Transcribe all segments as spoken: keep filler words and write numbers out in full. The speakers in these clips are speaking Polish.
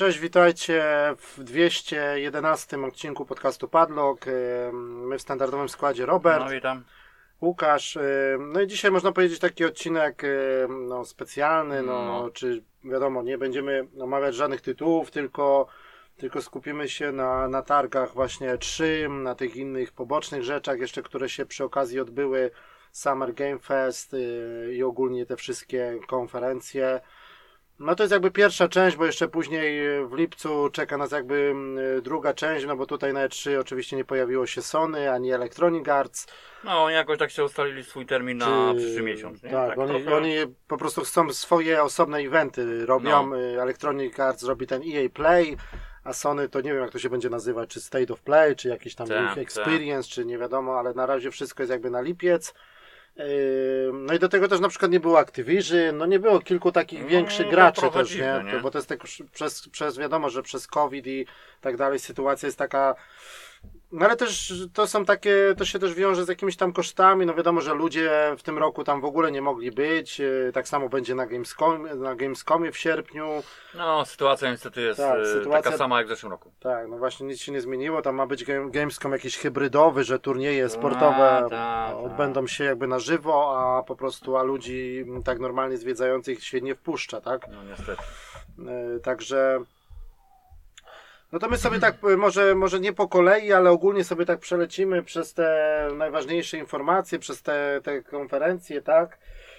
Cześć, witajcie w dwieście jedenastym odcinku podcastu Padlock. My w standardowym składzie Robert, no, witam. Łukasz. No i dzisiaj można powiedzieć taki odcinek no, specjalny, no, no. czy wiadomo, nie będziemy omawiać żadnych tytułów, tylko, tylko skupimy się na, na targach właśnie trzy, na tych innych pobocznych rzeczach jeszcze, które się przy okazji odbyły, Summer Game Fest i ogólnie te wszystkie konferencje. No to jest jakby pierwsza część, bo jeszcze później w lipcu czeka nas jakby druga część, no bo tutaj na E trzy oczywiście nie pojawiło się Sony, ani Electronic Arts. No oni jakoś tak się ustalili swój termin na Czy... przyszły miesiąc, nie? Tak, tak oni, trochę... oni po prostu chcą swoje osobne eventy robią, no. Electronic Arts robi ten E A Play, a Sony to nie wiem jak to się będzie nazywać, czy State of Play, czy jakiś tam tak, Experience, tak. czy nie wiadomo, ale na razie wszystko jest jakby na lipiec. No i do tego też na przykład nie było Activision, no nie było kilku takich no, większych no, graczy też, dziwne, nie? nie? Bo to jest tak przez, przez wiadomo, że przez COVID i tak dalej sytuacja jest taka. No ale też to są takie, to się też wiąże z jakimiś tam kosztami, no wiadomo, że ludzie w tym roku tam w ogóle nie mogli być, tak samo będzie na Gamescom, na Gamescomie w sierpniu. No sytuacja niestety jest tak, sytuacja, taka sama jak w zeszłym roku. Tak, no właśnie nic się nie zmieniło, tam ma być Gamescom jakiś hybrydowy, że turnieje sportowe a, ta, odbędą ta. się jakby na żywo, a po prostu, a ludzi tak normalnie zwiedzających się nie wpuszcza, tak? No niestety. Także... No to my sobie tak, może, może nie po kolei, ale ogólnie sobie tak przelecimy przez te najważniejsze informacje, przez te, te konferencje, tak?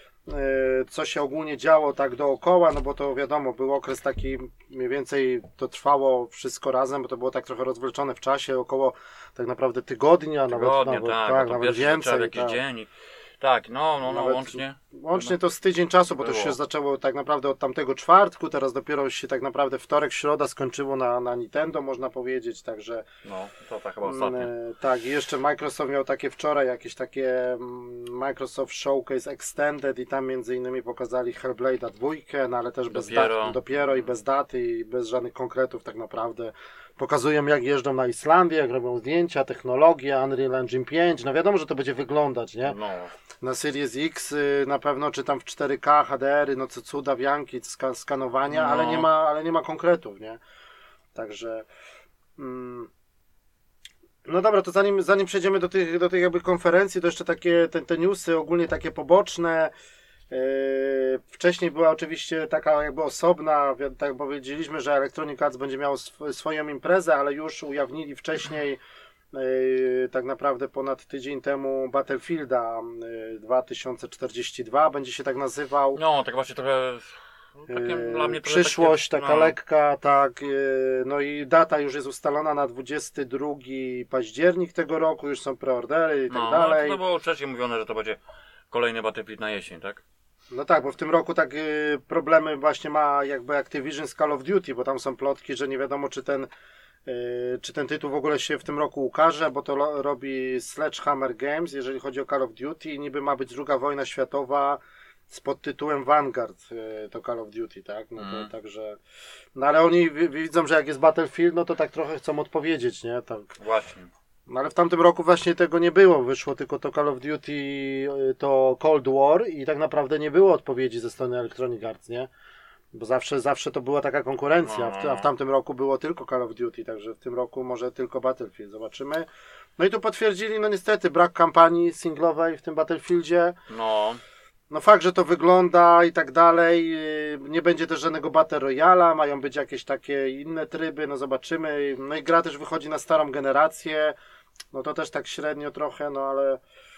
Co się ogólnie działo tak dookoła, no bo to wiadomo, był okres taki, mniej więcej to trwało wszystko razem, bo to było tak trochę rozwleczone w czasie, około tak naprawdę tygodnia, Tygodnie, nawet, tak, tak, no nawet więcej. jakiś tak. dzień. Tak, no, no, no, Nawet łącznie. Łącznie to z tydzień czasu, bo było. to się zaczęło tak naprawdę od tamtego czwartku, teraz dopiero się tak naprawdę wtorek, środa skończyło na, na Nintendo, można powiedzieć, także... No, to tak chyba ostatnio. Mm, tak, i jeszcze Microsoft miał takie wczoraj jakieś takie Microsoft Showcase Extended i tam między innymi pokazali Hellblade'a dwójkę, no ale też bez dopiero. daty, dopiero i bez daty i bez żadnych konkretów tak naprawdę. Pokazują jak jeżdżą na Islandię, jak robią zdjęcia, technologię, Unreal Engine pięć, no wiadomo, że to będzie wyglądać, nie? No. Na Series X y, na pewno, czy tam w cztery K, H D R y, no co cuda, wianki, ska, skanowania, no. ale nie ma, ale nie ma konkretów, nie? Także mm, no dobra, to zanim, zanim przejdziemy do tych, do tych jakby konferencji, to jeszcze takie te, te newsy ogólnie takie poboczne. Yy, wcześniej była oczywiście taka jakby osobna, tak jak powiedzieliśmy, że Electronic Arts będzie miało sw- swoją imprezę, ale już ujawnili wcześniej Yy, tak naprawdę ponad tydzień temu Battlefielda yy, dwa tysiące czterdzieści dwa będzie się tak nazywał. No, tak właśnie trochę takie, yy, dla mnie przyszłość takie, taka no. lekka, tak. Yy, no i data już jest ustalona na dwudziesty drugi październik tego roku, już są preordery i tak no, dalej. No to było wcześniej mówione, że to będzie kolejny Battlefield na jesień, tak? No tak, bo w tym roku tak yy, problemy właśnie ma jakby Activision z Call of Duty, bo tam są plotki, że nie wiadomo czy ten Yy, czy ten tytuł w ogóle się w tym roku ukaże, bo to lo, robi Sledgehammer Games, jeżeli chodzi o Call of Duty i niby ma być druga wojna światowa z podtytułem Vanguard, yy, to Call of Duty, tak? No to mm. także, no ale oni w, widzą, że jak jest Battlefield, no to tak trochę chcą odpowiedzieć, nie? Tak. Właśnie. No ale w tamtym roku właśnie tego nie było, wyszło tylko to Call of Duty, yy, to Cold War i tak naprawdę nie było odpowiedzi ze strony Electronic Arts, nie? Bo zawsze, zawsze to była taka konkurencja, no, a w, a w tamtym roku było tylko Call of Duty, także w tym roku może tylko Battlefield, zobaczymy. No i tu potwierdzili, no niestety, brak kampanii singlowej w tym Battlefieldzie. No. No fakt, że to wygląda i tak dalej, nie będzie też żadnego Battle Royala, mają być jakieś takie inne tryby, no zobaczymy. No i gra też wychodzi na starą generację, no to też tak średnio trochę, no ale...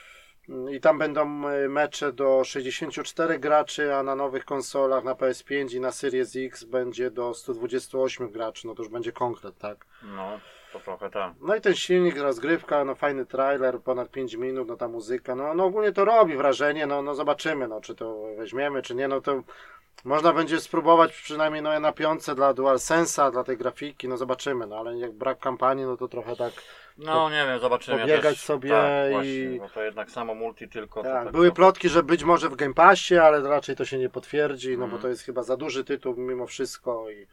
I tam będą mecze do sześćdziesięciu czterech graczy, a na nowych konsolach, na P S pięć i na Series X będzie do stu dwudziestu ośmiu graczy, no to już będzie konkret, tak? No, to trochę tak. No i ten silnik, rozgrywka, no fajny trailer, ponad pięć minut, no ta muzyka, no, no ogólnie to robi wrażenie, no, no zobaczymy, no czy to weźmiemy, czy nie, no to można będzie spróbować przynajmniej no, na piątce dla DualSense'a, dla tej grafiki, no zobaczymy, no ale jak brak kampanii, no to trochę tak... No nie wiem, zobaczymy. Pobiegać ja też, sobie tak, i... właśnie, bo to jednak samo multi tylko. Tak, tak były to... plotki, że być może w Game Passie, ale raczej to się nie potwierdzi, no mm. bo to jest chyba za duży tytuł mimo wszystko. I...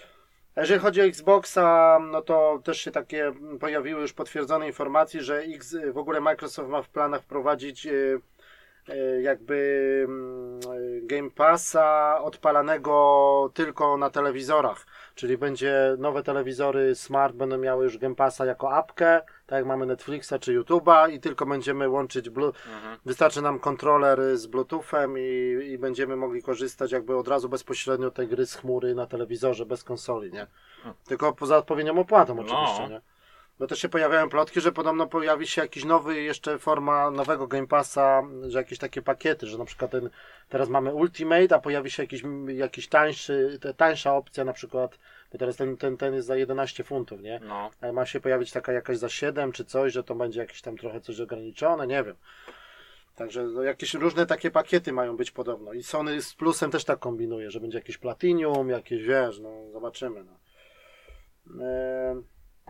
A jeżeli chodzi o Xboxa, no to też się takie pojawiły już potwierdzone informacje, że X, w ogóle Microsoft ma w planach wprowadzić jakby Game Passa odpalanego tylko na telewizorach, czyli będzie nowe telewizory smart będą miały już Game Passa jako apkę, tak jak mamy Netflixa czy YouTube'a i tylko będziemy łączyć, blu- mhm. wystarczy nam kontroler z Bluetoothem i, i będziemy mogli korzystać jakby od razu bezpośrednio tej gry z chmury na telewizorze, bez konsoli, nie? Tylko poza odpowiednią opłatą oczywiście, no. nie? Bo też się pojawiają plotki, że podobno pojawi się jakiś nowy, jeszcze forma nowego Game Passa, że jakieś takie pakiety, że na przykład ten, teraz mamy Ultimate, a pojawi się jakiś, jakiś tańszy, tańsza opcja na przykład, bo teraz ten, ten, ten jest za jedenaście funtów, nie? No. A ma się pojawić taka jakaś za siedem czy coś, że to będzie jakieś tam trochę coś ograniczone, nie wiem. Także no, jakieś różne takie pakiety mają być podobno. I Sony z Plusem też tak kombinuje, że będzie jakieś Platinum, jakieś, wiesz, no zobaczymy. No. Eee...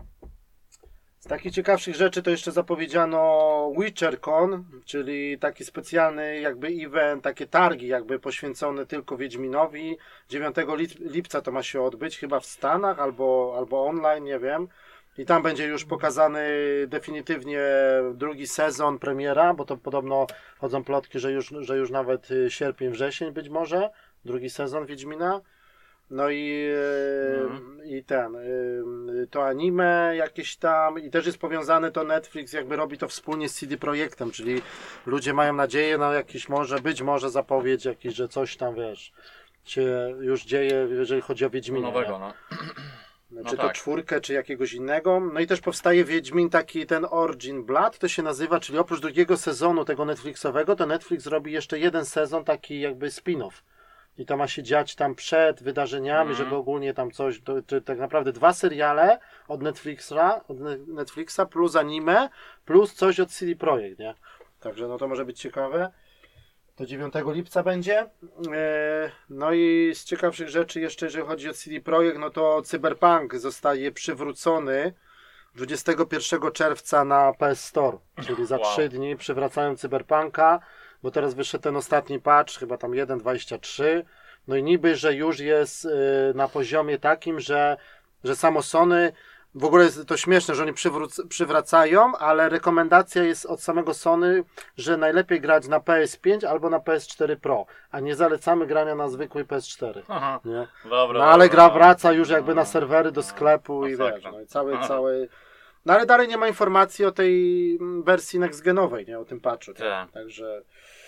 Z takich ciekawszych rzeczy to jeszcze zapowiedziano WitcherCon, czyli taki specjalny jakby event, takie targi jakby poświęcone tylko Wiedźminowi. dziewiątego lipca to ma się odbyć, chyba w Stanach albo, albo online, nie wiem. I tam będzie już pokazany definitywnie drugi sezon premiera, bo to podobno chodzą plotki, że już, że już nawet sierpień, wrzesień być może, drugi sezon Wiedźmina. No i, mm. i ten, to anime jakieś tam i też jest powiązane to Netflix jakby robi to wspólnie z C D Projektem, czyli ludzie mają nadzieję na jakiś może, być może zapowiedź jakiś, że coś tam wiesz, się już dzieje, jeżeli chodzi o Wiedźmina. Nowego, no. Czy no to tak. czwórkę, czy jakiegoś innego. No i też powstaje Wiedźmin taki ten Origin Blood, to się nazywa, czyli oprócz drugiego sezonu tego Netflixowego, to Netflix robi jeszcze jeden sezon taki jakby spin-off. I to ma się dziać tam przed wydarzeniami, mm. żeby ogólnie tam coś, to, to, tak naprawdę dwa seriale od Netflixa, od Netflixa plus anime, plus coś od C D Projekt, nie? Także no to może być ciekawe. To dziewiątego lipca będzie. Eee, no i z ciekawszych rzeczy jeszcze, jeżeli chodzi o C D Projekt, no to Cyberpunk zostaje przywrócony dwudziestego pierwszego czerwca na P S Store, czyli za trzy wow. dni przywracają Cyberpunka. Bo teraz wyszedł ten ostatni patch, chyba tam jeden dwadzieścia trzy, no i niby, że już jest y, na poziomie takim, że, że samo Sony, w ogóle jest to śmieszne, że oni przywróc- przywracają, ale rekomendacja jest od samego Sony, że najlepiej grać na P S pięć albo na P S cztery Pro, a nie zalecamy grania na zwykłej P S cztery. Aha. Nie? Dobra, no ale dobra, gra dobra. wraca już jakby na serwery do sklepu no, i wiesz, no i cały, cały... No ale dalej nie ma informacji o tej wersji next-genowej, nie? O tym patchu. Tak? Także...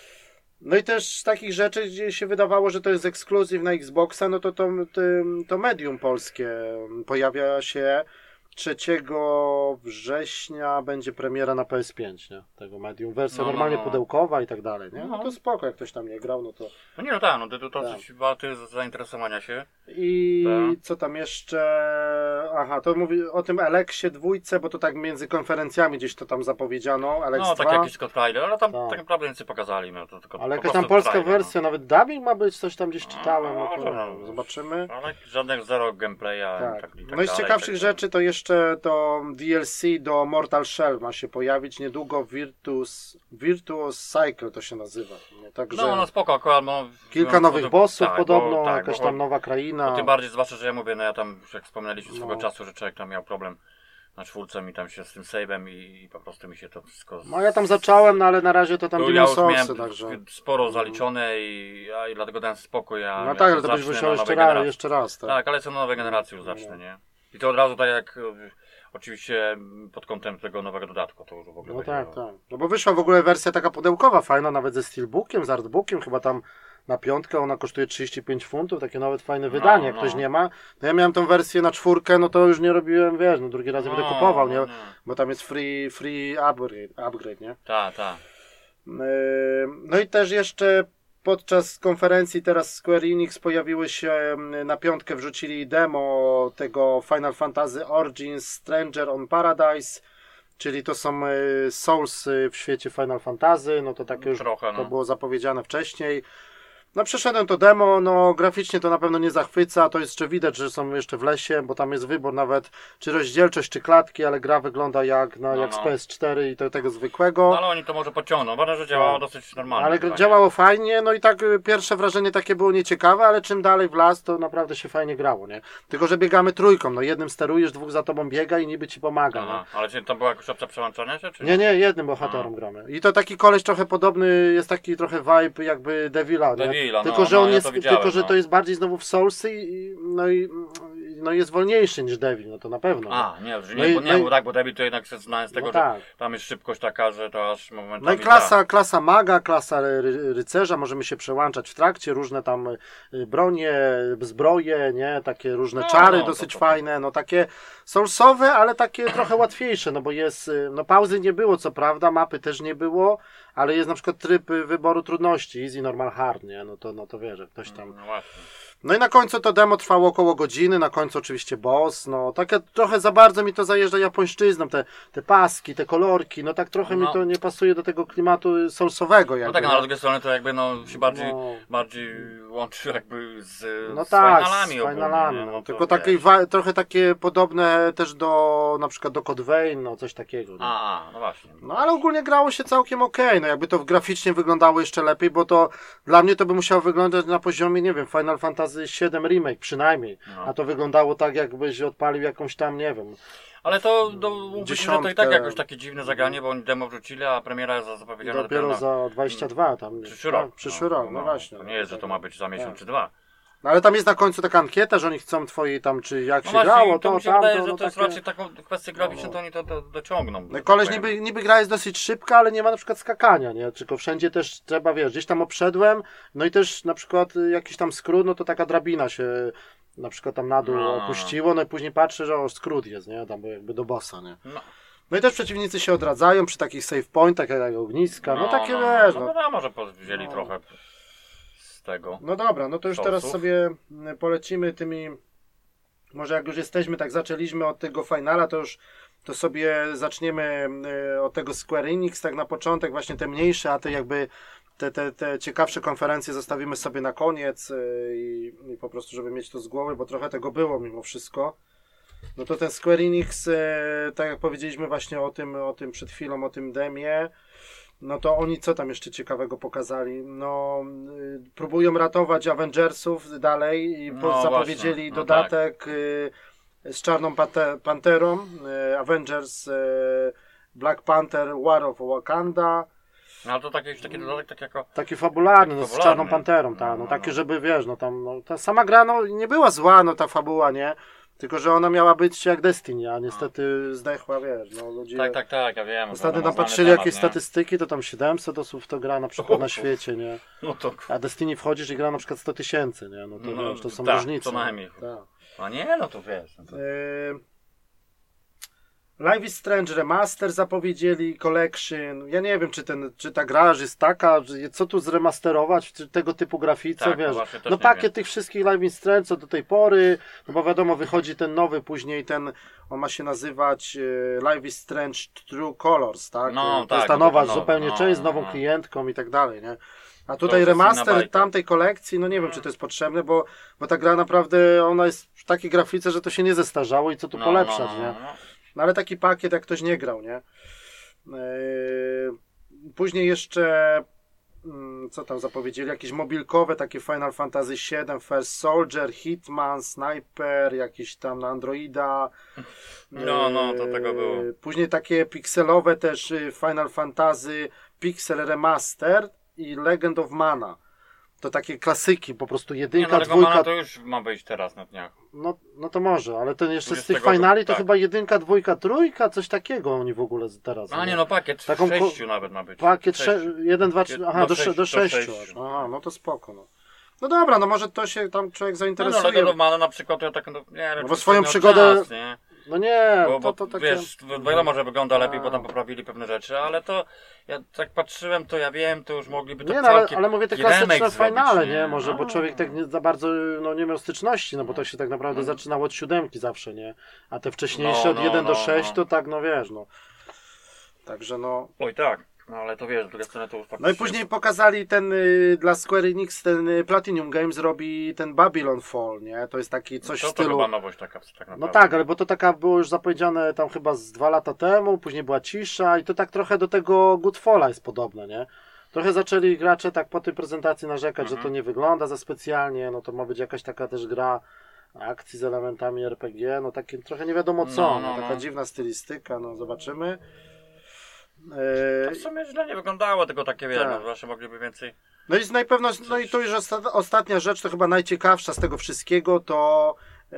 No i też z takich rzeczy, gdzie się wydawało, że to jest ekskluzyw na Xboxa, no to to, to to Medium polskie pojawia się trzeciego września, będzie premiera na P S pięć, nie? Tego Medium, wersja no, normalnie no, no. pudełkowa i tak dalej, nie? No to spoko, jak ktoś tam nie grał, no to... No nie, no tak, no to, to, to tak. Coś warty zainteresowania się. I tak. Co tam jeszcze... Aha, to mówi o tym Alexie dwójce, bo to tak między konferencjami gdzieś to tam zapowiedziano, Alex No, dwa. tak jakiś Scott Rider, ale tam tak, tak naprawdę nic nie pokazali. No, to tylko, ale jakaś tam polska trailer, wersja, no. Nawet dubbing ma być, coś tam gdzieś czytałem, no, no, to, no, zobaczymy. Ale żadnych zero gameplaya. Tak. Tak, i tak no i z ciekawszych tak rzeczy to jeszcze to D L C do Mortal Shell ma się pojawić niedługo, Virtuous, Virtuous Cycle to się nazywa. Nie? Także no, no spoko, akurat no, kilka nowych bossów tak, podobno, bo, tak, jakaś bo, tam nowa kraina. No, tym bardziej, zwłaszcza, że ja mówię, no ja tam, jak wspomnieliśmy swego no. czasu, że człowiek tam miał problem na czwórce mi tam się z tym save'em i, i po prostu mi się to wszystko... Z... No ja tam zacząłem, no ale na razie to tam to Demon ja Soulsy, także... sporo zaliczone i, ja, i dlatego dałem spokój. Ja, no tak, ale to byś musiał jeszcze raz, jeszcze raz. Tak, tak ale co na nowej generacji już zacznę, nie? I to od razu tak jak... Oczywiście pod kątem tego nowego dodatku to już w ogóle No będzie... tak, tak. No bo wyszła w ogóle wersja taka pudełkowa, fajna, nawet ze steelbookiem, z artbookiem, chyba tam na piątkę ona kosztuje trzydzieści pięć funtów, takie nawet fajne wydanie, no, jak no. ktoś nie ma. No ja miałem tą wersję na czwórkę, no to już nie robiłem, wiesz, no drugi raz no, będę kupował, nie? No. Bo tam jest free, free upgrade, upgrade nie? Tak, tak. No i też jeszcze podczas konferencji teraz Square Enix pojawiły się, na piątkę wrzucili demo tego Final Fantasy Origins Stranger on Paradise, czyli to są Soulsy w świecie Final Fantasy, no to takie już Trochę, no. to było zapowiedziane wcześniej. No przeszedłem to demo, no graficznie to na pewno nie zachwyca, to jeszcze widać, że są jeszcze w lesie, bo tam jest wybór nawet czy rozdzielczość, czy klatki, ale gra wygląda jak, no, no, jak z P S cztery i to, tego zwykłego. No ale oni to może pociągną, bo że działało no. dosyć normalnie. Ale chyba, działało nie? fajnie, no i tak pierwsze wrażenie takie było nieciekawe, ale czym dalej w las, to naprawdę się fajnie grało, nie? Tylko, że biegamy trójką, no jednym sterujesz, dwóch za tobą biega i niby ci pomaga. Aha, ale czy to była jakaś opcja przełączania się? Czy... Nie, nie, jednym bohaterem Aha. gramy. I to taki koleś trochę podobny, jest taki trochę vibe jakby Devila, nie? Chwila, tylko, no, że no, on ja jest, to widziałem, tylko, że no. to jest bardziej znowu w Soulsy i no i no jest wolniejszy niż Devil, no to na pewno. A, nie, że No nie, i- bo nie, no i- bo tak, bo Devil to jednak jest znany z tego, No że tak. tam jest szybkość taka, że to aż momentami... No i klasa, klasa maga, klasa ry, rycerza, możemy się przełączać w trakcie, różne tam y, bronie, zbroje, nie, takie różne No, czary no, dosyć to- to- fajne, no takie soulsowe, ale takie trochę łatwiejsze, no bo jest, y, no pauzy nie było co prawda, mapy też nie było, ale jest na przykład tryb y, wyboru trudności, easy, normal, hard, nie, no to, no to wiesz, że ktoś tam... No właśnie. No i na końcu to demo trwało około godziny, na końcu oczywiście boss, no takie trochę za bardzo mi to zajeżdża japońszczyzną, te, te paski, te kolorki, no tak trochę No. mi to nie pasuje do tego klimatu soulsowego No jakby. tak, no, ale z drugiej strony to jakby no się bardziej, No. bardziej łączy jakby z, No z tak, finalami z finalami, ogólnie, no. no to Tylko wiesz. takie, wa- trochę takie podobne też do na przykład do Code Vein, no coś takiego. Nie? A, a, no właśnie. No ale ogólnie grało się całkiem okej, no jakby to graficznie wyglądało jeszcze lepiej, bo to dla mnie to by musiało wyglądać na poziomie, nie wiem, Final Fantasy siedem Remake przynajmniej, No. a to wyglądało tak jakbyś odpalił jakąś tam, nie wiem, Ale to do, mówię, że to i tak Dziesiątkę. jakoś takie dziwne zagranie, bo oni demo wrzucili, a premiera jest zapowiedziana dopiero na za dwadzieścia dwa tam. przyszły tak? rok. Przyszły rok, no, no, właśnie. To nie jest, że to ma być za miesiąc Tak. czy dwa. No ale tam jest na końcu taka ankieta, że oni chcą twojej tam, czy jak No się właśnie, grało, to to mi się tam, wydaje, to, że no to jest takie... raczej taką kwestię graficzną, to oni to, to dociągną. No że i koleś tak powiem. niby, niby gra jest dosyć szybka, ale nie ma na przykład skakania, nie? Tylko wszędzie też trzeba, wiesz, gdzieś tam obszedłem, no i też na przykład y, jakiś tam skrót, no to taka drabina się na przykład tam na dół No. opuściło, no i później patrzę, że o, skrót jest, nie? Tam jakby do bossa, nie? No, No i też przeciwnicy się odradzają przy takich save pointach, jak ogniska, no, takie no, wiesz, no. no. No wiadomo, że po- wzięli No. trochę z tego. No dobra, no to już Sosów. teraz sobie mm, polecimy tymi, może jak już jesteśmy, tak zaczęliśmy od tego finala, to już to sobie zaczniemy y, od tego Square Enix, tak na początek, właśnie te mniejsze, a te jakby te, te, te ciekawsze konferencje zostawimy sobie na koniec y, i, i po prostu, żeby mieć to z głowy, bo trochę tego było mimo wszystko. No to ten Square Enix, y, tak jak powiedzieliśmy właśnie o tym, o tym przed chwilą, o tym demie, no to oni co tam jeszcze ciekawego pokazali? No, y, próbują ratować Avengersów dalej i po, No zapowiedzieli właśnie, no dodatek y, z Czarną Pante- Panterą, y, Avengers, y, Black Panther, War of Wakanda. No ale to taki już taki dodatek, tak jako... Taki fabularny, no, z fabularny. Czarną Panterą, ta, no, No, taki, no. żeby wiesz, no tam, no, ta sama gra, no nie była zła, no ta fabuła, nie? Tylko, że ona miała być jak Destiny, a niestety zdechła, wiesz, no ludzie... Tak, tak, tak, ja wiem. Ostatnio to tam znany patrzyli temat, jakieś nie? statystyki, to tam siedemset osób w to gra na przykład na świecie, nie? No to... A Destiny wchodzisz i gra na przykład sto tysięcy, nie? No to No, wiesz, to są tak, różnice. co najmniej. Tak. A nie, no to wiesz. No to... Eee, Life is Strange Remaster zapowiedzieli, Collection. Ja nie wiem, czy, ten, czy ta gra jest taka, że co tu zremasterować w tego typu grafice, Tak, no wiesz. właśnie też No nie pakiet wiem. tych wszystkich Life is Strange co do tej pory, no bo wiadomo, wychodzi ten nowy, później ten, on ma się nazywać e, Life is Strange True Colors, tak? No, to tak, jest ta no to nowa to nowe, zupełnie no, część z no, nową no. klientką i tak dalej, nie? A już tutaj jest inna remaster bajka. tamtej kolekcji, no nie wiem, czy to jest potrzebne, bo, bo ta gra naprawdę, ona jest w takiej grafice, że to się nie zestarzało i co tu No, polepszać, no, nie? no, no. No ale taki pakiet, jak ktoś nie grał, nie? Yy, później jeszcze, mm, co tam zapowiedzieli, jakieś mobilkowe, takie Final Fantasy siedem, First Soldier, Hitman, Sniper, jakieś tam na Androida. No, no, to tego było. Yy, Później takie pikselowe też y, Final Fantasy Pixel Remaster i Legend of Mana. To takie klasyki, po prostu Nie, jedynka, no, tego dwójka. mana to już ma być teraz na dniach. No, no to może, ale ten jeszcze z tych dwudziestego finali to tak. chyba jedynka, dwójka, trójka, coś takiego oni w ogóle teraz. A nie, no pakiet Taką ko- sześciu nawet ma być. Pakiet Sześciu. jeden, dwa, trzy, aha, Do do, sześciu, sze- do do sześciu. sześciu. aż. Aha, no to spoko. No. no dobra, no może to się tam człowiek No, no, zainteresuje. Legend of Mana na przykład, to ja tak, no, nie wiem, No bo czy swoją to miał przygodę- Czas, nie? No nie, Bo, to, bo to takie... wiesz, wiadomo, że wygląda lepiej, A. bo tam poprawili pewne rzeczy, ale to ja tak patrzyłem, to ja wiem, to już mogliby to Nie, no, ale, całkiem ale mówię te taki remake klasyczne zrobić, finale, nie? Może, No. bo człowiek tak nie za bardzo no, nie miał styczności, no bo to się tak naprawdę No. zaczynało od siódemki zawsze, nie? A te wcześniejsze No, od no, jeden do no, sześć no. to tak, no wiesz, no. Także no... Oj tak, no ale to wiesz, z drugiej strony to już No i faktycznie później pokazali ten y, dla Square Enix, ten y, Platinum Games robi ten Babylon Fall, nie? To jest taki coś to, w to stylu... chyba nowość taka tak naprawdę. No tak, ale bo to taka było już zapowiedziane tam chyba z dwa lata temu, później była cisza i to tak trochę do tego Godfalla jest podobne, nie? Trochę zaczęli gracze tak po tej prezentacji narzekać, Mhm. że to nie wygląda za specjalnie, no to ma być jakaś taka też gra akcji z elementami R P G, no takie trochę nie wiadomo co, No, no, no, taka no. dziwna stylistyka, no zobaczymy. To Yy, w sumie źle nie wyglądało, tylko takie wiesz, Tak. no zawsze mogliby więcej No i najpewno, no i tu już osta- ostatnia rzecz, to chyba najciekawsza z tego wszystkiego, to yy,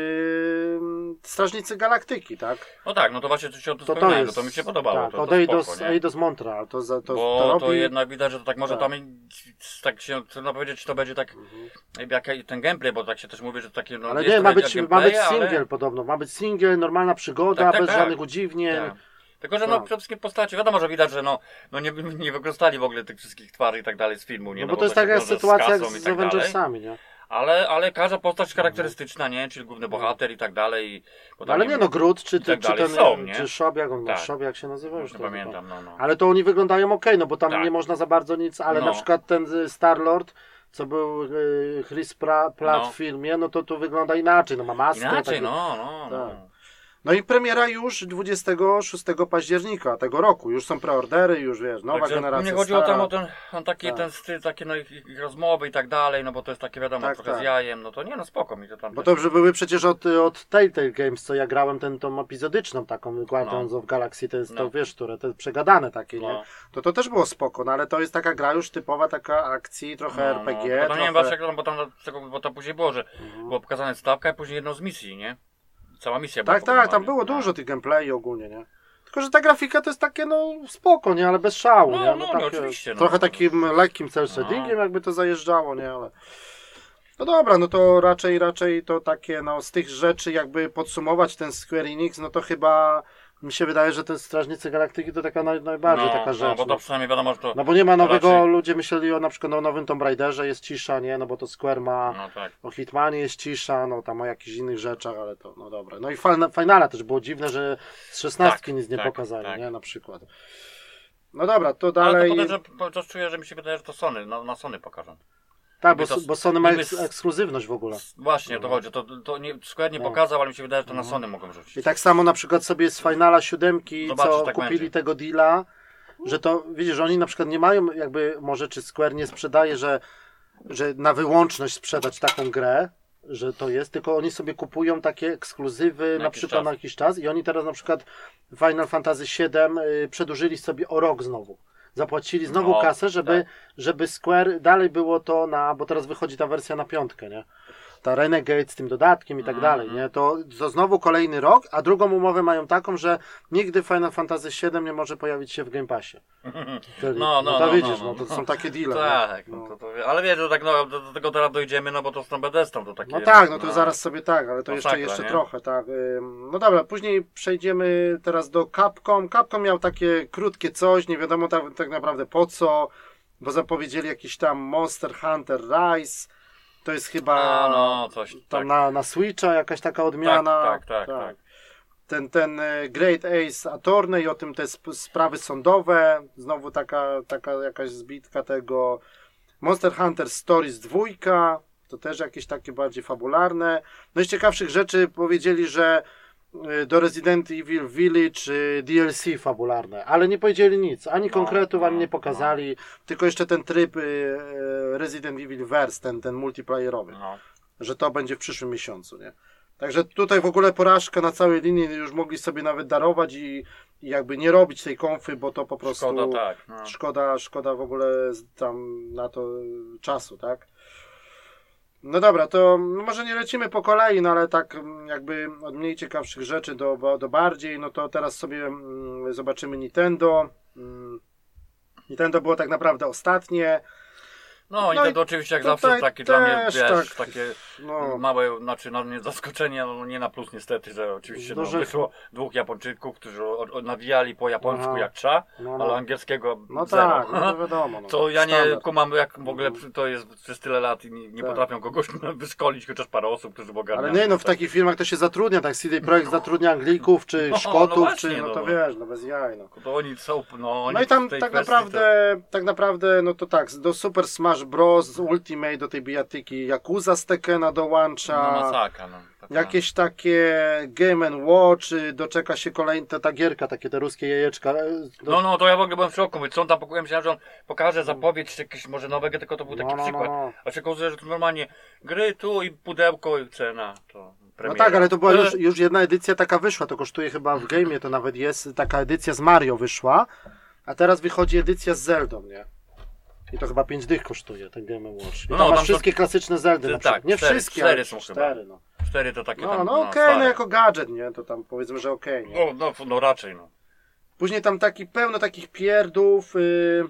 Strażnicy Galaktyki, tak? No tak, no to właśnie coś o tym To to wspominałem, jest- to mi się podobało. Tak, to, od to Eidos, spoko, nie? Eidos Montreal, to, za, to, Bo to to, robi... jednak widać, że to tak może Tak. tam tak się trudno powiedzieć, czy to będzie tak Mhm. jak ten gameplay, bo tak się też mówi, że to takie no, Ale jest nie, ma trochę być, jak ma być gameplay, singiel ale... podobno, ma być singiel, normalna przygoda, Tak, tak, bez tak. żadnych udziwnień. Tak. Tylko, że no Tak. przede wszystkim postacie, wiadomo, że widać, że no, no nie, nie wykorzystali w ogóle tych wszystkich twarzy i tak dalej z filmu, nie? No No, bo to jest się taka wiąże sytuacja jak kasą z i tak dalej. Avengersami, nie? Ale, ale każda postać charakterystyczna, nie? Czyli główny bohater i tak dalej. I, bo tam Ale nie no, Groot, czy, i tak czy dalej ten, są, nie? czy Shob, jak on ma, Tak. Shob, jak się nazywa? Już nie to pamiętam, no, no. Ale to oni wyglądają okej, no bo tam Tak. nie można za bardzo nic, ale No. na przykład ten y, Star-Lord, co był y, Chris Pra- Pratt No. w filmie, no to tu wygląda inaczej, no ma maskę. Inaczej, takie- no, no, no. Tak. No i premiera już dwudziestego szóstego października tego roku, już są preordery, już wiesz, nowa Także generacja mnie chodziło stara. tam o ten, on taki, Tak. ten styl, takie no ich, ich rozmowy i tak dalej, no bo to jest takie wiadomo, Tak, trochę tak. z jajem, no to nie no spoko mi to tam Bo też- to że były przecież od, od Telltale Games, co ja grałem ten, tą epizodyczną taką Guardians No. of Galaxy, to jest No. to wiesz, które te przegadane takie, nie? No. To to też było spoko, no ale to jest taka gra już typowa taka akcji, trochę No, R P G, no. Tylko to trochę... nie wiem dlaczego, bo tam, tego, bo tam później było, że Mhm. była pokazana stawka i później jedną z misji, nie? Cała misja była Tak, tak, pokazana, tam nie? było No. dużo tych gameplay ogólnie, nie? Tylko, że ta grafika to jest takie, no, spoko, nie? Ale bez szału, No, nie? no, no, takie, oczywiście, no. Trochę takim lekkim cel shadingiem jakby to zajeżdżało, nie? Ale... No dobra, no to raczej, raczej to takie, no, z tych rzeczy jakby podsumować ten Square Enix, no to chyba mi się wydaje, że ten Strażnicy Galaktyki to taka naj, najbardziej no, taka rzecz. No, bo to przynajmniej wiadomo, że to... No bo nie ma nowego, raczej- ludzie myśleli o na przykład o nowym Tomb Raiderze, jest cisza, nie? No bo to Square ma, No tak. o Hitmanie jest cisza, no tam o jakichś innych rzeczach, ale to, no dobra. No i Final- Finala też było dziwne, że z szesnastki Tak, nic nie tak, pokazali, tak. nie? Na przykład. No dobra, to Ale dalej... to podejrzewam, że to czuję, że mi się wydaje, że to Sony, no, na Sony pokażą. Tak, bo, niby to- bo Sony ma niby eks- s- ekskluzywność w ogóle. Właśnie o to chodzi, to, to nie, Square nie No. pokazał, ale mi się wydaje, że to na Sony mogą rzucić. I tak samo na przykład sobie z Finala siódemki, Zobaczysz, co tak kupili będzie. tego deala, że to, widzisz, oni na przykład nie mają jakby, może czy Square nie sprzedaje, że, że na wyłączność sprzedać taką grę, że to jest, tylko oni sobie kupują takie ekskluzywy na, jakiś przykład czas. na jakiś czas i oni teraz na przykład Final Fantasy siedem y, przedłużyli sobie o rok znowu. Zapłacili znowu No, kasę, żeby, tak. żeby Square dalej było to na, bo teraz wychodzi ta wersja na piątkę, nie? Ta Renegade z tym dodatkiem i tak Mhm. dalej, nie? To, to znowu kolejny rok, a drugą umowę mają taką, że nigdy Final Fantasy siedem nie może pojawić się w Game Passie. Wtedy, No, no, to no, widzisz, no, no, no. to są takie deale. Tak, no. no. to, to, ale wiesz, że tak no, do, do tego teraz dojdziemy, no bo to z tą Bethesdą to takie... No tak, no to zaraz sobie tak, ale to jeszcze, Masakra, jeszcze nie? trochę, tak. Ym, No dobra, później przejdziemy teraz do Capcom. Capcom miał takie krótkie coś, nie wiadomo tak, tak naprawdę po co, bo zapowiedzieli jakiś tam Monster Hunter Rise. To jest chyba A, no, coś, tam tak. na, na Switcha jakaś taka odmiana. Tak, tak, tak, tak. Ten, ten e, Great Ace Attorney, o tym te sp- sprawy sądowe, znowu taka, taka jakaś zbitka tego. Monster Hunter Stories dwójka, to też jakieś takie bardziej fabularne. No i z ciekawszych rzeczy powiedzieli, że e, do Resident Evil Village e, D L C fabularne, ale nie powiedzieli nic, ani No, konkretów, no, ani nie pokazali, tylko jeszcze ten tryb e, e, Resident Evil Verse, ten, ten multiplayerowy, No. że to będzie w przyszłym miesiącu, nie? Także tutaj w ogóle porażka na całej linii, już mogli sobie nawet darować i, i jakby nie robić tej konfy, bo to po prostu Szkoda, tak. No. szkoda, szkoda w ogóle z- tam na to czasu, tak? No dobra, to może nie lecimy po kolei, no ale tak mm, jakby od mniej ciekawszych rzeczy do, do bardziej, no to teraz sobie mm, zobaczymy Nintendo. Mm, Nintendo było tak naprawdę ostatnie. No, No i i Nintendo oczywiście jak tutaj zawsze takie dla mnie, też wiesz, tak, takie No, małe, znaczy no nie zaskoczenie, no nie na plus niestety, że oczywiście No, no, że- wyszło dwóch Japończyków, którzy o, o, nawijali po japońsku Aha. jak trzeba, no, ale no. angielskiego No zero. tak, no to wiadomo. No. To ja nie Standard. kumam, jak w ogóle to jest przez tyle lat i nie, nie Tak. potrafią kogoś wyszkolić, chociaż parę osób, którzy bogaci. Ale nie, no w takich filmach to się zatrudnia, tak C D Projekt zatrudnia Anglików, czy No, Szkotów, no właśnie, czy, no to no. wiesz, no bez jaj, no. To oni są, no oni No i tam w tej tak kwestii naprawdę, tak naprawdę, no to tak, do Super Smash Bros. Ultimate, do tej bijatyki Yakuza z Tekkena to, dołącza, no masakra, no. Taka- jakieś takie Game and Watch, y, doczeka się kolejna ta, ta gierka, takie te ruskie jajeczka. e, Do... No, no, to ja w ogóle byłem w szoku, mówię, co on tam pokuje, myślałem, że on pokaże zapowiedź jakieś może nowego, tylko to był taki no, no, przykład. no. A się okazuje, że to normalnie gry tu i pudełko i cena, to No premiera. tak, ale to była E, już, już jedna edycja taka wyszła, to kosztuje chyba w Game'ie, to nawet jest, taka edycja z Mario wyszła, a teraz wychodzi edycja z Zeldą, nie? I to chyba pięć dych kosztuje ten Game and Watch. I No, tam no, masz tam wszystkie to... klasyczne Zeldy na przykład. Tak, nie cztery, wszystkie, cztery ale są cztery, chyba. no. Cztery to takie No, tam, no no, okej, okay, no jako gadżet, nie? To tam powiedzmy, że okej, okay, nie? No, no, no raczej, no. Później tam taki pełno takich pierdów. Yy...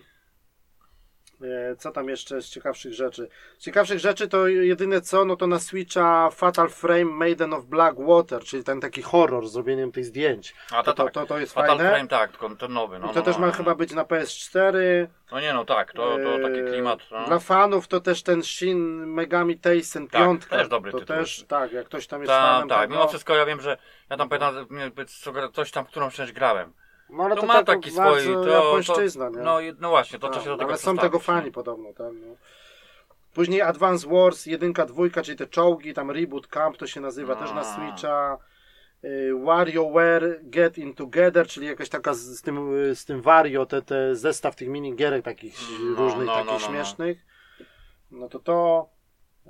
Co tam jeszcze z ciekawszych rzeczy? Z ciekawszych rzeczy to jedyne co, no to na Switcha Fatal Frame Maiden of Blackwater, czyli ten taki horror z zrobieniem tych zdjęć. A to, to, tak. to, to, to jest Fatal fajne. Frame, tak, tylko ten nowy. No, I to no, też no, ma no. chyba być na P S cztery. No nie no, tak, to, to taki klimat. No. Dla fanów to też ten Shin Megami Tensei Tak, piątka. też dobry to tytuł też, jest. tak, jak ktoś tam jest Ta, fanem tak, tego. mimo wszystko ja wiem, że ja tam pamiętam, że coś tam, którą część grałem. No ale to, to, ma tak taki bardzo swój, to, japońszczyzna, to, nie? no, no właśnie, to, to tak, się do tego ale są tego fani nie? podobno, tam, no. Później Advance Wars jedynka, dwójka, czyli te czołgi, tam Reboot Camp to się nazywa, A. też na Switcha. Y, WarioWare Get In Together, czyli jakaś taka z, z tym, z tym Wario, te, te zestaw tych minigierek takich No, różnych, no, takich no, no, no. śmiesznych. No to to. Y,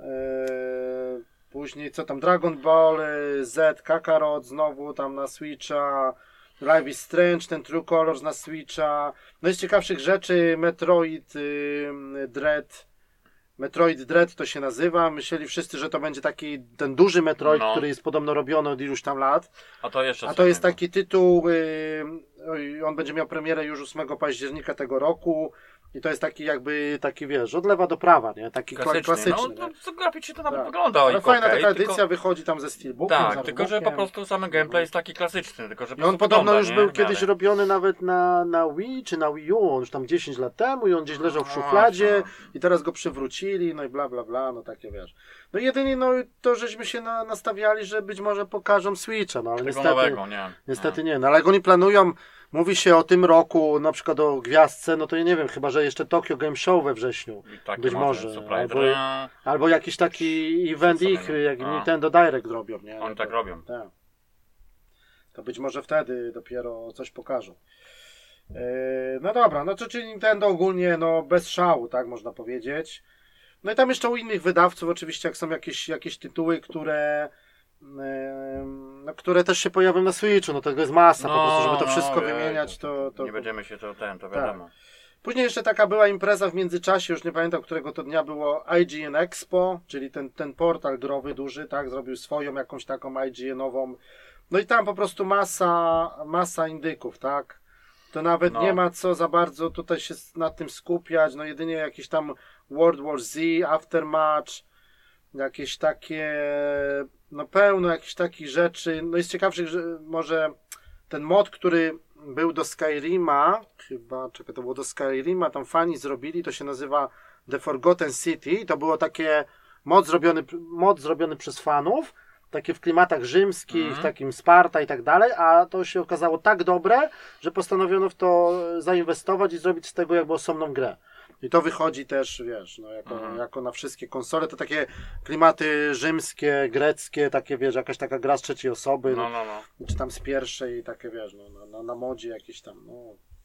później co tam, Dragon Ball Z, Kakarot znowu tam na Switcha. Life is Strange, ten True Colors na Switcha. No i z ciekawszych rzeczy Metroid y, Dread. Metroid Dread to się nazywa. Myśleli wszyscy, że to będzie taki ten duży Metroid, No. który jest podobno robiony od iluś tam lat. A to jeszcze A co to jest innego. taki tytuł, yy, on będzie miał premierę już ósmego października tego roku. I to jest taki jakby, taki wiesz, od lewa do prawa, nie? Taki klasyczny. klasyczny no, nie? to graficznie to nawet Tak. wygląda. Ale i fajna okej, taka tylko- edycja wychodzi tam ze steelbookiem. Tak, z tylko że po artbookiem. prostu sam gameplay jest taki klasyczny, tylko że po I on prostu podobno wygląda, już nie? był W kiedyś miarę. robiony nawet na, na Wii czy na Wii U, on już tam dziesięć lat temu i on gdzieś leżał w No, szufladzie właśnie. i teraz go przywrócili, no i bla bla bla, no takie wiesz. No jedynie no to żeśmy się na, nastawiali, że być może pokażą Switcha, no ale Tego niestety, nowego, nie. niestety nie. No ale jak oni planują, mówi się o tym roku, na przykład o Gwiazdce, no to ja nie wiem, chyba że jeszcze Tokyo Game Show we wrześniu. I takie Być może, surprise. albo- Albo... Albo jakiś taki event Co ich, sobie- jak a. Nintendo Direct robią, nie? Oni No tak to, robią. tak. To być może wtedy dopiero coś pokażą. Yy, no dobra, no to czyli Nintendo ogólnie no bez szału, tak można powiedzieć. No i tam jeszcze u innych wydawców oczywiście, jak są jakieś, jakieś tytuły, które yy, no, które też się pojawią na Switchu, no tego jest masa po prostu, żeby to wszystko no, wymieniać, to... to Nie będziemy się to ten, to Tak. wiadomo. Później jeszcze taka była impreza w międzyczasie, już nie pamiętam którego to dnia było, I G N Expo, czyli ten, ten portal growy duży, tak, zrobił swoją jakąś taką I G N-ową. No i tam po prostu masa, masa indyków, tak. To nawet No. nie ma co za bardzo tutaj się nad tym skupiać, no jedynie jakieś tam World War Z, Aftermatch, jakieś takie, no pełno jakichś takich rzeczy. No i z ciekawszych, że może ten mod, który był do Skyrima, chyba, czekaj, to było do Skyrima, tam fani zrobili, to się nazywa The Forgotten City, to było takie mod zrobiony, mod zrobiony przez fanów, takie w klimatach rzymskich, Mhm. takim Sparta i tak dalej, a to się okazało tak dobre, że postanowiono w to zainwestować i zrobić z tego jakby osobną grę. I to wychodzi też, wiesz, no, jako, Mhm. jako na wszystkie konsole, to takie klimaty rzymskie, greckie, takie, wiesz, jakaś taka gra z trzeciej osoby, No, no, no. czy tam z pierwszej, takie, wiesz, no, na, na, na modzie jakieś tam, no.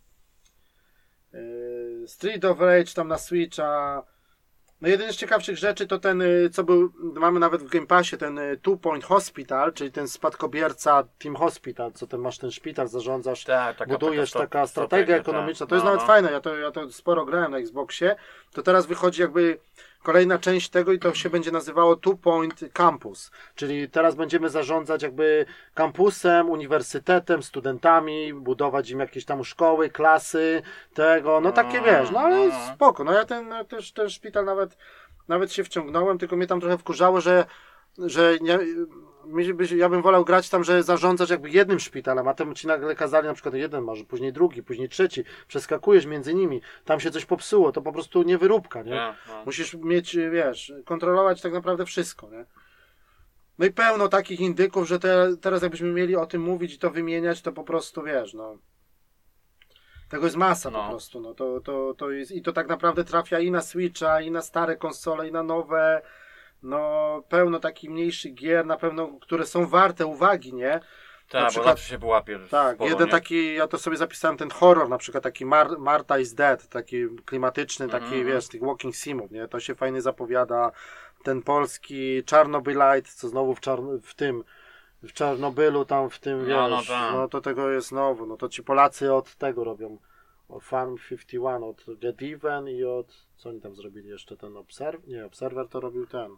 Yy, Street of Rage tam na Switcha. No jedyny z ciekawszych rzeczy to ten, y, co był, mamy nawet w Game Passie, ten y, Two Point Hospital, czyli ten spadkobierca Team Hospital, co ten masz ten szpital, zarządzasz, Tak, taka, budujesz, taka, taka sto- strategia tak. ekonomiczna, to jest No, nawet no. fajne, ja to, ja to sporo grałem na Xboxie, to teraz wychodzi jakby kolejna część tego i to się będzie nazywało Two Point Campus, czyli teraz będziemy zarządzać jakby kampusem, uniwersytetem, studentami, budować im jakieś tam szkoły, klasy, tego, no takie No, wiesz, no ale no, no. spoko, no ja ten, też, ten szpital nawet, nawet się wciągnąłem, tylko mnie tam trochę wkurzało, że że nie, mi by- ja bym wolał grać tam, że zarządzasz jakby jednym szpitalem, a temu ci nagle kazali na przykład jeden masz, później drugi, później trzeci, przeskakujesz między nimi, tam się coś popsuło, to po prostu nie wyróbka, nie? Nie, no. Musisz mieć, wiesz, kontrolować tak naprawdę wszystko, nie? No i pełno takich indyków, że te, teraz jakbyśmy mieli o tym mówić i to wymieniać, to po prostu, wiesz, no... Tego jest masa No. po prostu, no to, to, to jest, i to tak naprawdę trafia i na Switcha, i na stare konsole, i na nowe, no pełno takich mniejszych gier, na pewno, które są warte uwagi, nie? Tak, przykład- bo zawsze się wyłapie. Tak, sporo, jeden nie? taki, ja to sobie zapisałem, ten horror, na przykład taki Mar- Marta is Dead, taki klimatyczny, taki, Mhm. wiesz, tych walking simów, nie? To się fajnie zapowiada. Ten polski Czarnobylite, co znowu w, czarn- w tym, w Czarnobylu, tam w tym, No, no wiesz, tak. no to tego jest znowu, no to ci Polacy od tego robią, Farm pięćdziesiąt jeden od Get Even i od, co oni tam zrobili jeszcze, ten Observer, nie, Observer to robił ten.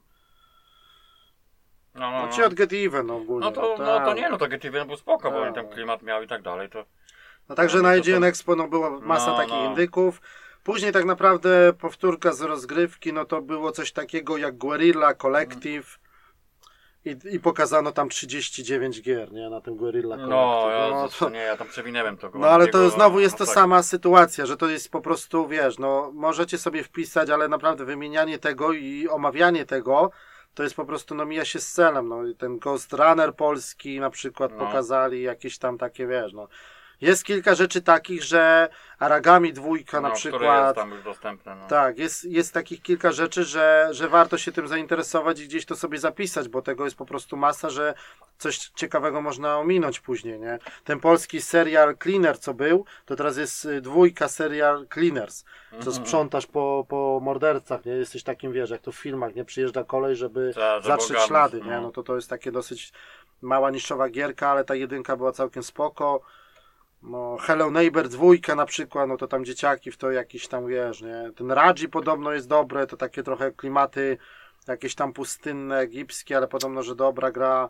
No, no, no ci od Get Even no, ogólnie. No to, no to nie, no to Get Even był spoko, bo oni tam klimat miał i tak dalej, to... No także no, na A G N Expo no, była masa no, takich no. indyków. Później tak naprawdę powtórka z rozgrywki, no to było coś takiego jak Guerrilla Collective i, i pokazano tam trzydzieści dziewięć gier, nie, na tym Guerrilla Collective. No, ja, no, to, nie, ja tam przewinęłem to. No ale to znowu jest to sama sytuacja, że to jest po prostu, wiesz, no możecie sobie wpisać, ale naprawdę wymienianie tego i omawianie tego, to jest po prostu, no mija się z celem, no ten Ghost Runner polski na przykład no. pokazali, jakieś tam takie, wiesz, no. Jest kilka rzeczy takich, że Aragami dwójka no, na przykład. Które jest tam już dostępne. No. Tak, jest, jest takich kilka rzeczy, że, że warto się tym zainteresować i gdzieś to sobie zapisać, bo tego jest po prostu masa, że coś ciekawego można ominąć później, nie? Ten polski serial Cleaner, co był, to teraz jest dwójka serial Cleaners, co mm-hmm. sprzątasz po, po mordercach, nie? Jesteś takim, wiesz, jak to w filmach, nie? Przyjeżdża kolej, żeby Ta, zatrzeć bogamus, ślady, nie? No to to jest takie dosyć mała, niszowa gierka, ale ta jedynka była całkiem spoko. No, Hello Neighbor dwójka na przykład, no to tam dzieciaki w to jakiś tam, wiesz, nie? Ten Raji podobno jest dobre, to takie trochę klimaty jakieś tam pustynne, egipskie, ale podobno, że dobra gra.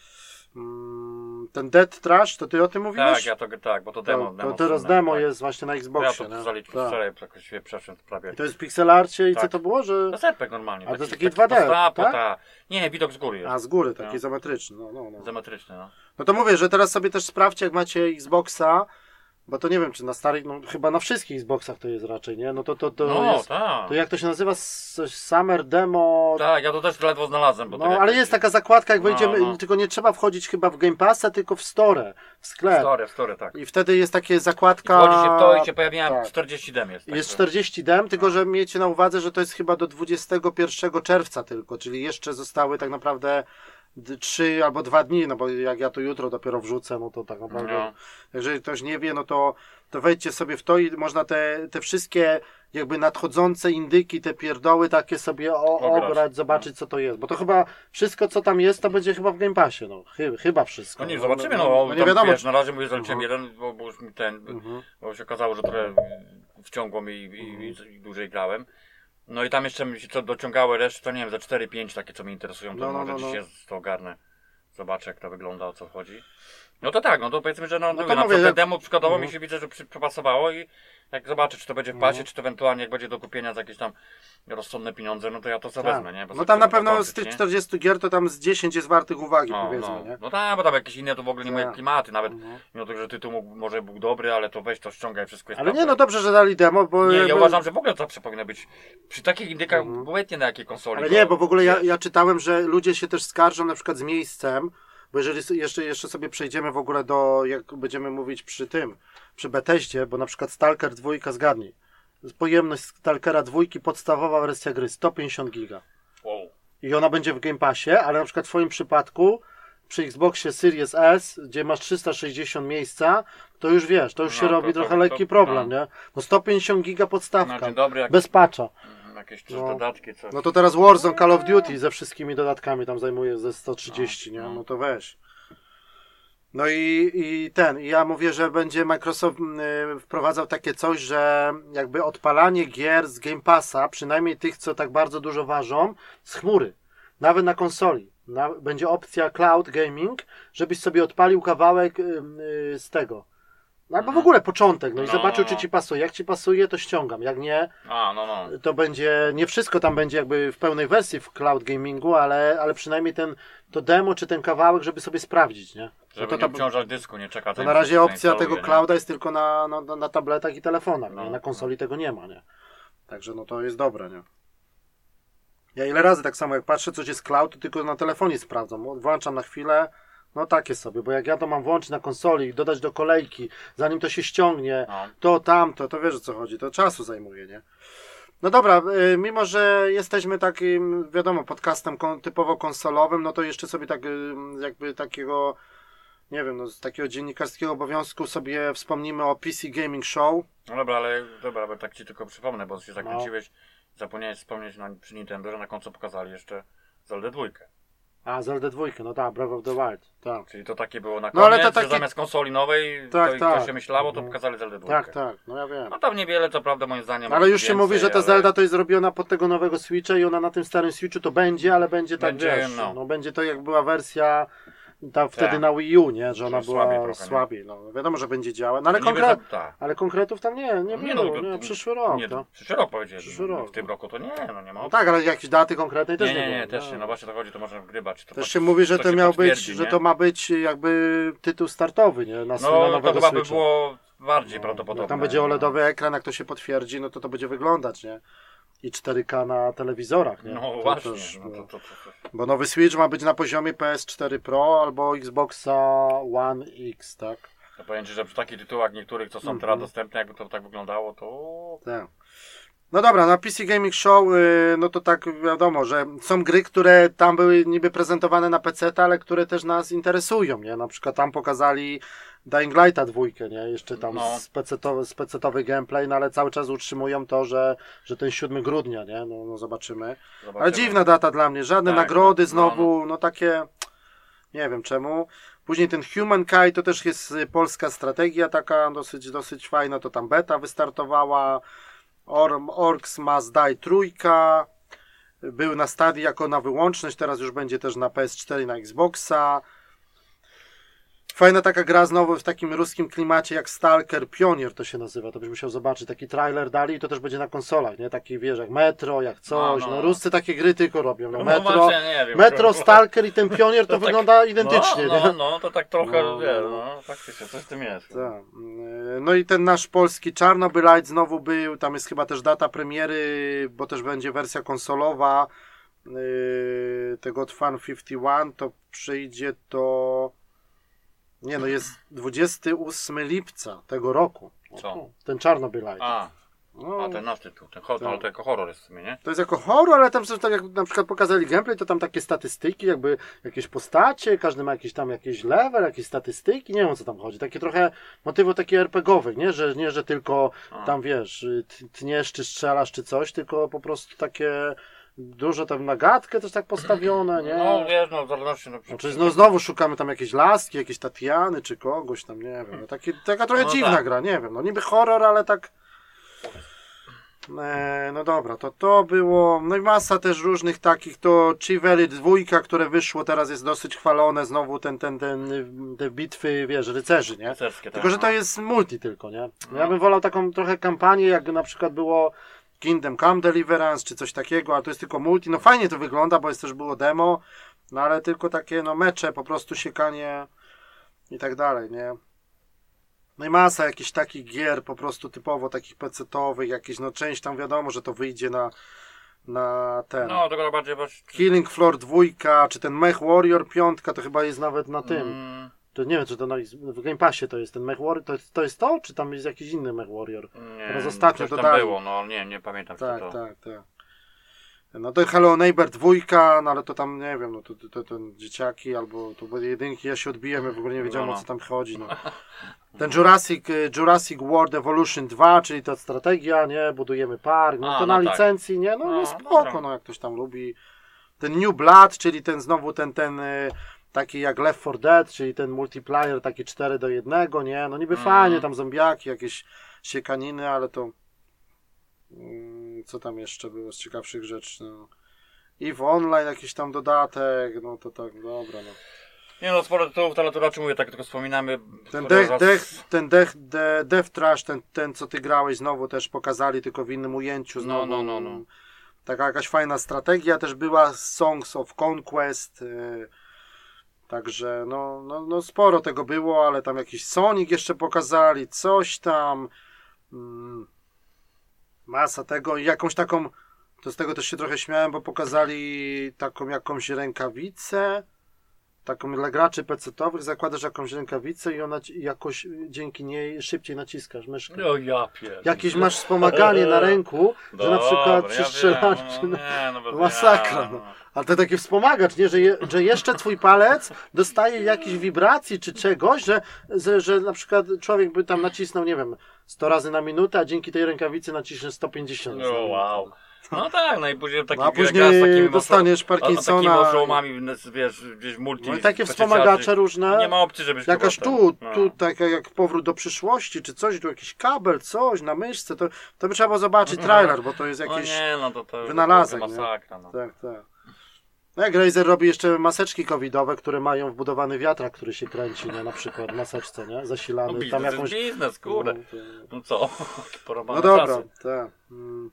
Ten Dead Trash, to ty o tym mówiłeś? Tak, ja to tak, bo to demo. To, demo to teraz demo tak. jest właśnie na Xboxie. Ja to zaliczyłem wczoraj, jakoś przeszedłem prawie. I to jest pixelarcie i tak. co to było, że... To jest R P G normalnie. A to jest taki, taki dwa D, posta, tak? Ta... Nie, widok z góry jest. A, z góry, taki no. izometryczny, no, no, no. Izometryczny, no. No to mówię, że teraz sobie też sprawdźcie, jak macie Xboxa, bo to nie wiem, czy na starych, no chyba na wszystkich Xboxach to jest raczej, nie? No to to, to no, jest, ta. to jak to się nazywa, coś Summer Demo... Tak, ja to też ledwo znalazłem. Bo no, ale jest taka zakładka, jak no, wejdziemy, no. tylko nie trzeba wchodzić chyba w Game Passa, tylko w Store, w sklep. W Store, w Store, tak. I wtedy jest takie zakładka... I wchodzi się w to i się pojawia tak. czterdzieści dem jest. Tak jest czterdzieści dem, tylko no. że miejcie na uwadze, że to jest chyba do dwudziestego pierwszego czerwca tylko, czyli jeszcze zostały tak naprawdę trzy albo dwa dni, no bo jak ja to jutro dopiero wrzucę, no to tak naprawdę, no. jeżeli ktoś nie wie, no to, to wejdźcie sobie w to i można te, te wszystkie jakby nadchodzące indyki, te pierdoły takie sobie o, obrać, zobaczyć co to jest, bo to chyba wszystko co tam jest, to będzie chyba w Game Passie, no Chy, chyba wszystko. No nie, zobaczymy, no, no, no nie tam, wiadomo. Wiesz, na razie mówię, zaliczyłem uh-huh. jeden, bo, bo już mi ten, uh-huh. bo się okazało, że trochę wciągło mi i, uh-huh. i, i dłużej grałem. No i tam jeszcze mi się co dociągały resztę, to nie wiem, za cztery pięć takie, co mnie interesują, to no, może no, no. dzisiaj to ogarnę. Zobaczę, jak to wygląda, o co chodzi. No to tak, no to powiedzmy, że no, no, no to mówię, na to demo przykładowo mm. mi się widzę, że przypasowało i jak zobaczę, czy to będzie w pasie, mm. czy to ewentualnie jak będzie do kupienia za jakieś tam rozsądne pieniądze, no to ja to sobie wezmę, nie? Bo no tam na pewno kończyć, z tych nie? czterdziestu gier to tam z dziesięć jest wartych uwagi, no, powiedzmy, no. nie? No tak, bo tam jakieś inne to w ogóle nie mają klimaty, nawet mm. mimo tego, że tytuł mógł, może był dobry, ale to weź to ściągaj, wszystko jest ale nie, no dobrze, że dali demo, bo... Nie, ja jakby... uważam, że w ogóle to zawsze powinno być przy takich indykach, mm. obojętnie na jakiej konsoli. Ale nie, bo w ogóle ja, ja czytałem, że ludzie się też skarżą na przykład z miejscem, bo jeżeli jeszcze, jeszcze sobie przejdziemy w ogóle do, jak będziemy mówić przy tym, przy Bethesdzie, bo na przykład Stalker dwa, zgadnij. Pojemność Stalkera dwa, podstawowa wersja gry, sto pięćdziesiąt giga. Wow. I ona będzie w Game Passie, ale na przykład w twoim przypadku, przy Xboxie Series S, gdzie masz trzysta sześćdziesiąt miejsca, to już wiesz, to już no, się to, robi to, trochę to, lekki to, problem, no. nie? No sto pięćdziesiąt giga podstawka, no, dobry, jak... bez patcha. Jakieś też no. dodatki, coś. No to teraz Warzone, Call of Duty ze wszystkimi dodatkami tam zajmuje ze sto trzydzieści, no, nie? No to weź. No i, i ten, i ja mówię, że będzie Microsoft y, wprowadzał takie coś, że jakby odpalanie gier z Game Passa, przynajmniej tych, co tak bardzo dużo ważą, z chmury, nawet na konsoli. Na, będzie opcja Cloud Gaming, żebyś sobie odpalił kawałek y, y, z tego. Albo w ogóle początek, no i no, zobaczył, no, no. czy ci pasuje. Jak ci pasuje, to ściągam. Jak nie, A, no, no. to będzie, nie wszystko tam będzie jakby w pełnej wersji w cloud gamingu, ale, ale przynajmniej ten, to demo, czy ten kawałek, żeby sobie sprawdzić, nie? Żeby no to nie obciążać dysku, nie czeka. To na razie opcja tego clouda jest tylko na, na, na tabletach i telefonach, no, na konsoli no. tego nie ma, nie? Także no to jest dobre, nie? Ja ile razy tak samo jak patrzę, coś jest cloud, to tylko na telefonie sprawdzam. Włączam na chwilę. No takie sobie, bo jak ja to mam włączyć na konsoli i dodać do kolejki, zanim to się ściągnie, no. to tamto, to wiesz o co chodzi, to czasu zajmuje, nie? No dobra, y, mimo że jesteśmy takim, wiadomo, podcastem kon, typowo konsolowym, no to jeszcze sobie tak y, jakby takiego, nie wiem, no z takiego dziennikarskiego obowiązku sobie wspomnimy o P C Gaming Show. No dobra, ale dobra, bo tak ci tylko przypomnę, bo się zakręciłeś, no. zapomniałeś wspomnieć na, przy Nintendo, że na końcu pokazali jeszcze Zelda dwa. A, Zelda dwa, no tak, Breath of the Wild, tak. Czyli to takie było na No, koniec, ale to że takie- zamiast konsoli nowej, Tak, to, tak. to się myślało, to Mhm. pokazali Zelda dwa. Tak, tak, no ja wiem. No tam niewiele, co prawda moim zdaniem. Ale już się więcej, mówi, że ta ale Zelda to jest zrobiona pod tego nowego Switcha i ona na tym starym Switchu to będzie, ale będzie tak, Będzie, wiesz, no. no. będzie to jak była wersja ta wtedy Tak. na Wii U, nie, że ona Że była słabiej słabiej, trochę, nie? no wiadomo, że będzie działać, no ale, niby konkret, za- tak. ale konkretów tam nie, nie Nie, było, no, nie, to- przyszły rok, Nie, no. przyszły rok powiedzieli. Przyszły no, rok, W tym no. roku to nie, no nie ma. No opcji. tak, ale jakiejś daty konkretnej też nie, nie, nie, było. nie, też nie, no właśnie to chodzi, to można wgrywać. To Też patrz- się mówi, że to to się miał być, potwierdzi, że nie? to ma być jakby tytuł startowy, nie, na, na No to nowego chyba by Switcha. było bardziej No, prawdopodobne. jak tam będzie no. OLEDowy ekran, jak to się potwierdzi, no to to będzie wyglądać, nie? I cztery K na telewizorach, nie? No To właśnie. też, no, no. to, to, to, to. Bo nowy Switch ma być na poziomie P S cztery Pro albo Xboxa One X, tak? Ja powiem Ci, że przy takich tytułach niektórych, co są Mhm. teraz dostępne, jakby to tak wyglądało, to... Tak. No dobra, na P C Gaming Show, yy, no to tak wiadomo, że są gry, które tam były niby prezentowane na P C, ale które też nas interesują, nie? Na przykład tam pokazali Dying Lighta dwójkę, nie? Jeszcze tam No. specetowy, specetowy gameplay, no ale cały czas utrzymują to, że, że ten siódmego grudnia, nie? No, no zobaczymy. Zobaczymy. Ale dziwna data dla mnie, żadne Tak, nagrody no, znowu, no, takie, nie wiem czemu. Później ten Humankind to też jest y, polska strategia taka dosyć, dosyć fajna, to tam beta wystartowała. Or, Orcs Must Die trójka, był na stadii jako na wyłączność, teraz już będzie też na P S cztery, na Xboxa. Fajna taka gra znowu w takim ruskim klimacie jak Stalker Pionier to się nazywa, to byś musiał zobaczyć, taki trailer dali i to też będzie na konsolach, nie? Taki wiesz, jak Metro, jak coś, no, No, no. Ruscy takie gry tylko robią, no, No Metro, właśnie, nie wiem, Metro, kurwa. Stalker i ten Pionier to, To tak- wygląda identycznie, no, nie? no, no, to tak trochę, No, no, no, no, no. no faktycznie, coś w tym jest. Tak. No i ten nasz polski Czarnobylite znowu był, tam jest chyba też data premiery, bo też będzie wersja konsolowa yy, tego od Fan pięćdziesiąt jeden, to przyjdzie to nie no, jest dwudziestego ósmego lipca tego roku. Co? Ten Czarnobylite. A, No, a ten nasz tytuł, ten horror, Tak. ale to jako horror jest w sumie, nie? to jest jako horror, ale tam są tak jak na przykład pokazali gameplay, to tam takie statystyki, jakby jakieś postacie, każdy ma jakiś tam jakiś level, jakieś statystyki, nie wiem o co tam chodzi. Takie trochę motywy takie er pe gie owych, nie? Że, nie, że tylko A. tam wiesz, t- tniesz czy strzelasz czy coś, tylko po prostu takie dużo tam na gadkę też tak postawione, nie? No wiesz, no w zależności... No, Znaczy, no znowu szukamy tam jakieś laski, jakieś Tatiany czy kogoś tam, nie wiem. No, taki, taka trochę No dziwna tak. gra, nie wiem. No niby horror, ale tak... E, no dobra, to to było... No i masa też różnych takich, to Chivalry dwa, które wyszło, teraz jest dosyć chwalone, znowu ten, ten, ten, te bitwy, wiesz, rycerzy, nie? Rycerskie, Tylko, tak, że to no. jest multi tylko, nie? No. Ja bym wolał taką trochę kampanię, jak na przykład było Kingdom Come Deliverance, czy coś takiego, a to jest tylko multi. No fajnie to wygląda, bo jest też było demo, no ale tylko takie, no mecze, po prostu siekanie i tak dalej, nie? No i masa jakichś takich gier, po prostu typowo takich pecetowych, jakieś, no część tam wiadomo, że to wyjdzie na, na ten... No, tego bardziej... Właśnie... Killing Floor dwa, czy ten Mech Warrior pięć, to chyba jest nawet na tym. Mm, To nie wiem, czy to na, w Game Passie to jest ten Mech Warrior, to jest, to jest to, czy tam jest jakiś inny Mech Warrior? nie, Teraz ostatnio coś tam dodali. było, no nie, nie pamiętam Tak, co to. tak, tak. No to Hello Neighbor dwa, no ale to tam nie wiem, no to, to, to, to dzieciaki albo to były jedynki, ja się odbiłem, ja w ogóle nie wiedziałem No, no. o co tam chodzi. No. Ten Jurassic, y, Jurassic World Evolution dwa, czyli to strategia, nie, budujemy park, no A, to no na tak. licencji, nie, no, no, No, spoko, dobra. no jak ktoś tam lubi. Ten New Blood, czyli ten znowu ten, ten y, taki jak Left four Dead, czyli ten multiplayer taki cztery do jednego, nie, no niby Mm. fajnie, tam zombiaki, jakieś siekaniny, ale to mm, co tam jeszcze było z ciekawszych rzeczy, no. I w online jakiś tam dodatek, no to tak, dobra, no. Nie no, sporo tytułów, ale to raczej mówię, tak tylko wspominamy. Ten które Death, raz- Death, ten Death, de, Death Trash, ten, ten co ty grałeś znowu też pokazali, tylko w innym ujęciu znowu. No, no, no, no. Taka jakaś fajna strategia też była, Songs of Conquest, yy, także no, no, no sporo tego było, ale tam jakiś Sonic jeszcze pokazali, coś tam, mm, masa tego i jakąś taką, to z tego też się trochę śmiałem, bo pokazali taką jakąś rękawicę, taką dla graczy pecetowych, zakładasz jakąś rękawicę i ona ci- jakoś dzięki niej szybciej naciskasz myszkę. No ja pierdolę. Jakieś masz wspomaganie na ręku, że na przykład przy ja strzelaniu, wiem, czy no, na... nie, no, bez masakra, ja, no. Ale to taki wspomagacz, nie? Że, je, że jeszcze twój palec dostaje jakiejś wibracji czy czegoś, że, że, że na przykład człowiek by tam nacisnął, nie wiem, sto razy na minutę, a dzięki tej rękawicy naciśnie sto pięćdziesiąt razy No na minutę. wow. No tak, no i później taki no, a później z takimi dostaniesz Parkinsona. Takimi oszołomami, wiesz, gdzieś multi. No i takie wspomagacze różne. Nie ma opcji, żebyś jakaś tu, no. tu taka jak Powrót do przyszłości, czy coś, tu jakiś kabel, coś na myszce, to, to by trzeba było zobaczyć trailer, bo to jest jakiś no nie, no to, to wynalazek. To masakra, no. Tak, tak. No jak Razer robi jeszcze maseczki covidowe, które mają wbudowany wiatrak, który się kręci, nie? Na przykład w maseczce, nie? Zasilany. No biznes, tam jakąś... jest biznes, kurde. No, to... no co? No dobra, tak. Mm.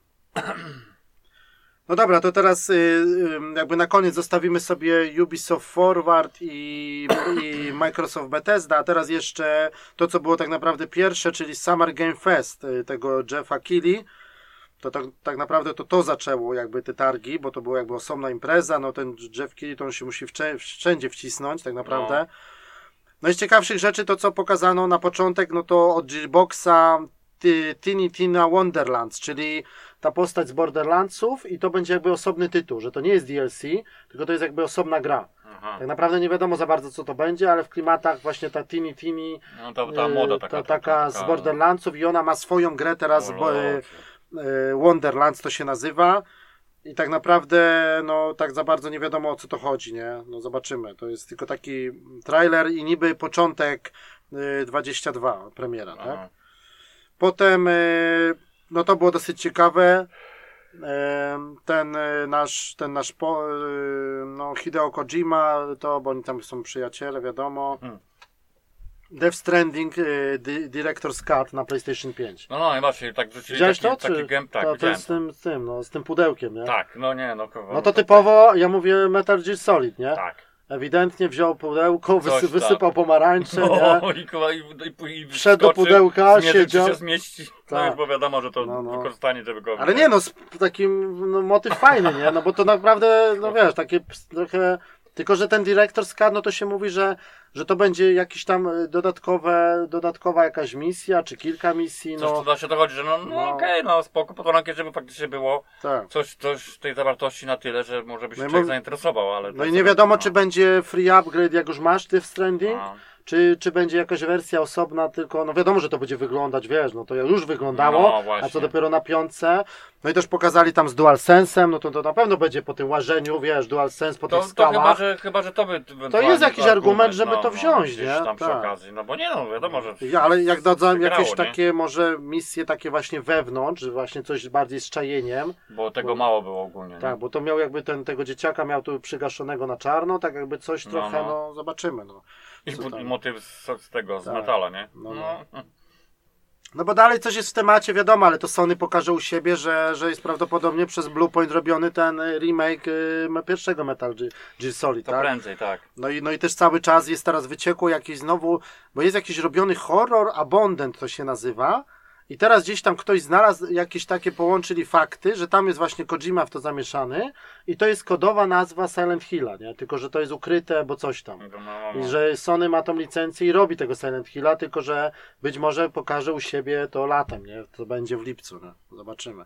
No dobra, to teraz y, y, jakby na koniec zostawimy sobie Ubisoft Forward i, i Microsoft Bethesda, a teraz jeszcze to, co było tak naprawdę pierwsze, czyli Summer Game Fest y, tego Jeffa Keighley. To tak, tak naprawdę to to zaczęło jakby te targi, bo to była jakby osobna impreza, no ten Jeff Keighley to on się musi wcze- wszędzie wcisnąć tak naprawdę. No. no i z ciekawszych rzeczy to, co pokazano na początek, no to od Gearboxa Tiny Tina Wonderlands, czyli ta postać z Borderlandsów i to będzie jakby osobny tytuł, że to nie jest D L C, tylko to jest jakby osobna gra. Aha. Tak naprawdę nie wiadomo za bardzo, co to będzie, ale w klimatach właśnie ta Tiny Tiny, no ta, ta moda taka, ta, taka, taka z Borderlandsów i ona ma swoją grę teraz, bo, e, Wonderlands to się nazywa i tak naprawdę no tak za bardzo nie wiadomo, o co to chodzi, nie? No zobaczymy, to jest tylko taki trailer i niby początek e, dwudziestego drugiego premiera, Aha. tak? Potem no to było dosyć ciekawe. Ten nasz, ten nasz no, Hideo Kojima, to, bo oni tam są przyjaciele, wiadomo. Hmm. Death Stranding Director's Cut na PlayStation pięć. No, no i właśnie, tak wrzucili Widziałeś taki, to? Czy? taki game, tak, to, to jest z tym, z tym, no, z tym pudełkiem, nie? Tak, no nie, no. Kogo, no to typowo, ja mówię Metal Gear Solid, nie? Tak. Ewidentnie wziął pudełko, wysy, wysypał tak. pomarańcze, no, nie? I, i, i wszedł do pudełka, siedział. Się zmieści. No już bo wiadomo, że to no, no. wykorzystanie, żeby go... Ale nie no, takim no, motyw fajny, nie? No bo to naprawdę, no wiesz, takie trochę... Tylko, że ten Director's Cut, no to się mówi, że, że to będzie jakiś tam dodatkowe, dodatkowa jakaś misja, czy kilka misji, no. Coś, to się to chodzi, że no, no, no. okej, okay, no spoko, pod warunkiem, żeby faktycznie było tak. coś, coś tej zawartości na tyle, że może by się no człowiek zainteresował, ale... No i nie wiadomo, no. czy będzie free upgrade, jak już masz Death Stranding, no. Czy, czy będzie jakaś wersja osobna, tylko, no wiadomo, że to będzie wyglądać, wiesz, no to już wyglądało, no, a co dopiero na piątce. No i też pokazali tam z DualSense'em, no to, to na pewno będzie po tym łażeniu, wiesz, DualSense po to, tych skałach. To chyba, że, chyba, że to by to jest jakiś argument, argument żeby no, to wziąć, no, nie? tam przy tak. okazji, no bo nie no, wiadomo, że... Ja, ale jak dadzą jakieś nie? takie może misje takie właśnie wewnątrz, że właśnie coś bardziej z czajeniem. Bo tego bo, mało było ogólnie. Tak, nie? bo to miał jakby ten, tego dzieciaka miał tu przygaszonego na czarno, tak jakby coś no, trochę, no, no zobaczymy, no. I, I motyw z, z tego, z tak. metala, nie? No, no. no. No bo dalej coś jest w temacie, wiadomo, ale to Sony pokaże u siebie, że, że jest prawdopodobnie przez Bluepoint robiony ten remake y, pierwszego Metal Gear Solid, to tak? prędzej, tak. No i, no i też cały czas jest teraz wyciekło jakiś znowu, bo jest jakiś robiony horror abundant, to się nazywa. I teraz gdzieś tam ktoś znalazł jakieś takie, połączyli fakty, że tam jest właśnie Kojima w to zamieszany i to jest kodowa nazwa Silent Hilla, nie? Tylko, że to jest ukryte, bo coś tam. No, no, no. I że Sony ma tą licencję i robi tego Silent Hilla, tylko, że być może pokaże u siebie to latem, nie? To będzie w lipcu, no. Zobaczymy.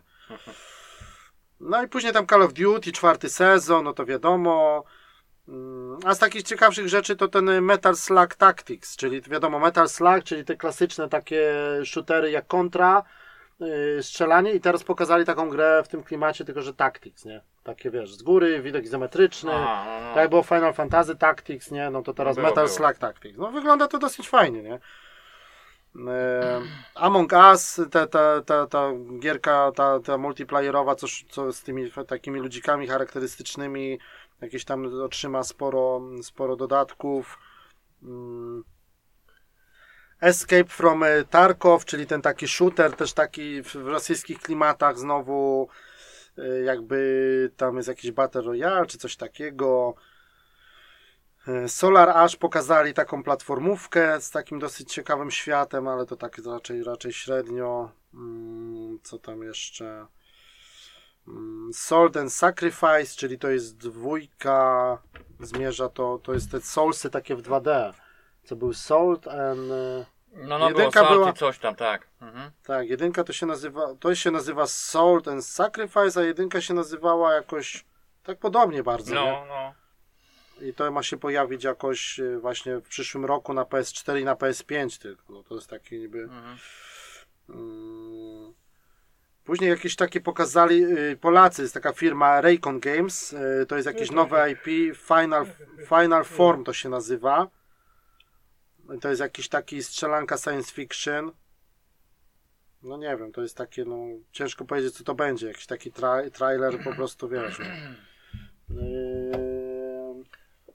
No i później tam Call of Duty, czwarty sezon, no to wiadomo. A z takich ciekawszych rzeczy to ten Metal Slug Tactics, czyli wiadomo Metal Slug, czyli te klasyczne takie shootery jak Contra, yy, strzelanie i teraz pokazali taką grę w tym klimacie, tylko że Tactics, nie? Takie wiesz, z góry, widok izometryczny, Aha, no, no. tak jak było Final Fantasy Tactics, nie? No to teraz no było, Metal było. Slug Tactics. No wygląda to dosyć fajnie, nie? Yy, Among Us, ta, ta, ta, ta gierka, ta, ta multiplayerowa, co, co z tymi takimi ludzikami charakterystycznymi, jakieś tam otrzyma sporo, sporo dodatków. Escape from Tarkov, czyli ten taki shooter, też taki w rosyjskich klimatach znowu, jakby tam jest jakiś Battle Royale, czy coś takiego. Solar Ash pokazali taką platformówkę z takim dosyć ciekawym światem, ale to tak raczej, raczej średnio. Co tam jeszcze? Salt and Sacrifice, czyli to jest dwójka, zmierza to, to jest te Soulsy takie w dwa D, co był Salt and... No, no jedynka było Salt była, i coś tam, tak. Mhm. Tak, jedynka to się nazywa, to się nazywa Salt and Sacrifice, a jedynka się nazywała jakoś, tak podobnie bardzo, no, nie? No. I to ma się pojawić jakoś właśnie w przyszłym roku na P S cztery i na P S pięć tylko, no to jest taki niby... Mhm. Mm, Później jakieś takie pokazali y, Polacy, jest taka firma Raycon Games, y, to jest jakieś nowe I P, Final, Final Form to się nazywa. To jest jakiś taki strzelanka science fiction. No nie wiem, to jest takie, no ciężko powiedzieć co to będzie, jakiś taki tra- trailer po prostu, wiesz. No. Yy...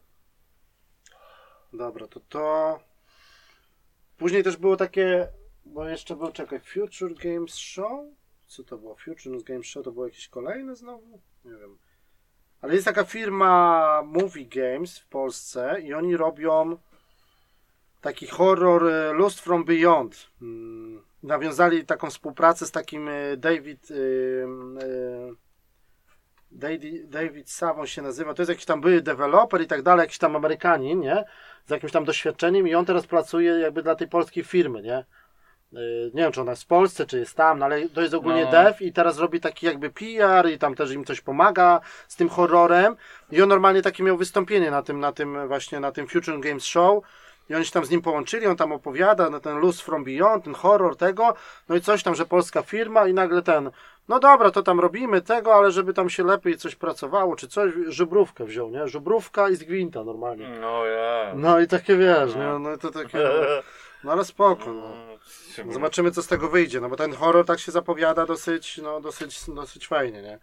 Dobra, to to... Później też było takie, bo jeszcze był, czekaj, Future Games Show? Co to było? Future Games Show to było jakieś kolejne znowu? Nie wiem. Ale jest taka firma Movie Games w Polsce i oni robią taki horror Lost from Beyond. Hmm. Nawiązali taką współpracę z takim David... Yy, yy, David, David Savon się nazywa, to jest jakiś tam były deweloper i tak dalej, jakiś tam Amerykanin, nie? Z jakimś tam doświadczeniem i on teraz pracuje jakby dla tej polskiej firmy, nie? Yy, nie wiem, czy ona jest w Polsce, czy jest tam, no ale to jest ogólnie no. dev i teraz robi taki jakby P R i tam też im coś pomaga z tym horrorem i on normalnie takie miał wystąpienie na tym, na tym właśnie, na tym Future Games Show i oni się tam z nim połączyli, on tam opowiada na ten Lost from Beyond, ten horror tego, no i coś tam, że polska firma i nagle ten, no dobra, to tam robimy tego, ale żeby tam się lepiej coś pracowało, czy coś, żubrówkę wziął, nie? Żubrówka i z gwinta normalnie. No ja. No i takie wiesz, no, nie? No i to takie, no, no ale spoko, no. Zobaczymy co z tego wyjdzie, no bo ten horror tak się zapowiada dosyć, no dosyć, dosyć fajnie, nie?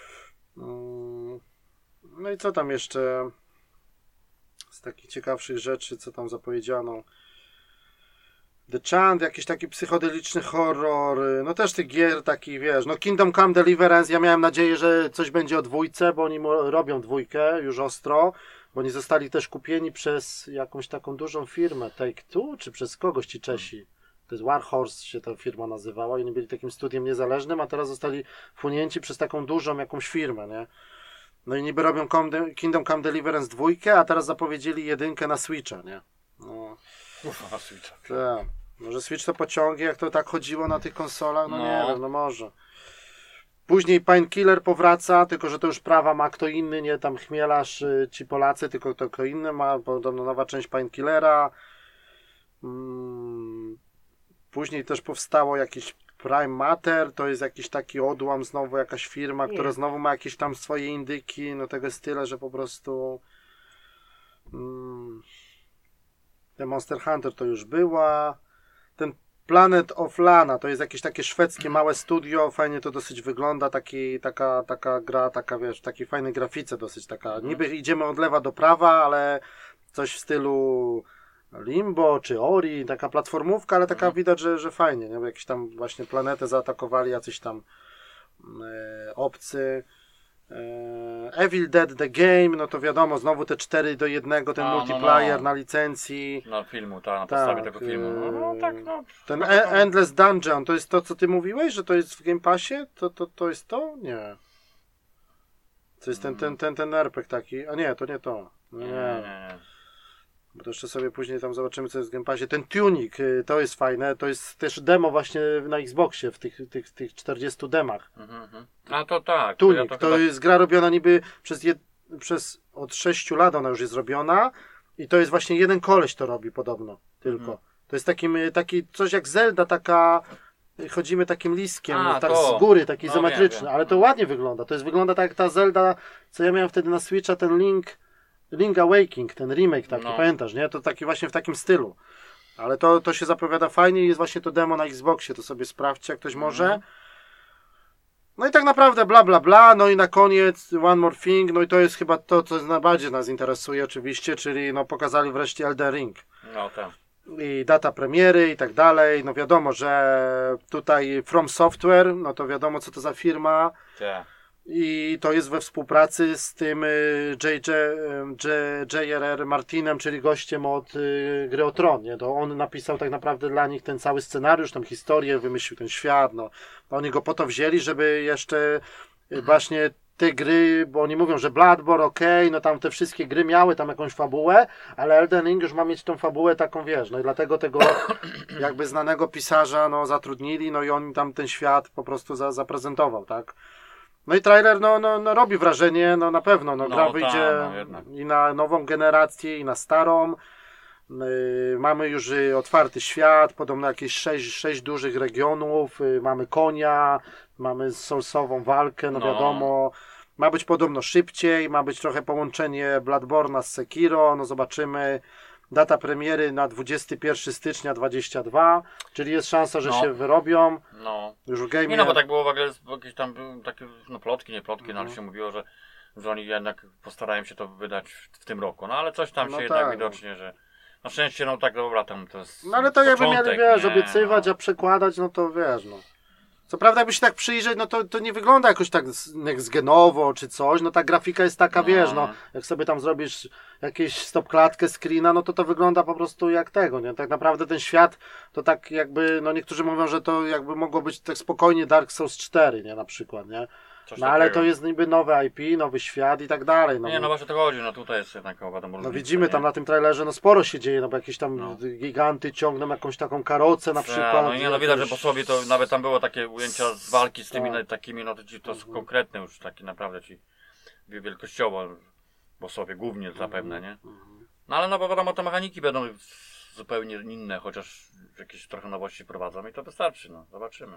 No i co tam jeszcze z takich ciekawszych rzeczy, co tam zapowiedziano? The Chant, jakiś taki psychodeliczny horror, no też tych gier taki, wiesz, no Kingdom Come Deliverance, ja miałem nadzieję, że coś będzie o dwójce, bo oni robią dwójkę już ostro, bo oni zostali też kupieni przez jakąś taką dużą firmę, Take Two, czy przez kogoś ci Czesi. To jest Warhorse się ta firma nazywała i oni byli takim studiem niezależnym, a teraz zostali wchłonięci przez taką dużą jakąś firmę, nie? No i niby robią Kingdom Come Deliverance dwójkę, a teraz zapowiedzieli jedynkę na Switcha, nie? No. Ufa, na Switcha. Tak. Może Switch to pociągnie, jak to tak chodziło na tych konsolach, no, no. nie wiem, no może. Później Painkiller powraca, tylko że to już prawa ma kto inny, nie tam Chmielarz, ci Polacy, tylko to kto inny ma, podobno nowa część Painkillera. Hmm. Później też powstało jakieś Prime Matter, to jest jakiś taki odłam, znowu jakaś firma, nie. która znowu ma jakieś tam swoje indyki, no tego jest tyle, że po prostu hmm. ten Monster Hunter to już była. Ten Planet of Lana to jest jakieś takie szwedzkie małe studio, fajnie to dosyć wygląda, taki, taka, taka gra, taka wiesz, w takiej fajnej grafice dosyć taka, niby idziemy od lewa do prawa, ale coś w stylu Limbo czy Ori, taka platformówka, ale taka widać, że, że fajnie, nie? Bo jakieś tam właśnie planetę zaatakowali jacyś tam e, obcy. E, Evil Dead The Game, no to wiadomo, znowu te cztery do jednego, ten A, multiplayer no, no. na licencji. Na filmu, tak, na podstawie tak, tego filmu. No, no tak, no. Ten e- Endless Dungeon, to jest to, co ty mówiłeś, że to jest w Game Passie? To, to, to jest to? Nie. To jest ten, ten, ten, ten R P G taki, a nie, to nie to. No, nie, nie, nie, nie. Bo to jeszcze sobie później tam zobaczymy, co jest w Game Passie. Ten Tunic, to jest fajne, to jest też demo właśnie na Xboxie, w tych, tych, tych czterdziestu demach. Mhm. A to tak. Tunic, to, ja to, to chyba... jest gra robiona niby przez, jed... przez od sześciu lat ona już jest robiona i to jest właśnie jeden koleś to robi podobno, tylko. Mhm. To jest takim, taki coś jak Zelda, taka chodzimy takim liskiem, A, tak to. z góry, taki no, izometryczny, wiem, wiem. ale to ładnie wygląda. To jest wygląda tak jak ta Zelda, co ja miałem wtedy na Switcha, ten Link Link Awakening, ten remake taki, no. pamiętasz, nie? To taki właśnie w takim stylu. Ale to, to się zapowiada fajnie i jest właśnie to demo na Xboxie, to sobie sprawdźcie, jak ktoś mm. może. No i tak naprawdę bla bla bla, no i na koniec One More Thing, no i to jest chyba to, co najbardziej nas interesuje oczywiście, czyli no pokazali wreszcie Elden Ring. No tak. I data premiery i tak dalej, no wiadomo, że tutaj From Software, no to wiadomo co to za firma. Tak. I to jest we współpracy z tym J R R Martinem, czyli gościem od y, Gry o Tron, nie? To on napisał tak naprawdę dla nich ten cały scenariusz, tą historię, wymyślił ten świat, no. Oni go po to wzięli, żeby jeszcze y, właśnie te gry, bo oni mówią, że Bloodborne, okej, okay, no tam te wszystkie gry miały tam jakąś fabułę, ale Elden Ring już ma mieć tą fabułę taką, wiesz, no i dlatego tego jakby znanego pisarza, no, zatrudnili, no i on tam ten świat po prostu za, zaprezentował, tak? No i trailer no, no, no robi wrażenie, no na pewno, no, no gra wyjdzie no, i na nową generację, i na starą. Yy, mamy już yy, otwarty świat, podobno jakieś sześć, sześć dużych regionów, yy, mamy konia, mamy soulsową walkę, no, no wiadomo. Ma być podobno szybciej, ma być trochę połączenie Bloodborne'a z Sekiro, no zobaczymy. Data premiery na dwudziestego pierwszego stycznia dwudziestego drugiego, czyli jest szansa, że no. się wyrobią. No. Już w game. Nie no, bo tak było w ogóle, jakieś tam takie, no plotki, nie plotki, mhm. no ale się mówiło, że, że oni jednak postarają się to wydać w, w tym roku. No ale coś tam no się tak, jednak widocznie, że na szczęście, no tak dobra, tam to jest no ale to jakby mieli, wiesz, nie, obiecywać, no. a przekładać, no to wiesz, no. Co prawda, jakby się tak przyjrzeć, no to, to nie wygląda jakoś tak next-genowo czy coś, no ta grafika jest taka, no. wiesz, no, jak sobie tam zrobisz jakieś stop-klatkę, screena, no to to wygląda po prostu jak tego, nie? Tak naprawdę ten świat, to tak jakby, no niektórzy mówią, że to jakby mogło być tak spokojnie Dark Souls cztery, nie? Na przykład, nie? Coś no ale to jest niby nowe I P, nowy świat i tak dalej. No, nie, no właśnie to chodzi, no tutaj jest jednak wiadomo. No widzimy tam na tym trailerze, no sporo się dzieje, no bo jakieś tam no. giganty ciągną jakąś taką karocę na przykład. Ja, no nie, no widać, że po sobie to nawet tam było takie ujęcia z walki z tymi tak. takimi, no to, ci, to są mhm. konkretne już takie naprawdę ci wielkościowo, bo sobie głównie zapewne, mhm. nie? No ale no bo wiadomo, te mechaniki będą zupełnie inne, chociaż jakieś trochę nowości prowadzą i to wystarczy, no zobaczymy.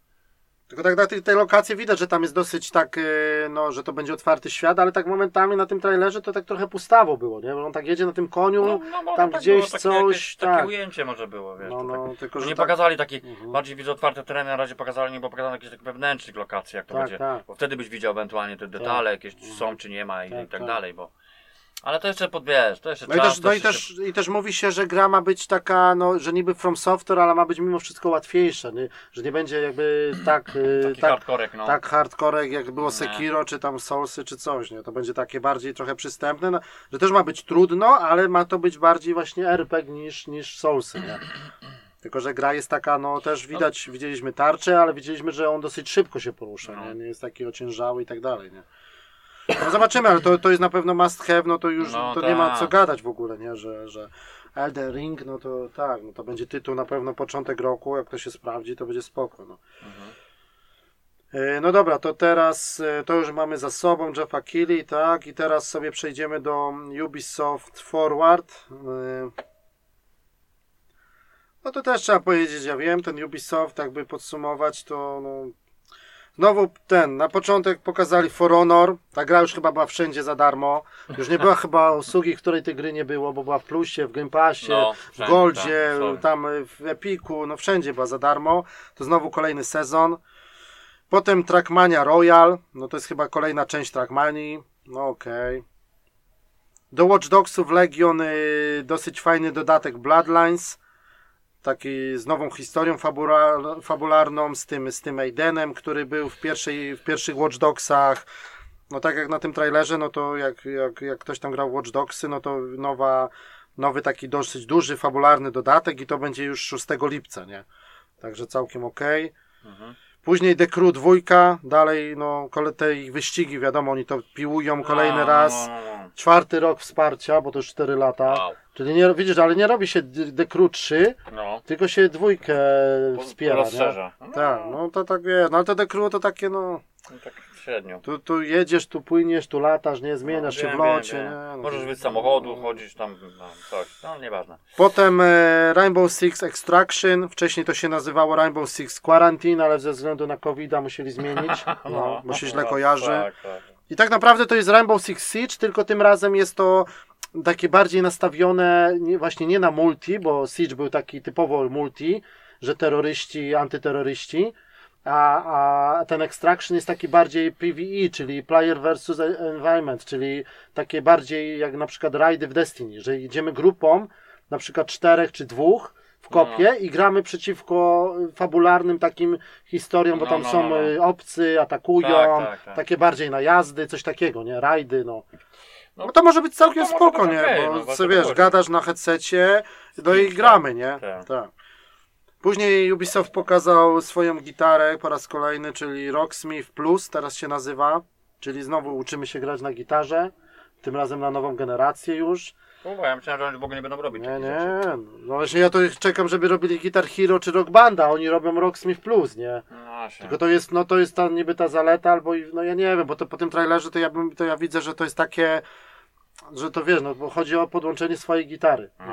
Tylko tak na tej, tej lokacji widać, że tam jest dosyć tak, no, że to będzie otwarty świat, ale tak momentami na tym trailerze to tak trochę pustawo było, nie? Bo on tak jedzie na tym koniu, no, no, tam tak gdzieś było, takie, coś, jakieś, tak. Takie ujęcie może było, wiesz. No, no, tak, tylko, że nie tak... pokazali takich, uh-huh. bardziej widzę otwarte tereny, na razie pokazali, nie było pokazane jakieś takich wewnętrznych lokacji, jak to tak, będzie. Tak. Bo wtedy byś widział ewentualnie te detale, tak. jakieś są czy nie ma i tak, i tak, tak. dalej, bo... Ale to jeszcze podwiesz, to jeszcze no czas. I też, no i też, się... i też mówi się, że gra ma być taka, no, że niby From Software, ale ma być mimo wszystko łatwiejsza, nie? Że nie będzie jakby tak Taki tak, hardkorek, no. tak hardkorek jak było nie. Sekiro, czy tam Soulsy, czy coś, nie? To będzie takie bardziej trochę przystępne, no, że też ma być trudno, ale ma to być bardziej właśnie R P G niż, niż Soulsy, nie? Tylko, że gra jest taka, no też widać, no. widzieliśmy tarczę, ale widzieliśmy, że on dosyć szybko się porusza, no. nie? Nie jest taki ociężały i tak dalej, nie? No zobaczymy, ale to, to jest na pewno must have, no to już no to ta. nie ma co gadać w ogóle, nie, że, że Elden Ring, no to tak, no to będzie tytuł na pewno początek roku, jak to się sprawdzi, to będzie spoko, no. Mhm. No dobra, to teraz, to już mamy za sobą Jeffa Keighley, tak, i teraz sobie przejdziemy do Ubisoft Forward. No to też trzeba powiedzieć, ja wiem, ten Ubisoft, jakby podsumować, to no... Znowu ten, na początek pokazali For Honor, ta gra już chyba była wszędzie za darmo, już nie była chyba usługi, której tej gry nie było, bo była w Plusie, w Game Passie, no, w Goldzie, tam, tam w Epiku, no wszędzie była za darmo, to znowu kolejny sezon. Potem Trackmania Royal, no to jest chyba kolejna część Trackmanii, no okej. Okay. Do Watch Dogsów Legion y, dosyć fajny dodatek Bloodlines, taki z nową historią fabula- fabularną, z tym, z tym Aidenem, który był w, pierwszej, w pierwszych Watch Dogsach. No tak jak na tym trailerze, no to jak, jak, jak ktoś tam grał w Watch Dogsy, no to nowa, nowy taki dosyć duży, fabularny dodatek i to będzie już szóstego lipca, nie? Także całkiem okej. Okay. Mhm. Później The Crew dwa, dalej no te ich wyścigi, wiadomo, oni to piłują kolejny no, raz. No, no, no. Czwarty rok wsparcia, bo to już cztery lata. Wow. Czyli nie, widzisz, ale nie robi się The Crew trzy, no. tylko się dwójkę wspiera. Nie? No. Tak, no to tak wie, no ale to The Crew to takie no... no tak średnio. Tu, tu jedziesz, tu płyniesz, tu latasz, nie zmieniasz no, się wiem, w locie. Wiem, wiem. Nie, no, możesz być z samochodu, chodzisz tam, no, coś, no nieważne. Potem e, Rainbow Six Extraction, wcześniej to się nazywało Rainbow Six Quarantine, ale ze względu na kowida musieli zmienić, no, no, bo się źle kojarzy. Tak, tak. I tak naprawdę to jest Rainbow Six Siege, tylko tym razem jest to takie bardziej nastawione nie, właśnie nie na multi, bo Siege był taki typowo multi, że terroryści, antyterroryści, a, a ten Extraction jest taki bardziej P V E, czyli Player versus Environment, czyli takie bardziej jak na przykład rajdy w Destiny, że idziemy grupą, na przykład czterech czy dwóch w kopie no. i gramy przeciwko fabularnym takim historiom, bo no, tam no, są no, no. obcy, atakują, tak, tak, tak. takie bardziej najazdy, coś takiego, nie? Rajdy, no. No, no to może być całkiem no spoko, nie? Okay, bo no, co wiesz, chodzi. Gadasz na headsetie, no i gramy, nie? Tak. tak. Później Ubisoft pokazał swoją gitarę po raz kolejny, czyli Rocksmith Plus, teraz się nazywa, czyli znowu uczymy się grać na gitarze, tym razem na nową generację już. No bo ja myślałem, że oni w ogóle nie będą robić Nie, nie, no właśnie ja to czekam, żeby robili Guitar Hero czy Rock Banda, oni robią Rocksmith Plus, nie? No, tylko to jest, no to jest ta niby ta zaleta, albo no ja nie wiem, bo to po tym trailerze to ja bym, to ja widzę, że to jest takie, że to wiesz, no bo chodzi o podłączenie swojej gitary, nie?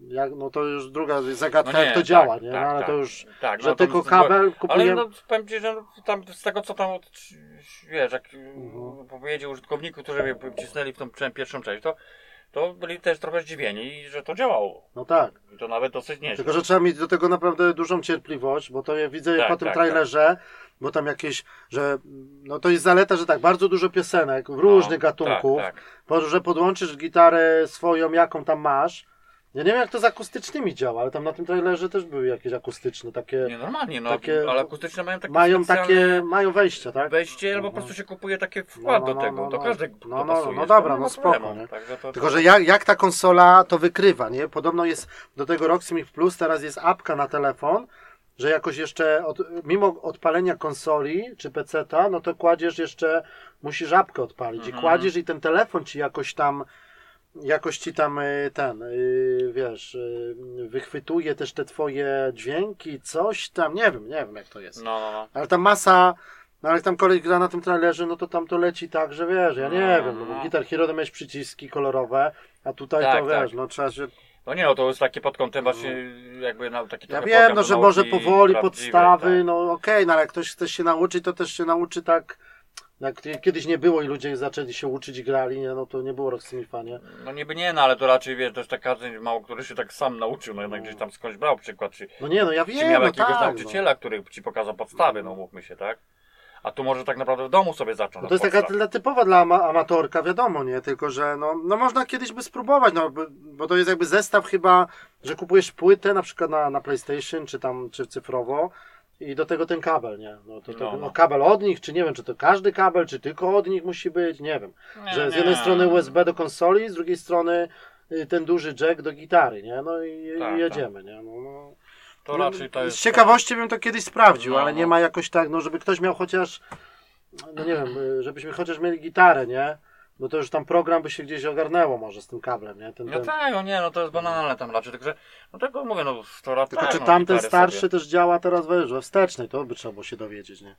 jak, no to już druga zagadka, no nie, jak to działa, tak, nie? Tak, no, ale tak, to już, tak, że no, tylko to, kabel bo, kupujemy. Ale no, powiem Ci, że tam z tego co tam, wiesz, jak Mhm. powiedzieli użytkowników, którzy wcisnęli w tą pierwszą część, to, to byli też trochę zdziwieni, że to działało. No tak. I to nawet dosyć nieźle. Tylko, że trzeba mieć do tego naprawdę dużą cierpliwość, bo to ja widzę Tak, po tym tak, trailerze, tak. bo tam jakieś, że no to jest zaleta, że tak, bardzo dużo piosenek różnych no, gatunków, tak, tak. Po, że podłączysz gitarę swoją, jaką tam masz. Ja nie wiem, jak to z akustycznymi działa, ale tam na tym trailerze też były jakieś akustyczne, takie... Nie, normalnie, no, takie, ale akustyczne mają takie Mają takie, mają wejścia, tak? Wejście, albo po prostu się kupuje takie wkład No, no, do tego, no, no, to no. każdy No, to no, pasuje, no dobra, to nie no ma spoko, problemu. nie? Także to, Tylko, że jak, jak ta konsola to wykrywa, nie? Podobno jest do tego Rocksmith Plus, teraz jest apka na telefon, że jakoś jeszcze, od, mimo odpalenia konsoli czy peceta, no to kładziesz jeszcze, musisz apkę odpalić Mhm. i kładziesz i ten telefon ci jakoś tam jakoś ci tam y, ten, y, wiesz, y, wychwytuje też te twoje dźwięki, coś tam, nie wiem, nie wiem jak to jest. No, no, no. Ale ta masa, no ale jak tam koleś gra na tym trailerze, no to tam to leci tak, że wiesz, ja nie No, wiem, no bo no. w Guitar Hero to miałeś przyciski kolorowe, a tutaj Tak, to wiesz, tak. no trzeba się... No nie, no to jest takie pod kątem właśnie jakby na taki Ja trochę wiem, program no do że nauki może powoli, prawdziwej, podstawy, tak. no okej, no ale jak ktoś chce się nauczyć, to też się nauczy tak, jak kiedyś nie było i ludzie zaczęli się uczyć i grali, nie, no to nie było Rocksmitha, nie? No niby nie, no ale to raczej wiesz, to jest tak każdy mało, który się tak sam nauczył, no jednak gdzieś tam skądś brał przykład, czy, No nie, no ja czy wiem, miał no jakiegoś tak, nauczyciela, no. który ci pokazał podstawy, no mówmy się, tak? A tu może tak naprawdę w domu sobie zacząć. No to jest taka tyle typowa dla ama- amatorka, wiadomo, nie? Tylko, że no, no można kiedyś by spróbować, no, bo, bo to jest jakby zestaw chyba, że kupujesz płytę na przykład na, na PlayStation, czy tam, czy cyfrowo i do tego ten kabel, nie? No to, to No, no. no, kabel od nich, czy nie wiem, czy to każdy kabel, czy tylko od nich musi być, nie wiem. Nie, Że z nie. jednej strony U S B do konsoli, z drugiej strony y, ten duży jack do gitary, nie? No i, Tak, i jedziemy, nie? No, no. To raczej to jest... Z ciekawości bym to kiedyś sprawdził, No, ale nie no. ma jakoś tak, no żeby ktoś miał chociaż, no nie wiem, y, żebyśmy chociaż mieli gitarę, nie? No to już tam program by się gdzieś ogarnęło może z tym kablem, nie? Ten, No ten... tak, no nie, no to jest banalne tam raczej, także, no tego mówię, no to raczej... Tylko czy no, tamten gitary starszy sobie. też działa teraz we wstecznej, to by trzeba było się dowiedzieć, nie?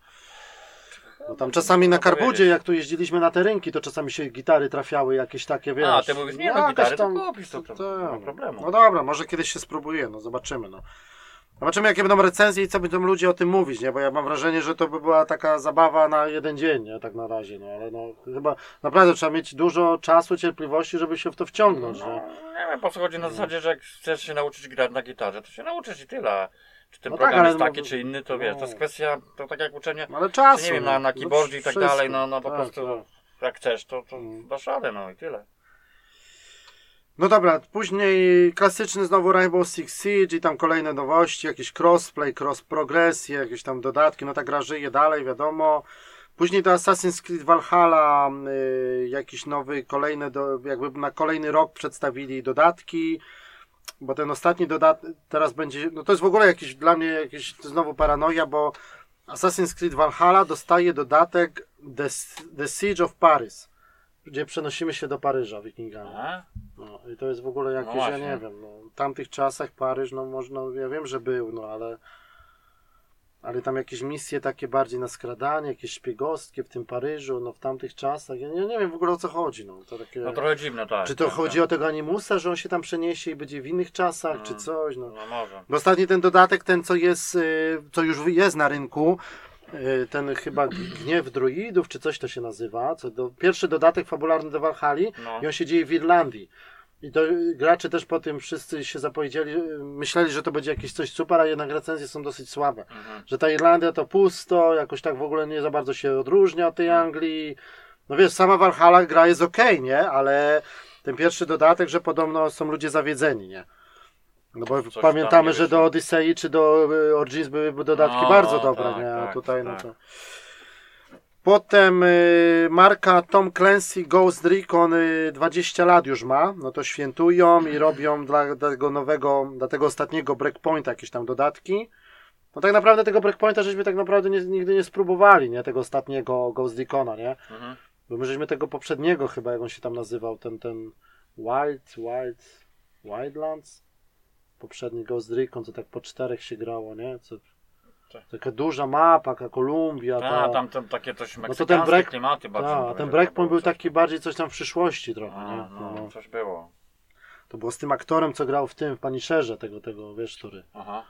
No tam czasami na Karbudzie, jak tu jeździliśmy na te rynki, to czasami się gitary trafiały jakieś takie, wiesz... A, ty mówisz, nie, no jakaś gitary to kupisz, to, to, to- nie ma problemu. No dobra, może kiedyś się spróbuje, no zobaczymy, no. Zobaczymy, jakie będą recenzje i co będą ludzie o tym mówić, nie? Bo ja mam wrażenie, że to by była taka zabawa na jeden dzień, nie? Tak na razie, no ale no chyba naprawdę trzeba mieć dużo czasu, cierpliwości, żeby się w to wciągnąć, nie? No, nie wiem, po co chodzi na zasadzie, że jak chcesz się nauczyć grać na gitarze, to się nauczysz i tyle. Czy ten No program tak, ale jest taki, no- czy inny, to wiesz, to jest kwestia, to tak jak uczenie, No ale czasu. czy nie wiem, no. na, na No keyboardzie i tak wszystko. dalej, no, no po Tak, prostu tak. jak chcesz, to, to Mm. dasz radę, no i tyle. No dobra, później klasyczny znowu Rainbow Six Siege i tam kolejne nowości, jakiś crossplay, cross progresje, jakieś tam dodatki, no ta gra żyje dalej, wiadomo. Później do Assassin's Creed Valhalla y, jakiś nowy, kolejne, do, jakby na kolejny rok przedstawili dodatki, bo ten ostatni dodatek teraz będzie, no to jest w ogóle jakiś dla mnie jakiś znowu paranoja, bo Assassin's Creed Valhalla dostaje dodatek The, The Siege of Paris, gdzie przenosimy się do Paryża wikingami. A? No i to jest w ogóle jakieś, No ja właśnie. nie wiem, no, w tamtych czasach Paryż, no można, ja wiem, że był, no ale ale tam jakieś misje takie bardziej na skradanie, jakieś szpiegostkie w tym Paryżu, no w tamtych czasach, ja nie, nie wiem w ogóle o co chodzi, no to takie... No trochę dziwne, tak. Czy to tak, chodzi tak. o tego Animusa, że on się tam przeniesie i będzie w innych czasach, czy Mm. coś, no. No może. Bo ostatni ten dodatek, ten co jest, y, co już jest na rynku, y, ten chyba Gniew Druidów, czy coś to się nazywa, co do, pierwszy dodatek fabularny do Valhalli No. i on się dzieje w Irlandii. I to y, gracze też po tym wszyscy się zapowiedzieli, y, myśleli, że to będzie jakieś coś super, a jednak recenzje są dosyć słabe. Mhm. Że ta Irlandia to pusto, jakoś tak w ogóle nie za bardzo się odróżnia od tej Anglii. No wiesz, sama Valhalla gra jest okej, nie? Ale ten pierwszy dodatek, że podobno są ludzie zawiedzeni, nie? No bo Coś tam pamiętamy, nie że wyszło. do Odyssey czy do y, Origins były dodatki No, bardzo no, dobre, tak, nie? A tak, tutaj tak. no to... Potem y, marka Tom Clancy Ghost Recon y, dwadzieścia lat już ma, no to świętują i robią dla, dla tego nowego, dla tego ostatniego Breakpointa jakieś tam dodatki. No tak naprawdę tego Breakpointa żeśmy tak naprawdę nie, nigdy nie spróbowali, nie? Tego ostatniego Ghost Recona, nie? Mhm. Bo my żeśmy tego poprzedniego chyba, jak on się tam nazywał, ten, ten Wild, Wild, Wildlands? Poprzedni Ghost Recon, co tak po czterech się grało, nie? Co, Tak. taka duża mapa, taka Kolumbia, A, ta... tam, tam takie coś No to meksykańskie ten break- klimaty bardziej. Ta, bym a ten powiedział, Breakpoint było był coś taki bardziej coś tam w przyszłości trochę, A, nie? no, No. coś było. To było z tym aktorem, co grał w tym, w Punisherze, tego, tego, wiesz, który. Aha.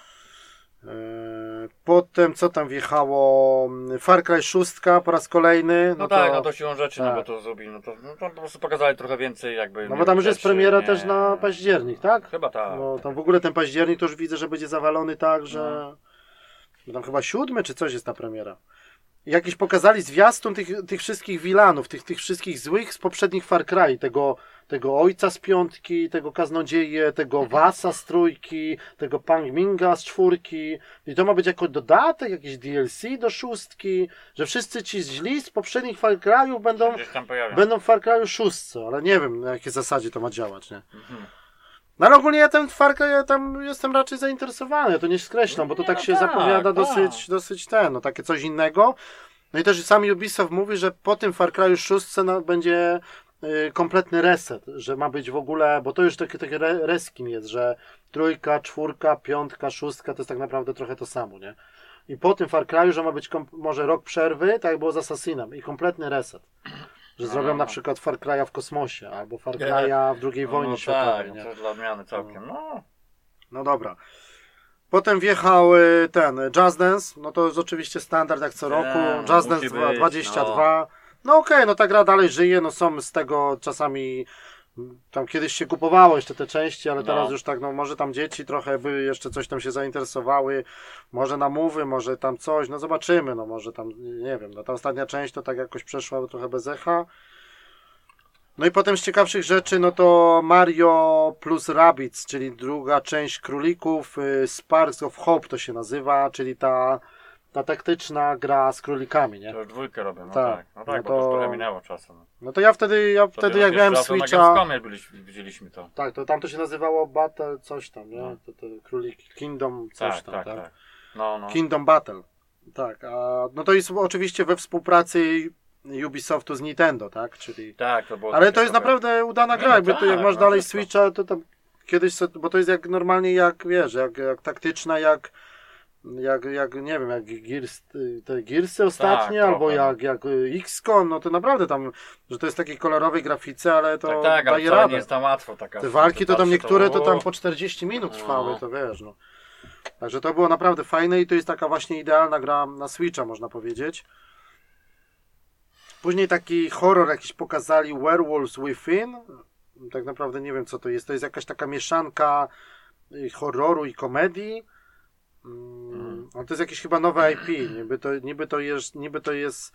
Potem co tam wjechało? Far Cry sześć po raz kolejny. No, no tak, to, no to siłą rzeczy, tak. No bo to zrobili, no to, no to po prostu pokazali trochę więcej jakby. No bo tam już rzeczy, jest premiera nie... też na październik, tak? Chyba tak. No tam w ogóle ten październik to już widzę, że będzie zawalony tak, że no. Tam chyba siódmy czy coś jest ta premiera. Jakiś pokazali zwiastun tych, tych wszystkich wilanów, tych, tych wszystkich złych z poprzednich Far Cry, tego, tego ojca z piątki, tego kaznodzieje, tego Wasa z trójki, tego Pang Minga z czwórki. I to ma być jako dodatek, jakiś D L C do szóstki, że wszyscy ci źli z poprzednich Far Cry'ów będą, będą w Far Cry'u szóstce, ale nie wiem na jakiej zasadzie to ma działać, nie? Mhm. No ale ogólnie ja ten Far Cry, ja tam jestem raczej zainteresowany, ja to nie skreślam, bo to nie, tak no się tak, zapowiada tak. dosyć, dosyć ten, no takie coś innego. No i też sam Ubisoft mówi, że po tym Far Cry'u sześć no, będzie y, kompletny reset, że ma być w ogóle, bo to już taki, taki re, reskin jest, że trójka, czwórka, piątka, szóstka to jest tak naprawdę trochę to samo, nie? I po tym Far Cry'u, że ma być komp- może rok przerwy, tak jak było z Assassinem i kompletny reset. Że no, zrobią no. na przykład Far Cry'a w kosmosie, albo Far Cry'a w drugiej no, wojnie no, światowej. Tak, nie? to jest dla odmiany całkiem. No. no dobra. Potem wjechał ten Just Dance, no to jest oczywiście standard jak co roku. No, Just Dance być, dwadzieścia dwa. No, no okej, okay, no ta gra dalej żyje, no są z tego czasami. Tam kiedyś się kupowało jeszcze te części, ale teraz no. już tak, no może tam dzieci trochę by jeszcze coś tam się zainteresowały, może namówy, może tam coś, no zobaczymy, no może tam, nie wiem, no ta ostatnia część to tak jakoś przeszła trochę bez echa. No i potem z ciekawszych rzeczy, no to Mario plus Rabbids, czyli druga część Królików, Sparks of Hope to się nazywa, czyli ta ta taktyczna gra z królikami, nie? To już dwójkę robię, no tak. tak. No tak, no to, bo to trochę minęło czasu. No, no to ja wtedy, ja wtedy jak miałem Switcha... Na byliśmy, widzieliśmy to. Tak, to tam to się nazywało Battle coś tam, nie? No. To, to króliki, Kingdom coś tak, tam, tak? tak? tak. No, no. Kingdom Battle. Tak, a no to jest oczywiście we współpracy Ubisoftu z Nintendo, tak? Czyli... Tak, to było... Ale to jest trochę... naprawdę udana gra, no, jakby tak, to, jak masz no, dalej wszystko. Switcha, to tam kiedyś, bo to jest jak normalnie jak, wiesz, jak, jak taktyczna, jak Jak, jak, nie wiem, jak Gears, te Gearsy ostatnie, tak, albo jak, jak X COM, no to naprawdę tam, że to jest takiej kolorowej grafice, ale to tak, tak, daje ale radę. nie jest tam łatwo taka. Te walki to tam niektóre to tam po czterdzieści minut trwały, to wiesz, no. Także to było naprawdę fajne i to jest taka właśnie idealna gra na Switcha, można powiedzieć. Później taki horror jakiś pokazali, Werewolves Within. Tak naprawdę nie wiem co to jest, to jest jakaś taka mieszanka horroru i komedii. Hmm. Ale to jest jakieś chyba nowe I P, niby to, niby to jest, niby to jest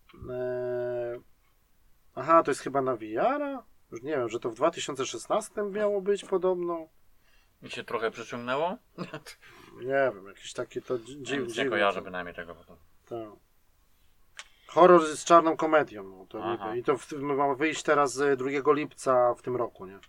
e... aha, to jest chyba na V R-a? Już nie wiem, że to w dwa tysiące szesnastym miało być podobno. Mi się trochę przyciągnęło? Nie wiem, jakieś takie to dziwne. Nie kojarzę bynajmniej tego. Tak. Horror z czarną komedią, no, to niby. I to w, ma wyjść teraz drugiego lipca w tym roku, nie?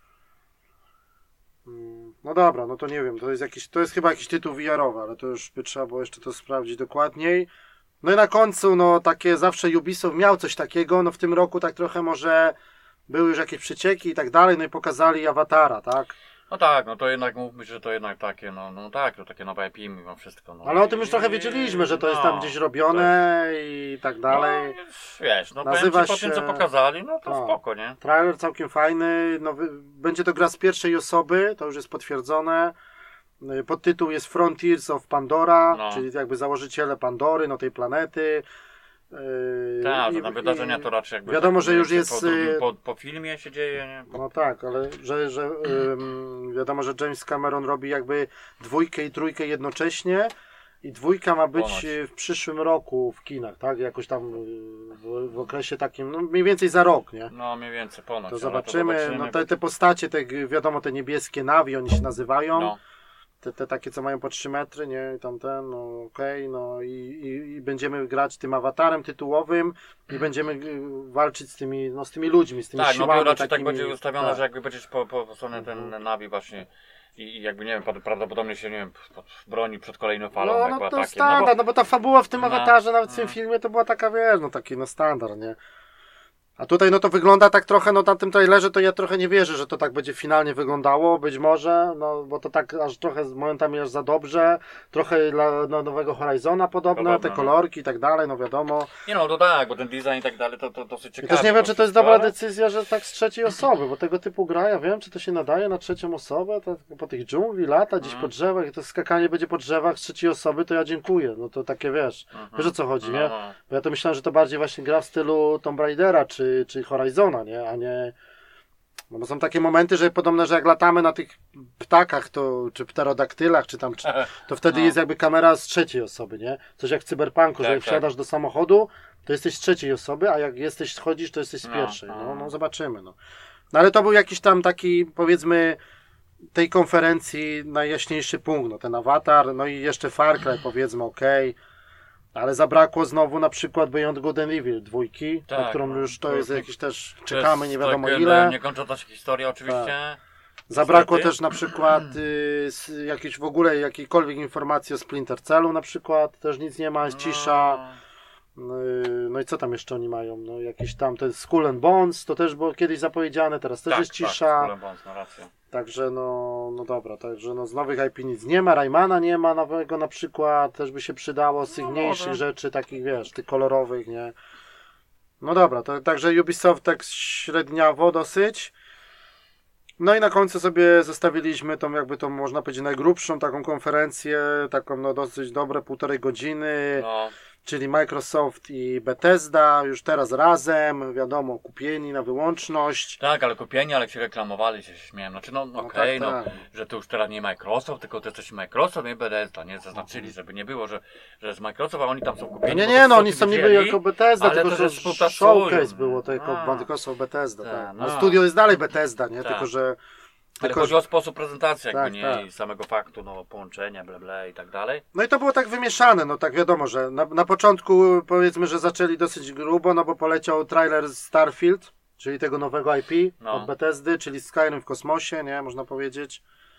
No dobra, no to nie wiem, to jest jakiś, to jest chyba jakiś tytuł V R-owy, ale to już by trzeba było jeszcze to sprawdzić dokładniej. No i na końcu, no takie zawsze Ubisoft miał coś takiego, no w tym roku tak trochę może były już jakieś przecieki i tak dalej, no i pokazali Awatara, tak? No tak, no to jednak mówmy, że to jednak takie, no, no tak, to takie nowe I P mimo wszystko. No. Ale o tym już trochę wiedzieliśmy, że to no, jest tam gdzieś robione tak. i tak dalej. No, wiesz, no nazywa się... po tym co pokazali, no to no, spoko, nie? Trailer całkiem fajny, no, będzie to gra z pierwszej osoby, to już jest potwierdzone. Podtytuł jest Frontiers of Pandora, no. czyli jakby założyciele Pandory, no tej planety. Tak, to na wydarzenia to raczej jakby wiadomo, tak, że już jest po, po, po filmie się dzieje, nie? Po... No tak, ale że, że ym, wiadomo, że James Cameron robi jakby dwójkę i trójkę jednocześnie i dwójka ma być Ponoć. w przyszłym roku w kinach, tak? Jakoś tam w, w okresie takim, no mniej więcej za rok, nie? No mniej więcej, ponoć. To zobaczymy, to zobaczymy. No te, te postacie, te wiadomo, te niebieskie Navi, oni się nazywają. No. Te, te takie, co mają po trzy metry, nie, i tamten, no okej, okay, no i, i, i będziemy grać tym awatarem tytułowym i będziemy walczyć z tymi, no z tymi ludźmi, z tymi tak, siłami. Tak, no raczej takimi, tak będzie ustawione, tak. że jakby będziesz po, po, po stronę ten mhm. Navi właśnie i, i jakby, nie wiem, prawdopodobnie się, nie wiem, broni przed kolejną falą, no, jakby no to atakiem. standard, no bo, no bo ta fabuła w tym no, awatarze, nawet w no. tym filmie to była taka, wiesz, no taki no standard, nie. A tutaj no to wygląda tak trochę, no na tym trailerze to ja trochę nie wierzę, że to tak będzie finalnie wyglądało, być może, no bo to tak aż trochę momentami aż za dobrze, trochę dla no, nowego Horizona podobne, Podobno, te kolorki i tak dalej, no wiadomo. Nie no, to tak, bo ten design i tak dalej, to, to dosyć ciekawe. I też nie wiem, czy to jest dobra decyzja, że tak z trzeciej osoby, bo tego typu gra, ja wiem, czy to się nadaje na trzecią osobę, to po tych dżungli lata, gdzieś hmm. po drzewach, i to skakanie będzie po drzewach z trzeciej osoby, to ja dziękuję, no to takie wiesz, hmm. wiesz o co chodzi, nie? Bo ja to myślałem, że to bardziej właśnie gra w stylu Tomb Raidera, czy Czy, czy Horizona, nie? A nie... No bo są takie momenty, że podobno, że jak latamy na tych ptakach, to, czy pterodaktylach, czy tam, czy, to wtedy no. jest jakby kamera z trzeciej osoby, nie? Coś jak w Cyberpunku, tak, że jak tak. wsiadasz do samochodu, to jesteś z trzeciej osoby, a jak jesteś, schodzisz, to jesteś z pierwszej. No, no, no zobaczymy, no. No ale to był jakiś tam taki, powiedzmy, tej konferencji najjaśniejszy punkt, no ten awatar, no i jeszcze Far Cry, powiedzmy, okej. Okay. Ale zabrakło znowu na przykład Beyond Good and Evil dwójki, tak, na którą już to jest jakiś też, czekamy nie wiadomo tak, ile. Nie kończąca się historia oczywiście. Tak. Zabrakło też na przykład y, jakieś w ogóle jakiejkolwiek informacji o Splinter Cellu na przykład, też nic nie ma, jest cisza. No. Y, no i co tam jeszcze oni mają? No jakieś tam, to jest Skull and Bones, to też było kiedyś zapowiedziane, teraz też tak, jest cisza. Tak, Skull and Bones, no rację. Także no, no dobra, także no z nowych I P nic nie ma, Raymana nie ma nowego na przykład, też by się przydało z tych no, mniejszych może. rzeczy, takich wiesz, tych kolorowych, nie? No dobra, to, także Ubisoft tak średniawo dosyć. No i na końcu sobie zostawiliśmy tą jakby tą można powiedzieć najgrubszą taką konferencję, taką no dosyć dobre półtorej godziny. No. Czyli Microsoft i Bethesda, już teraz razem, wiadomo, kupieni na wyłączność. Tak, ale kupieni, ale się reklamowali, się śmiałem. Znaczy, no okej, okay, no, tak, no tak. że to już teraz nie Microsoft, tylko to jesteś Microsoft i Bethesda, nie? Zaznaczyli, żeby nie było, że, że jest Microsoft, a oni tam są kupieni. Nie, nie, no oni są niby jako Bethesda, tylko że showcase było to jako Microsoft Bethesda. Tak. No. no studio jest dalej Bethesda, nie? Tak. Tylko, że... Ale Tylko, chodzi o sposób prezentacji, jakby tak, nie tak. i samego faktu, no połączenia, bla bla i tak dalej. No i to było tak wymieszane, no tak wiadomo, że na, na początku powiedzmy, że zaczęli dosyć grubo, no bo poleciał trailer Starfield, czyli tego nowego I P no. od Bethesdy, czyli Skyrim w kosmosie, nie, można powiedzieć.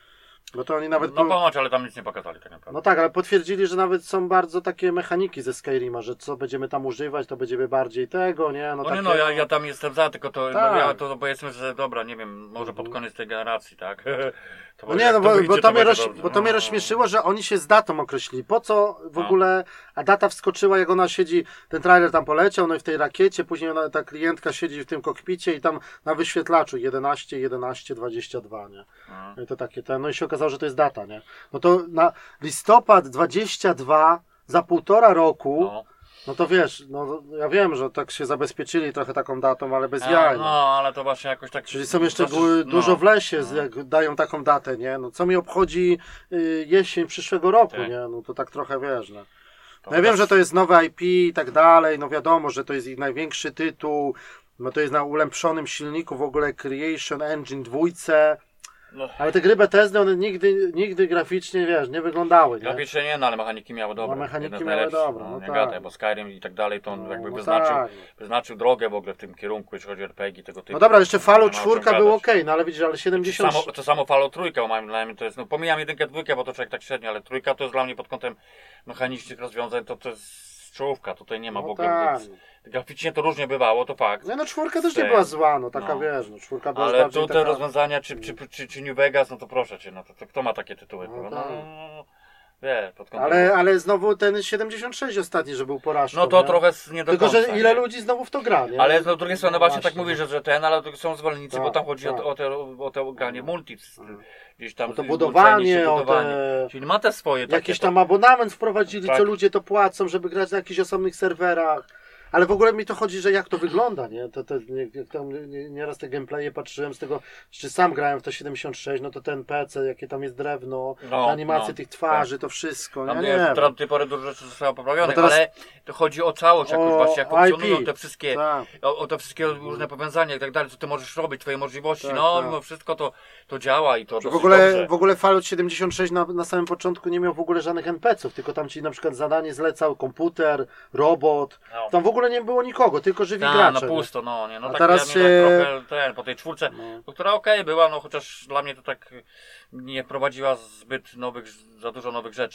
Bo to oni nawet... No był... połącz, ale tam nic nie pokazali tak naprawdę. No tak, ale potwierdzili, że nawet są bardzo takie mechaniki ze Skyrima, że co będziemy tam używać, to będziemy bardziej tego, nie? No, no takie... nie no, ja, ja tam jestem za, tylko to, tak. no, ja to powiedzmy, że dobra, nie wiem, może pod koniec tej generacji, tak? To no nie, no bo, wyjdzie, bo, to, to, mnie roz, bo to mnie rozśmieszyło, że oni się z datą określili. Po co w no. ogóle, a data wskoczyła, jak ona siedzi, ten trailer tam poleciał, no i w tej rakiecie, później ona, ta klientka siedzi w tym kokpicie i tam na wyświetlaczu jedenaście, jedenaście, dwadzieścia dwa, nie? No i to takie, ten, no i się okazało, że to jest data, nie? No to na listopad dwadzieścia dwa, za półtora roku, no. No to wiesz, no ja wiem, że tak się zabezpieczyli trochę taką datą, ale bez A, jaj. No, no, ale to właśnie jakoś tak... Czyli są jeszcze dosyć, dużo no, w lesie, no. jak dają taką datę, nie? No co mi obchodzi y, jesień przyszłego roku, tak. nie? No to tak trochę wiesz, no. No ja wiem, że to jest nowe I P i tak dalej, no wiadomo, że to jest ich największy tytuł, no to jest na ulepszonym silniku w ogóle Creation Engine dwójce. No. Ale te gry Bethesdy, one nigdy, nigdy graficznie, wiesz, nie wyglądały, nie? Graficznie nie, no ale mechaniki miały dobre. No, mechaniki miały dobre, no, no nie tak. Gadaj, bo Skyrim i tak dalej, to on no, jakby no wyznaczył, tak. wyznaczył drogę w ogóle w tym kierunku, jeśli chodzi o R P G tego typu. No dobra, jeszcze Fallout cztery był okej, okay, no ale widzisz, ale siedemdziesiąt... To samo, to samo Fallout trzy, dla mnie to jest, no pomijam jedynkę, dwójkę, bo to człowiek tak średnio, ale trójka to jest dla mnie pod kątem mechanicznych rozwiązań, to to jest czołówka, tutaj nie ma no w ogóle tak. nic. Graficznie to różnie bywało, to fakt. No, no czwórka też nie była zła, no taka no. wiesz, no czwórka była ale tu te taka... rozwiązania, czy, czy, czy, czy New Vegas, no to proszę cię, no to, to kto ma takie tytuły? No, no, tak. no, wie, pod kątem... ale, ale znowu ten siedemdziesiąt sześć ostatni, że był porażką. No to nie? trochę nie do Tylko, końca, że ile nie? ludzi znowu w to gra, nie? Ale z drugiej strony no właśnie, właśnie tak mówisz, że, że ten, ale to są zwolennicy, tak, bo tam chodzi tak. o, o te, o te granie multi. Gdzieś tam o to budowanie, o te... Czyli ma te swoje takie... Jakiś tam abonament wprowadzili, tak. co ludzie to płacą, żeby grać na jakichś osobnych serwerach. Ale w ogóle mi to chodzi, że jak to wygląda, nie? To, to, jak tam nieraz te gameplaye patrzyłem z tego, czy sam grałem w to siedemdziesiąt sześć, no to ten P C, jakie tam jest drewno, no, animacje no, tych twarzy, tak. to wszystko, no, nie, nie, nie do tej pory dużo rzeczy zostało poprawione, teraz... ale to chodzi o całość, jakoś o właśnie, jak funkcjonują I P. te wszystkie, tak. o, o te wszystkie różne powiązania i tak dalej, co ty możesz robić, twoje możliwości, tak, no tak. mimo wszystko to, to działa i to w ogóle, dobrze. w ogóle Fallout siedemdziesiąt sześć na, na samym początku nie miał w ogóle żadnych N P C ów, tylko tam ci na przykład zadanie zlecał komputer, robot, no. tam w ogóle nie było nikogo, tylko żywi Ta, gracze. no pusto, no nie, no a tak teraz ja się... trochę ten, po tej czwórce, no. która okej okay była, no chociaż dla mnie to tak nie wprowadziła zbyt nowych, za dużo nowych rzeczy.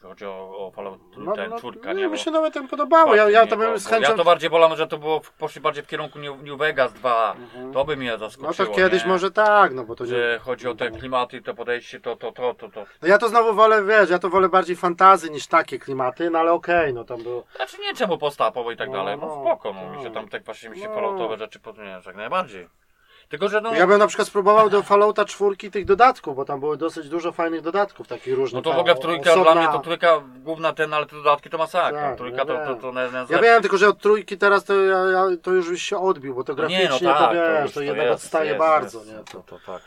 chodzi o, o Fallout no, ten, no, czwórka, no, nie? Mi się nawet tam podobało, ja, ja to bym z chęcią... Ja to bardziej wolałem, że to było, poszli bardziej w kierunku New, New Vegas dwa, mhm. To by mnie zaskoczyło. No to kiedyś nie? może tak, no bo to nie... Że chodzi o te klimaty, to podejście, to, to, to, to, to. No ja to znowu wolę, wiesz, ja to wolę bardziej fantazy niż takie klimaty, no ale okej, okay, no tam było... Znaczy nie czemu postapowo i tak no, dalej, no spoko, no, no mi się tam tak właśnie mi się no. Falloutowe rzeczy podobają, jak najbardziej. Tylko, że no... Ja bym na przykład spróbował do Fallouta czwórki tych dodatków, bo tam było dosyć dużo fajnych dodatków, takich różnych. No to w ogóle w trójkę, osobna... dla mnie to trójka główna ten, ale te dodatki to masakra. Tak, trójka ja to, to, to, to na, na Ja wiem, tylko że od trójki teraz to, ja, ja, to już się odbił, bo to graficznie no nie, no tak, to wiesz, to, to, to jednak jest, odstaje jest, bardzo. Jest, nie? To, to, to tak.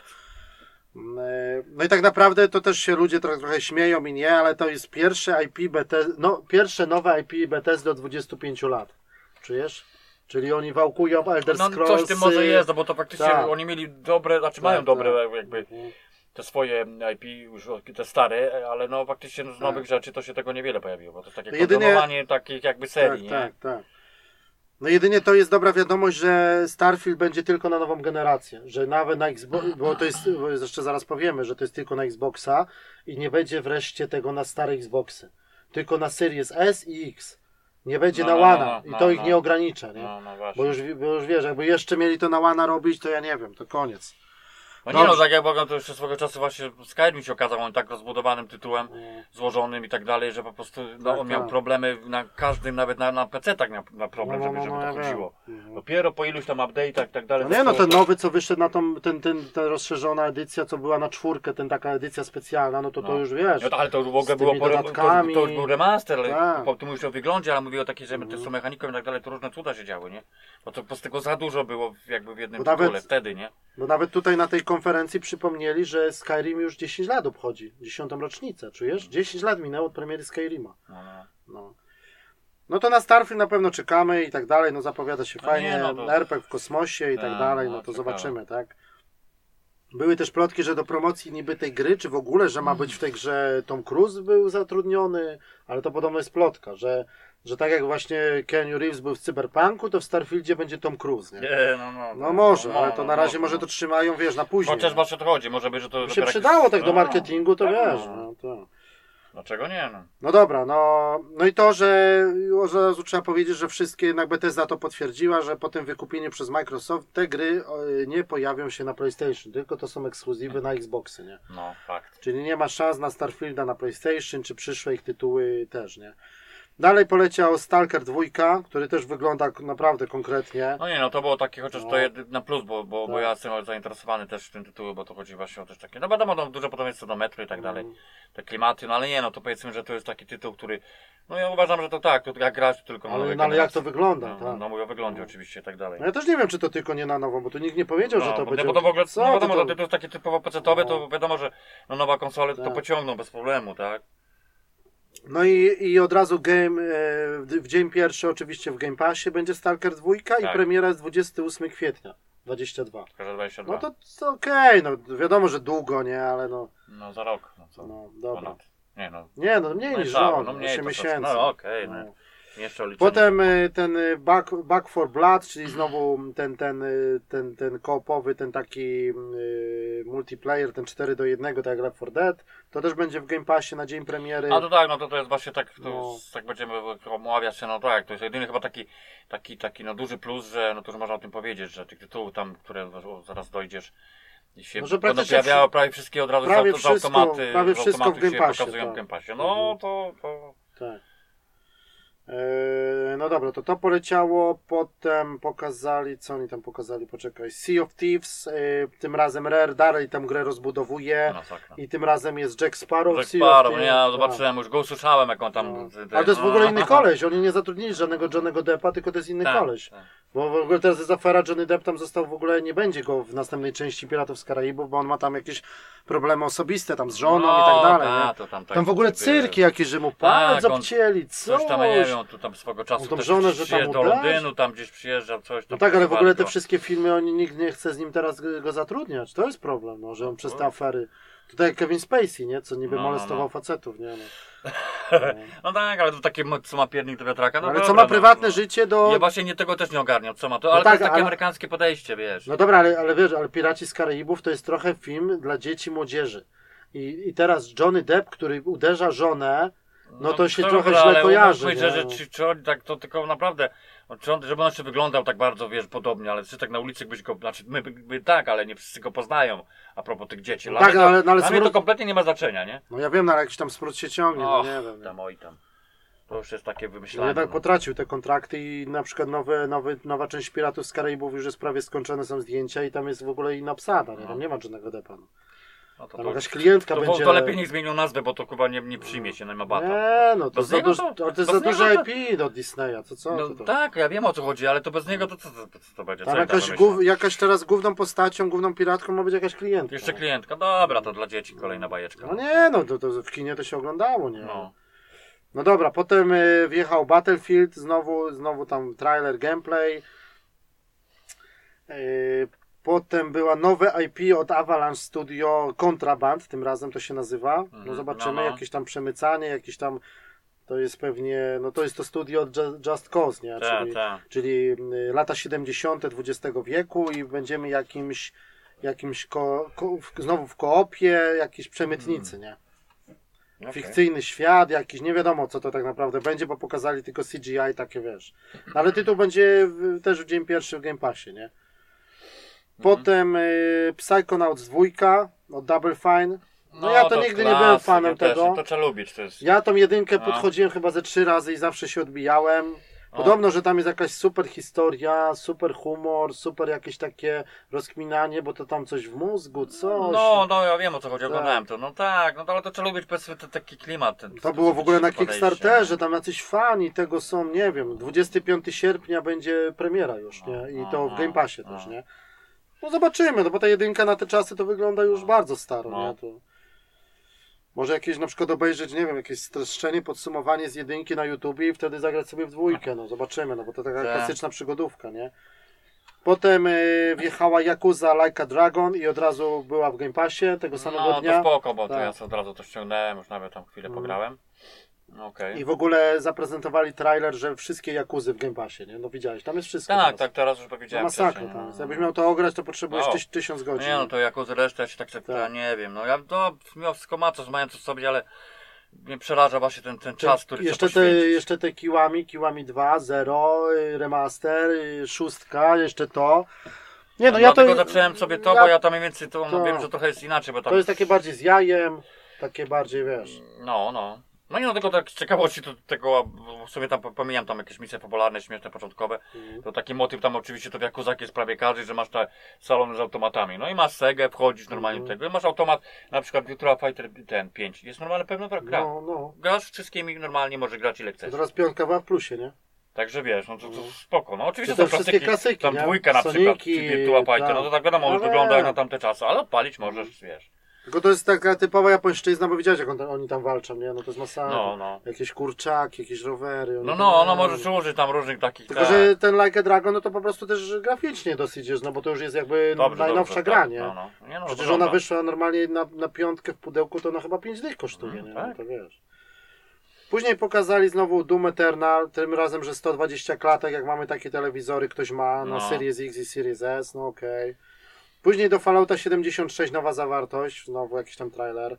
No i tak naprawdę to też się ludzie trochę, trochę śmieją i nie, ale to jest pierwsze I P Bethesda, no pierwsze nowe I P Bethesda do dwudziestu pięciu lat. Czujesz? Czyli oni wałkują Elder Scrollsy. No coś w tym może jest, no bo to faktycznie tak. Oni mieli dobre, znaczy tak, mają dobre tak. jakby te swoje I P, już te stare, ale no faktycznie z nowych tak. rzeczy to się tego niewiele pojawiło, bo to jest takie no kontynuowanie jedynie... takich jakby serii, tak, nie? Tak, tak. No jedynie to jest dobra wiadomość, że Starfield będzie tylko na nową generację, że nawet na Xbox, bo to jest, bo jeszcze zaraz powiemy, że to jest tylko na Xboxa i nie będzie wreszcie tego na stare Xboxy, tylko na Series S i X. Nie będzie no, na łana no, no, no, i to no, ich no. nie ogranicza, nie? No, no bo, już, bo już wiesz, jakby jeszcze mieli to na łana robić, to ja nie wiem, to koniec. No nie no, tak jak Bogam, to jeszcze swego czasu właśnie Skyrim się okazał on tak rozbudowanym tytułem, mm. złożonym i tak dalej, że po prostu no, tak, on miał tak. problemy na każdym, nawet na, na pecetach miał na problem, no, no, żeby, żeby no, to ja chodziło. Mm. Dopiero po iluś tam update'ach i tak dalej. No nie no, ten nowy co wyszedł na tą, ten, ten, ten rozszerzona edycja, co była na czwórkę, ten taka edycja specjalna, no to no. to już wiesz. No to, ale to już w ogóle było po, to, to już był remaster, ale tak. po, tu mówisz o wyglądzie, ale mówię o takiej, że mm. z tą mechaniką i tak dalej, to różne cuda się działy, nie? Bo to po prostu tego za dużo było jakby w jednym tytule nawet, wtedy, nie? Bo nawet tutaj na tej konferencji przypomnieli, że Skyrim już dziesięć lat obchodzi. dziesiątą rocznicę, czujesz? dziesięć lat minęło od premiery Skyrima. No, no. no to na Starfield na pewno czekamy i tak dalej, no zapowiada się no fajnie, nie, no to... R P G w kosmosie i tak, tak dalej, no to ciekawe. Zobaczymy, tak? Były też plotki, że do promocji niby tej gry, czy w ogóle, że ma być w tej grze Tom Cruise był zatrudniony, ale to podobno jest plotka, że Że tak jak właśnie Keanu Reeves był w Cyberpunku, to w Starfieldzie będzie Tom Cruise, nie? Nie, no, no, no może, no, ale to na razie no, może to trzymają, wiesz, na później. Chociaż właśnie to chodzi, może by, że to... się przydało tak do marketingu, to no, wiesz, no. no to... Dlaczego nie, no? No dobra, no, no i to, że od razu trzeba powiedzieć, że wszystkie jednak Bethesda to potwierdziła, że po tym wykupieniu przez Microsoft te gry nie pojawią się na PlayStation, tylko to są ekskluzywy na Xboxy, nie? No, fakt. Czyli nie ma szans na Starfielda na PlayStation, czy przyszłe ich tytuły też, nie? Dalej poleciał Stalker dwa, który też wygląda naprawdę konkretnie. No nie, no to było takie chociaż no. to jeden na plus, bo, bo, tak. bo ja jestem zainteresowany też w tym tytułem, bo to chodzi właśnie o też takie, no wiadomo, no, duże podobieństwo do Metro i tak dalej, mm. te klimaty, no ale nie, no to powiedzmy, że to jest taki tytuł, który, no ja uważam, że to tak, to jak grać tylko na ale, no, ale jak to wygląda, no, tak. No, no mówię o wyglądzie no. oczywiście i tak dalej. No ja też nie wiem, czy to tylko nie na nową, bo tu nikt nie powiedział, no, że to bo, będzie... Bo to w ogóle, Co? no wiadomo, to, to, to jest takie typowo pecetowe, no. to wiadomo, że no, nowa konsola tak. to pociągną bez problemu, tak. No i, i od razu game, w dzień pierwszy oczywiście w Game Passie będzie Stalker dwa tak. i premiera jest dwudziestego ósmego kwietnia dwudziestego drugiego. dwudziestego No to, to okej, okay, no wiadomo, że długo, nie, ale no... No za rok, no co? No dobra. Ponad. Nie no. Nie no, mniej no niż rok, no osiem miesięcy. No okej, okay, no. no. Potem ten Back, Back for Blood, czyli znowu ten, ten, ten, ten koopowy, ten taki y, multiplayer, ten cztery do jednego, tak jak Left four Dead, to też będzie w Game Passie na dzień premiery. A to tak, no to, to jest właśnie tak, to no. jest, tak będziemy omawiać się, no tak, to jest jedyny chyba taki, taki, taki no duży plus, że no to już można o tym powiedzieć, że tych tytułów tam, które zaraz dojdziesz, i się no, będą pojawiały prawie wszystkie od razu prawie z, wszystko, z automaty, prawie z wszystko automatu w Game Passie, się pokazują tak. w Game Passie. No mhm. to... to... Tak. Eee, no dobra, to to poleciało, potem pokazali, co oni tam pokazali, poczekaj, Sea of Thieves, e, tym razem Rare dalej tę grę rozbudowuje no, i tym razem jest Jack Sparrow. Jack Sparrow, nie, ja zobaczyłem, już go usłyszałem, jak on tam... No. Ale to jest w ogóle inny koleś, oni nie zatrudnili żadnego Johnnego Deppa, tylko to jest inny tak, koleś. Tak. Bo w ogóle teraz jest afera, Johnny Depp tam został w ogóle, nie będzie go w następnej części Piratów z Karaibów, bo on ma tam jakieś problemy osobiste tam z żoną no, i tak dalej. Ta, nie? To tam, tak, tam w ogóle cyrki jakieś, że mu palec tak, obcięli, coś. Coś tam, nie wiem, tu tam swego czasu tą żonę, że tam do Londynu, tam gdzieś przyjeżdżał, coś tam. No tak, ale w ogóle te wszystkie filmy, oni nikt nie chce z nim teraz go zatrudniać. To jest problem, no, że on przez te afery. Tutaj jak Kevin Spacey, nie? Co niby no, molestował no, no. facetów, nie? No. No. no tak, ale to takie, co ma piernik do wiatraka, no ale dobra, co ma prywatne no, życie do... Ja właśnie nie, tego też nie ogarniam, co ma to, ale no tak, to jest takie ale... amerykańskie podejście, wiesz. No dobra, ale, ale wiesz, ale Piraci z Karaibów to jest trochę film dla dzieci, młodzieży. I, i teraz Johnny Depp, który uderza żonę no to się to trochę dobra, źle kojarzy. Ale że, że czy, czy on tak to tylko naprawdę, czy on, żeby on jeszcze wyglądał tak bardzo, wiesz, podobnie, ale czy tak na ulicy byś go, znaczy my, my tak, ale nie wszyscy go poznają, a propos tych dzieci. No tak, to, ale, no, ale dla mnie smród... to kompletnie nie ma znaczenia, nie? No ja wiem, no, ale jakiś tam smród się ciągnie, Och, no nie wiem. tam oj tam. To już jest takie No wymyślanie. jednak no. potracił te kontrakty i na przykład nowe, nowy, nowa część Piratów z Karaibów już jest prawie skończone, są zdjęcia i tam jest w ogóle inna obsada, nie? Tam nie ma żadnego depa. No. No to, Tam to, jakaś klientka to, będzie... to lepiej niech zmienią nazwę, bo to chyba nie, nie przyjmie się, nie ma bata. Nie, no to, Bez za niego duż... to- to, to jest bez za duże niego I P do Disneya, to co? No to, to? tak, ja wiem o co chodzi, ale to bez niego to co to, to, to, to będzie? Tam Co ja jakaś, wymyślę? głów, jakaś teraz główną postacią, główną piratką ma być jakaś klientka. Jeszcze klientka, dobra, to dla dzieci kolejna bajeczka. No nie, no to, to w kinie to się oglądało, nie? No. No dobra, potem y, wjechał Battlefield, znowu, znowu tam trailer, gameplay. Y, potem była nowe I P od Avalanche Studio, Contraband, tym razem to się nazywa. No Mhm, zobaczymy, no, no. jakieś tam przemycanie, jakieś tam, to jest pewnie, no to jest to studio od Ju- Just Cause, nie? Tak, czyli tak. czyli y, lata siedemdziesiąte dwudziestego wieku i będziemy jakimś, jakimś ko, ko, w- znowu w koopie, jakieś przemytnicy, nie? Okay. Fikcyjny świat, jakiś, nie wiadomo co to tak naprawdę będzie, bo pokazali tylko C G I takie, wiesz. No, ale tytuł będzie w, też w dzień pierwszy w Game Passie, nie? Potem y, Psychonauts dwa od Double Fine. No, ja to, nigdy nie byłem klasyk, fanem ja też, tego. To trzeba lubić, to jest... Ja tą jedynkę No. podchodziłem chyba ze trzy razy i zawsze się odbijałem. Podobno, że tam jest jakaś super historia, super humor, super jakieś takie rozkminanie, bo to tam coś w mózgu, coś. No, no, ja wiem o co chodzi, Tak. oglądałem to. No tak, no ale to trzeba lubić, powiedzmy, ten taki klimat. Ten, To było w ogóle na podejście, Kickstarterze, tam jacyś fani tego są, nie wiem, dwudziestego piątego sierpnia będzie premiera już, nie? I to w Game Passie no. też, nie? No zobaczymy, no bo ta jedynka na te czasy to wygląda już bardzo staro, No. nie? To... Może jakieś na przykład obejrzeć, nie wiem, jakieś streszczenie, podsumowanie z jedynki na YouTubie i wtedy zagrać sobie w dwójkę, no zobaczymy, no bo to taka Tak. klasyczna przygodówka, nie? Potem y, wjechała Yakuza Like a Dragon i od razu była w Game Passie tego samego No, dnia. to spoko, bo to Tak. ja sobie od razu to ściągnąłem, już nawet tam chwilę Mhm. pograłem. No, okej. I w ogóle zaprezentowali trailer, że wszystkie Yakuzy w Game Passie, nie? No widziałeś, tam jest wszystko. Tak, teraz. tak, teraz już No powiedziałem masakra wcześniej, tam no, jest. no, Jakbyś no. miał to ograć, to potrzebujesz No. tyś, tysiąc godzin. Nie no, to jako z resztę ja się tak, tak, Tak. ja nie wiem, no ja to mimo wszystko ma coś, mają coś w sobie, ale mnie przeraża właśnie ten, ten czas, który jeszcze trzeba te, poświęcić. jeszcze te Kiwami, Kiwami dwa, zero, y, remaster, y, szóstka, jeszcze to. Nie no, ja to... Dlatego zacząłem sobie to, ja- bo ja tam mniej więcej to, no to- wiem, że trochę jest inaczej, bo tam... To jest takie bardziej z jajem, takie bardziej, wiesz... No, no. No nie no, tylko tak z ciekawości to, tego, bo sobie tam pomijam tam jakieś misje popularne, śmieszne, początkowe, Mhm. to taki motyw tam oczywiście to w Jakuzaki jest prawie każdy, że masz te salony z automatami. No i masz Segę, wchodzisz normalnie Mhm. do tego i masz automat, na przykład Virtua Fighter ten pięć. Jest normalna pewna gra. No, no. Grasz wszystkimi normalnie, może grać ile To chcesz. teraz piątka była w plusie, nie? Także wiesz, no to, to spoko. No oczywiście To te są wszystkie klasyki, klasyki, tam nie? dwójka na przykład, Soniki, czy Virtua Fighter, tak. no to tak wiadomo, No już wiem. wyglądają na tamte czasy, ale odpalić możesz, wiesz. Tylko to jest taka typowa japońszczyzna, bo widziałeś jak on tam, oni tam walczą, nie? No to jest masakra. No, no. Jakieś kurczaki, jakieś rowery. oni No tam- no, no możesz użyć tam różnych takich... Tylko, tak. że ten Like a Dragon, no to po prostu też graficznie dosyć jest, no bo to już jest jakby Dobrze, najnowsza dobrze, gra, tak. nie? No, no. Nie, no, Przecież wygląda. ona wyszła normalnie na, na piątkę w pudełku, to ona chyba pięć dych kosztuje, Mm, nie? tak. No to wiesz. Później pokazali znowu Doom Eternal, tym razem, że sto dwadzieścia klatek, jak mamy takie telewizory, ktoś ma na No. Series X i Series S, no okej. Później do Fallouta siedemdziesiąt sześć nowa zawartość, znowu jakiś tam trailer.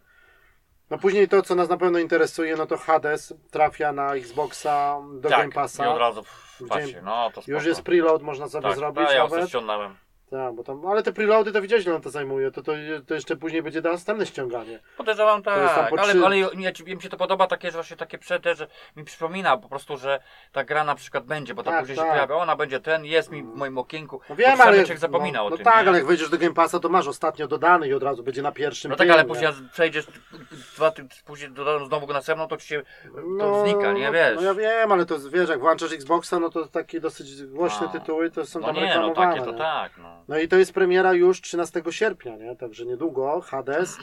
No później to, co nas na pewno interesuje, no to Hades trafia na Xboxa do tak, Game Passa. i od razu w W pasie, dzień- no to spoko. Już jest preload, można sobie tak, zrobić tak, ja nawet. już ściągnąłem. Tak, bo tam, ale te preloady to widziałeś, ile on to zajmuje, to, to, to jeszcze później będzie następne ściąganie. Podejrzewam jest tam tak, po ale, trzy- ale nie, mi się to podoba takie, że właśnie takie przete, że mi przypomina po prostu, że ta gra na przykład będzie, bo ta Tak, później tak. się pojawia, ona będzie ten, jest mi w moim okienku. No wiem, Bo ale... człowiek zapomina no, o no tym, tak, nie? ale jak wejdziesz do Game Passa, to masz ostatnio dodany i od razu będzie na pierwszym. No tak, tym, ale nie? później przejdziesz dwa ty, później dodaną znowu go następną, to ci się to No, znika, nie wiesz? No ja wiem, ale to wiesz, jak włączasz Xboxa, no to takie dosyć głośne No. tytuły, to są No tam nie, no reklamowane. takie to nie? tak, no. No i to jest premiera już trzynastego sierpnia, nie? Także niedługo, Hades.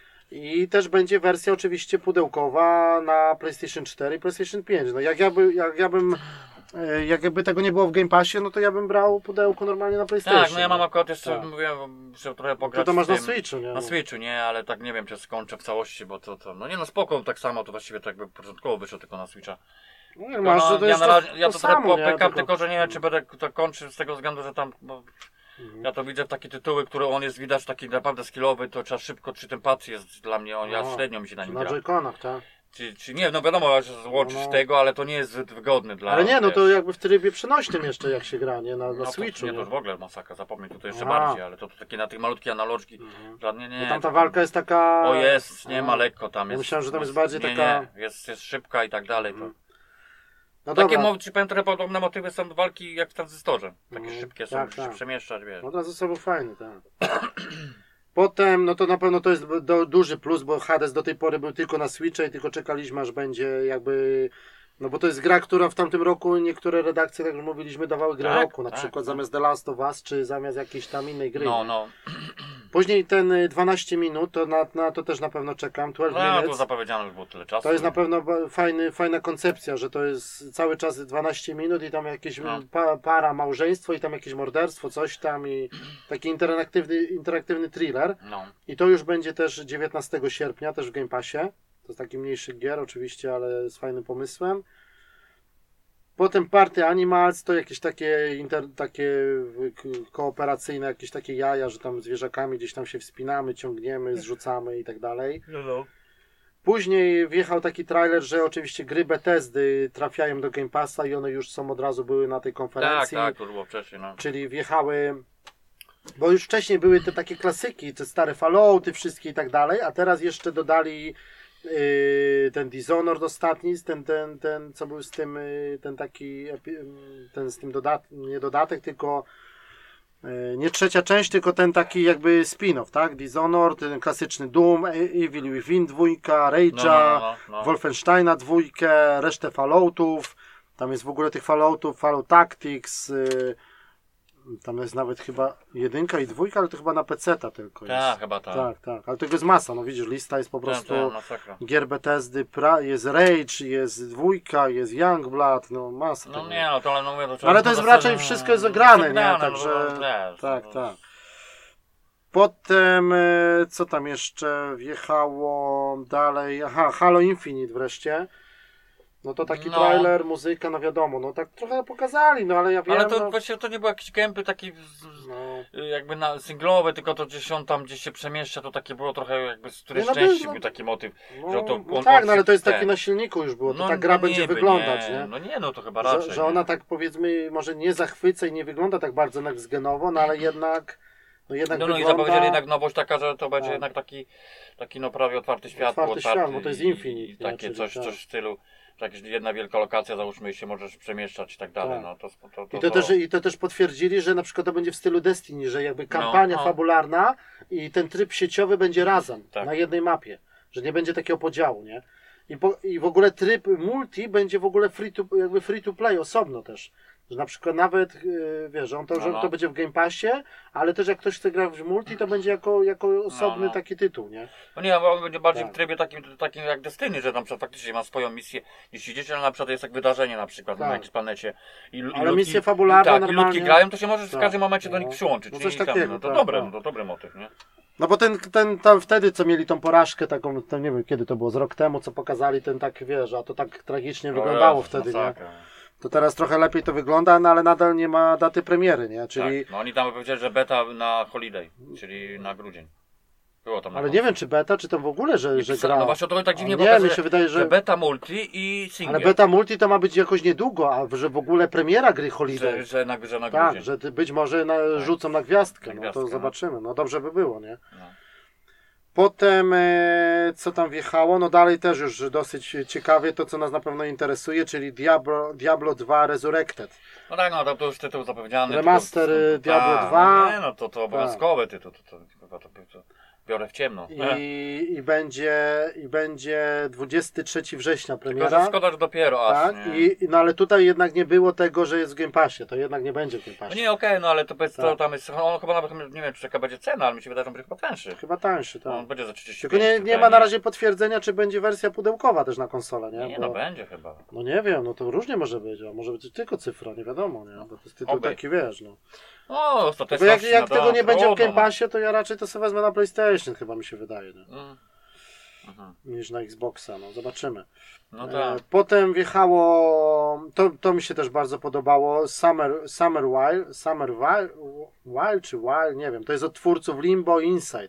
I też będzie wersja oczywiście pudełkowa na PlayStation cztery i PlayStation pięć. No jak ja, by, jak ja bym, e, jakby tego nie było w Game Passie, no to ja bym brał pudełko normalnie na PlayStation. Tak, no ja mam akurat jeszcze, Tak. mówię, że trochę To pograć to masz z na tym, Switchu, nie? Na No. Switchu, nie, ale tak nie wiem, czy skończę w całości, bo to, to no nie no spoko, tak samo, to właściwie tak jakby początkowo wyszło tylko na Switcha. No, Tylko, masz, no, że to ja jest na razie, ja to, to trochę samo, nie? popykam, Tylko- tylko że nie wiem, czy będę to kończył z tego względu, że tam, bo Mhm. ja to widzę takie tytuły, które on jest widać taki naprawdę skillowy, to trzeba szybko, czy ten patch jest dla mnie, on, ja No, średnio mi się na nim Na gra. Joy-Conach, tak? Czy, czy nie, no wiadomo, że złączysz no, no. tego, ale to nie jest zbyt wygodny dla... Ale nie, no wiesz, to jakby w trybie przenośnym jeszcze jak się gra, nie? Na, na no Switchu. To, nie, nie? to już w ogóle masakra, zapomnij, tutaj jeszcze Aha. bardziej, ale to, to takie na tych malutkie analożki, Mhm. żadnie nie... Bo tam ta to walka jest taka... O jest, nie A. ma lekko tam Ja jest. myślałem, że tam no, jest bardziej nie, taka- Nie, jest, jest szybka i tak dalej. To. No Takie, dobra. mo- czy powiem, trochę podobne motywy są do walki jak w tranzystorze. Takie Mhm. szybkie są, Tak, musisz tak. się przemieszczać, wiesz. No to ze sobą fajny, tak. Potem, no to na pewno to jest do, duży plus, bo Hades do tej pory był tylko na Switcha i tylko czekaliśmy, aż będzie jakby... No bo to jest gra, która w tamtym roku niektóre redakcje, tak jak już mówiliśmy, dawały grę Tak, roku. Na tak, przykład tak. zamiast The Last of Us, czy zamiast jakiejś tam innej gry. No, nie? no. Później ten y, dwanaście minut, to na, na to też na pewno czekam. dwanaście No, to minutes. zapowiedziano już było tyle czasu. To jest na pewno ba- fajny, fajna koncepcja, że to jest cały czas dwanaście minut i tam jakieś No. pa, para, małżeństwo i tam jakieś morderstwo, coś tam i taki interaktywny, interaktywny thriller. No. I to już będzie też dziewiętnastego sierpnia, też w Game Passie. To jest taki mniejszy gier oczywiście, ale z fajnym pomysłem. Potem Party Animals to jakieś takie, inter, takie k- kooperacyjne, jakieś takie jaja, że tam zwierzakami gdzieś tam się wspinamy, ciągniemy, zrzucamy i tak dalej. No, no. Później wjechał taki trailer, że oczywiście gry Bethesdy trafiają do Game Passa i one już są od razu były na tej Tak, konferencji. tak, to było wcześniej, no. Czyli wjechały, bo już wcześniej były te takie klasyki, te stare Fallouty wszystkie i tak dalej, a teraz jeszcze dodali yy, ten Dishonored ostatni, ten, ten, ten co był z tym, yy, ten taki, epi- ten z tym dodatek, nie dodatek, tylko yy, nie trzecia część, tylko ten taki jakby spin-off, tak? Dishonored, ten klasyczny Doom, Evil Within dwójka, Rage'a, No, no, no, no. Wolfensteina dwójkę, resztę Falloutów, tam jest w ogóle tych Falloutów, Fallout Tactics, yy, tam jest nawet chyba jedynka i dwójka, ale to chyba na peceta tylko jest. Tak, chyba tak. Tak, tak, ale tego jest masa, no widzisz, lista jest po Tak, prostu tak, masakra. gier Bethesdy, pra, jest Rage, jest dwójka, jest Youngblood, no masa. No tego. nie, no to ale no mówię, to trzeba... Ale to jest to raczej zasadzie- wszystko jest ograne, nie? Zagrane, Także, no, wiesz, tak, no, tak. Potem, e, co tam jeszcze wjechało dalej? Aha, Halo Infinite wreszcie. No to taki No. trailer, muzyka, no wiadomo, no tak trochę pokazali, no ale ja wiem, Ale to no, właśnie to nie był jakiś gameplay taki z, z, no. jakby na singlowy, tylko to gdzieś on tam gdzieś się przemieszcza, to takie było trochę jakby z którejś Nie, no części to- był taki motyw. No, że to, no on- tak, on no ale się- to jest ten. takie na silniku już było, to No, ta gra no będzie niby, wyglądać, nie? nie? No nie, no to chyba raczej. Że, że ona nie. tak powiedzmy może nie zachwyca i nie wygląda tak bardzo next-genowo, no ale jednak no jednak No, no i wygląda... zapowiedzieli jednak nowość taka, że to będzie Tak. jednak taki, taki no prawie otwarty świat. Otwarty otwarty świat, bo to jest i- Infinite, I nie? takie Czyli coś, tak. coś w stylu, że jakaś jedna wielka lokacja, załóżmy, i się możesz przemieszczać i tak dalej. Tak. No, to, to, to, I to, też, I to też potwierdzili, że na przykład to będzie w stylu Destiny, że jakby kampania No, no. fabularna i ten tryb sieciowy będzie razem, Tak. na jednej mapie, że nie będzie takiego podziału, nie? I, po, I w ogóle tryb multi będzie w ogóle free to, jakby free to play osobno też. Że na przykład nawet, yy, wiesz, on to, No, że no. to będzie w Game Passie, ale też jak ktoś chce grać w multi, to będzie jako, jako osobny no. taki tytuł, nie? No nie, bo on będzie bardziej Tak. w trybie takim, takim jak Destiny, że na przykład faktycznie ma swoją misję, jeśli idziecie, ale na przykład jest jak wydarzenie na przykład Tak. na jakiejś planecie. I, i Ale ludki- misje fabularne tak, normalnie- i ludki grają, to się możesz Tak. w każdym momencie do No. nich przyłączyć. No i coś tam, takiego, no to tak, dobre, tak. no to dobry motyw, nie? No bo ten, ten tam wtedy, co mieli tą porażkę taką, to nie wiem kiedy to było, z rok temu, co pokazali, ten tak, wiesz, a to tak tragicznie wyglądało O Jezus, wtedy, nie? masakra. To teraz trochę lepiej to wygląda, no ale nadal nie ma daty premiery, nie? Czyli, Tak. No oni tam powiedzieli, że beta na holiday, czyli na grudzień. Było tam na ale końcu. nie wiem czy beta, czy to w ogóle, że, że Pisa- gra. No właśnie to tak dziwnie A nie, pokazuje, mi się wydaje, że... że beta multi i single. Ale beta multi to ma być jakoś niedługo, a że w ogóle premiera gry że, Holiday. że na, że na Tak, grudzień. że ty być może na, rzucą na gwiazdkę, Na no gwiazdkę, to no. zobaczymy. No dobrze by było, nie? No. Potem, e, co tam wjechało, no dalej też już dosyć ciekawie, to co nas na pewno interesuje, czyli Diablo, Diablo dwa Resurrected. No tak, no to, to już tytuł zapowiedziany. Remaster, tylko- y, Diablo tak, dwa. No nie, no to, to obowiązkowe tytuł, to, to, to, to, to, to biorę w ciemno. E. I, i, będzie, I będzie dwudziestego trzeciego września Tylko, że premiera. szkoda, że dopiero aż, Tak, nie? i, i- no ale tutaj jednak nie było tego, że jest w Game Passie, to jednak nie będzie w Game No Passie. nie, okej, no ale to, powiedz, to Tak. tam jest, on chyba nawet, nie wiem czy jaka będzie cena, ale mi się wydaje, że on będzie chyba tańszy. Chyba tańszy, tak. No, on będzie za trzydzieści Tylko pięć. nie, nie ma na razie potwierdzenia, czy będzie wersja pudełkowa też na konsolę, nie? Nie, Bo, no będzie chyba. no nie wiem, no to różnie może być, a może być tylko cyfra, nie wiadomo, nie? Bo to jest tytuł Oby. taki, wiesz, no. No, Bo ostatecznie. jak, jak tego nie będzie w trudno, Game Passie, to ja raczej to sobie wezmę na PlayStation, chyba mi się wydaje, nie? no. Mm. Mhm. Niż na Xboxa, no zobaczymy. No E, tak. Potem wjechało, to, to mi się też bardzo podobało, Summer, Summer Wild, Summer Wild, Wild czy Wild, nie wiem, to jest od twórców Limbo Inside.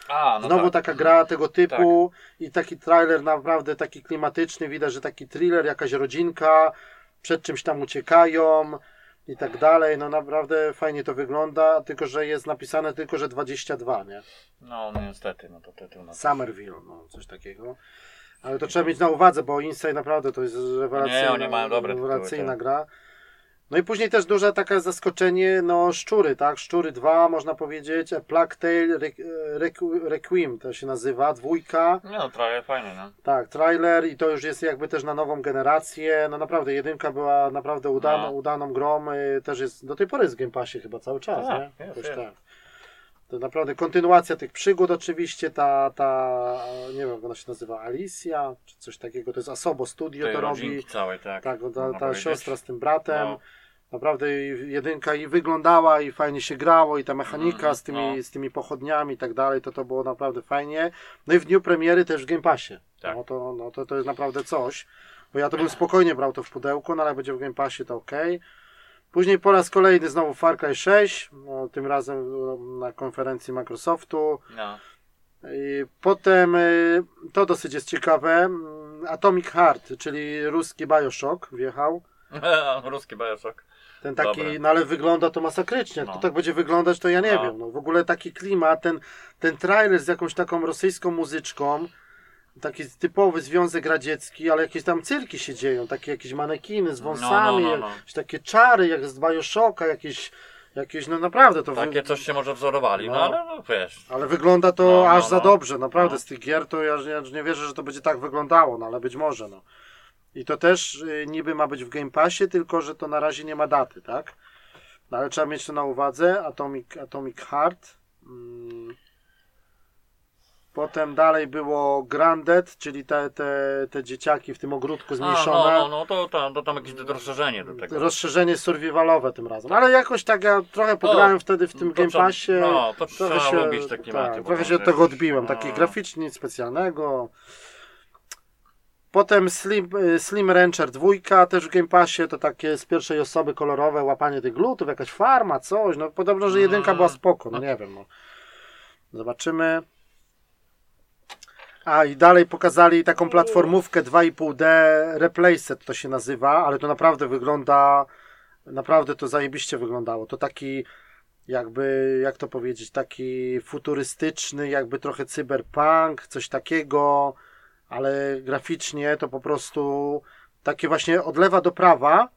A, no Znowu tak. taka gra tego typu tak. i taki trailer naprawdę taki klimatyczny, widać, że taki thriller, jakaś rodzinka, przed czymś tam uciekają i tak dalej, no naprawdę fajnie to wygląda, tylko że jest napisane tylko, że dwadzieścia dwa, nie? No, no niestety, no to tytuł na Somerville, no coś takiego. Ale to trzeba mieć na uwadze, bo Inside naprawdę to jest rewelacyjna, Nie, oni mają dobre rewelacyjna tytuły, gra. No i później też duże takie zaskoczenie, no Szczury, tak? Szczury dwa, można powiedzieć, A Plague Tale Requ- Requiem to się nazywa, dwójka. Nie no, trailer fajny, no. Tak, trailer i to już jest jakby też na nową generację. No naprawdę, jedynka była naprawdę udana, No. udaną grą, y, też jest, do tej pory jest w Game Passie chyba cały czas, Tak, nie? jest, Jakoś jest. tak. To naprawdę kontynuacja tych przygód oczywiście, ta, ta, nie wiem jak ona się nazywa, Alicia, czy coś takiego, to jest Asobo Studio Tej to robi. rodzinki całej, tak. Tak, ta, można ta powiedzieć. siostra z tym bratem. No. Naprawdę i jedynka i wyglądała i fajnie się grało i ta mechanika Mm, z, tymi, no. z tymi pochodniami i tak dalej, to to było naprawdę fajnie. No i w dniu premiery też w Game Passie. Tak. No, to, no to, to jest naprawdę coś. Bo ja to bym spokojnie brał to w pudełku, no ale jak będzie w Game Passie to ok. Później po raz kolejny znowu Far Cry sześć, no, tym razem no, na konferencji Microsoftu. No. I potem y, to dosyć jest ciekawe, mm, Atomic Heart, czyli ruski Bioshock wjechał. Ruski Bioshock. Ten taki, Dobre. no ale wygląda to masakrycznie. Jak No. to tak będzie wyglądać, to ja nie No. wiem. No, w ogóle taki klimat, ten, ten trailer z jakąś taką rosyjską muzyczką, taki typowy Związek Radziecki, ale jakieś tam cyrki się dzieją, takie jakieś manekiny z wąsami, No, no, no, no. jakieś takie czary, jak z Bioshocka, jakieś, jakieś, no naprawdę to... Takie wy... coś się może wzorowali, no, No. ale no wiesz. Ale wygląda to No, no, aż za no. dobrze, naprawdę No. z tych gier to ja, ja nie wierzę, że to będzie tak wyglądało, no ale być może, no. I to też y, niby ma być w Game Passie, tylko że to na razie nie ma daty, tak? No, ale trzeba mieć to na uwadze. Atomic, Atomic Heart. Mm. Potem dalej było Grounded, czyli te, te, te dzieciaki w tym ogródku A, zmniejszone. no, no, no to, to, to tam jakieś rozszerzenie do tego. Rozszerzenie survivalowe tym razem. Ale jakoś tak ja trochę pograłem No, wtedy w tym to Game trzeba- Passie. no, to trochę trzeba się, lubić te klimaty, tak, bo trochę to się od wiesz, tego odbiłem. no. Taki graficznie, nic specjalnego. Potem Slim, Slim Rancher dwa, też w Game Passie, to takie z pierwszej osoby kolorowe, łapanie tych glutów, jakaś farma, coś. No podobno, że jedynka była spoko, no nie wiem. No. Zobaczymy. A i dalej pokazali taką platformówkę dwa i pół D, Replaced to się nazywa, ale to naprawdę wygląda, naprawdę to zajebiście wyglądało. To taki jakby, jak to powiedzieć, taki futurystyczny, jakby trochę cyberpunk, coś takiego, ale graficznie to po prostu takie właśnie od lewa do prawa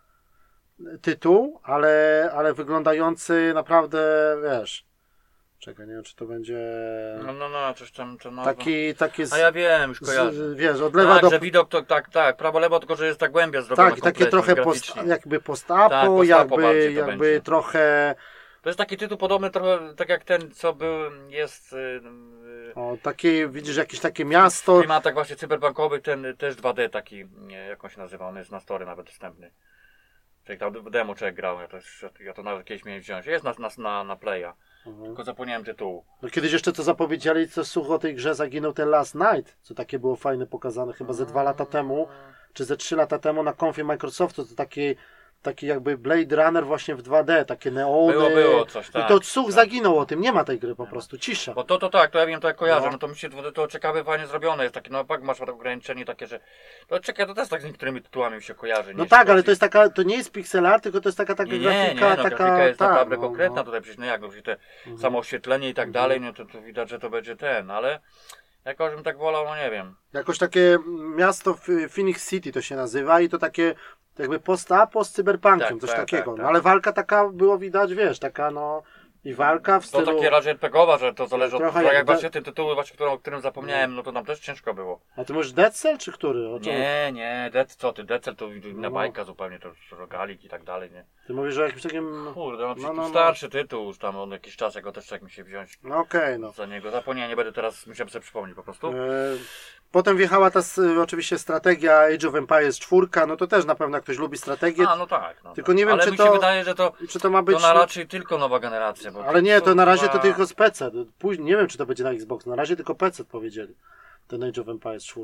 tytuł, ale, ale wyglądający naprawdę, wiesz, czekaj, nie wiem, czy to będzie No, no, no, coś tam, to no. taki, taki z, A ja wiem, już z, kojarzę. wiesz, od lewa Tak, do że widok to tak, tak, prawo, lewo, tylko że jest ta głębia zrobiona tak, takie kompletnie, trochę post, graficznie. jakby post-apo, Tak, post-apo jakby, bardziej to jakby będzie. trochę To jest taki tytuł podobny trochę, tak jak ten, co był, jest... Yy, o, takie, widzisz, jakieś takie miasto. w klimatach właśnie cyberbankowych, ten też dwa D taki, nie, jak on się nazywa, on jest na story nawet dostępny. Czyli tam w demo człowiek grał, ja to, ja to nawet kiedyś miałem wziąć. Jest na, na, na, na playa, Mhm. tylko zapomniałem tytułu. No kiedyś jeszcze to zapowiedzieli, co słuch o tej grze zaginął ten Last Night, co takie było fajne pokazane chyba ze dwa lata temu, czy ze trzy lata temu na konfie Microsoftu, to taki, taki jakby Blade Runner właśnie w dwa D, takie neony. Było, było coś, tak. I to słuch tak. zaginął o tym, nie ma tej gry po prostu, cisza. Bo to, to tak, to ja wiem, to jak kojarzę, No. no, to mi się to, to ciekawe fajnie zrobione jest, takie, no tak masz ograniczenie takie, że, to czekaj, to też tak z niektórymi tytułami mi się kojarzy. No nie? tak, ale to jest taka, to nie jest pixel art, tylko to jest taka, taka Nie, nie, grafika, nie, no, taka, grafika jest tak, naprawdę no, konkretna no. tutaj, przecież no jak, no, przecież te samo oświetlenie i tak dalej, no to, to widać, że to będzie ten, ale jakoś bym tak wolał, no nie wiem. Jakoś takie miasto w Phoenix City to się nazywa i to takie jakby post-apo z cyberpunkiem, Tak, coś tak, takiego. tak, tak. No ale walka taka było widać, wiesz, taka no i walka w To stylu... takie raczej RPGowa, że to zależy od Trochę tego, jak, jak właśnie te tytuły, właśnie, którą, o którym zapomniałem, no to nam też ciężko było. A ty mówisz Dead Cell czy który? O czym? Nie, nie, Dead, co ty, Dead Cell to inna No. bajka zupełnie, to już rogalik i tak dalej, nie? Ty mówisz o jakimś takim... Kurde, no, No, no, no. starszy tytuł już tam, on jakiś czas, jak go też tak mi się wziąć No okej, no. za niego. Zapomniałem, nie będę teraz, musiałem sobie przypomnieć po prostu. E, Potem wjechała ta s- oczywiście strategia Age of Empires cztery, no to też na pewno jak ktoś lubi strategię, A, no tak. No, Tylko tak. nie wiem, ale czy mi to- się wydaje, że to, czy to ma być... to na raczej tylko nowa generacja. Bo Ale nie, to są na razie to chyba- tylko z P C. Później, nie wiem, czy to będzie na Xbox. Na razie tylko P C powiedzieli. Ten Age of Empires cztery.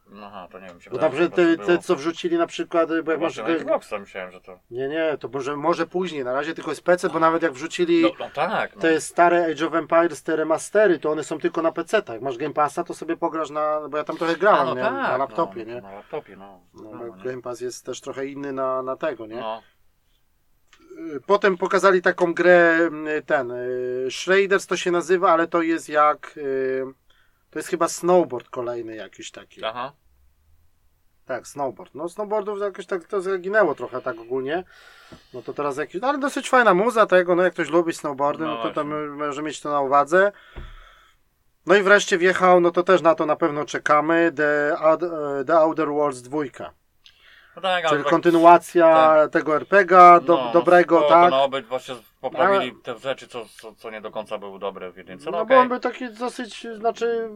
Aha, to nie wiem. Się Bo dobrze, te, te co wrzucili na przykład, bo jak masz... Xboxa myślałem, że to... Nie, nie, to może, może później, na razie tylko jest P C, bo nawet jak wrzucili no, no tak, no. te stare Age of Empires, te remastery, to one są tylko na P C tak. Jak masz Game Passa, to sobie pograsz na... bo ja tam trochę grałem, no nie? Tak, na laptopie, no, nie? Na laptopie, no. No, no Game Pass jest też trochę inny na, na tego, nie? No. Potem pokazali taką grę, ten, Shraders to się nazywa, ale to jest jak, to jest chyba snowboard kolejny jakiś taki. Aha. Tak, snowboard. No snowboardów jakoś tak to zaginęło trochę tak ogólnie. No to teraz jakiś, ale dosyć fajna muza tego, no jak ktoś lubi snowboardy, no, no to tam może mieć to na uwadze. No i wreszcie wjechał, no to też na to na pewno czekamy, The, The Outer Worlds dwa. No tak, czyli tak, kontynuacja tak. tego er pe gie a do, no, dobrego, no, tak? No oby właśnie poprawili ale... te rzeczy, co, co, co nie do końca były dobre w jedynce. No, no bo okay. on był taki dosyć, znaczy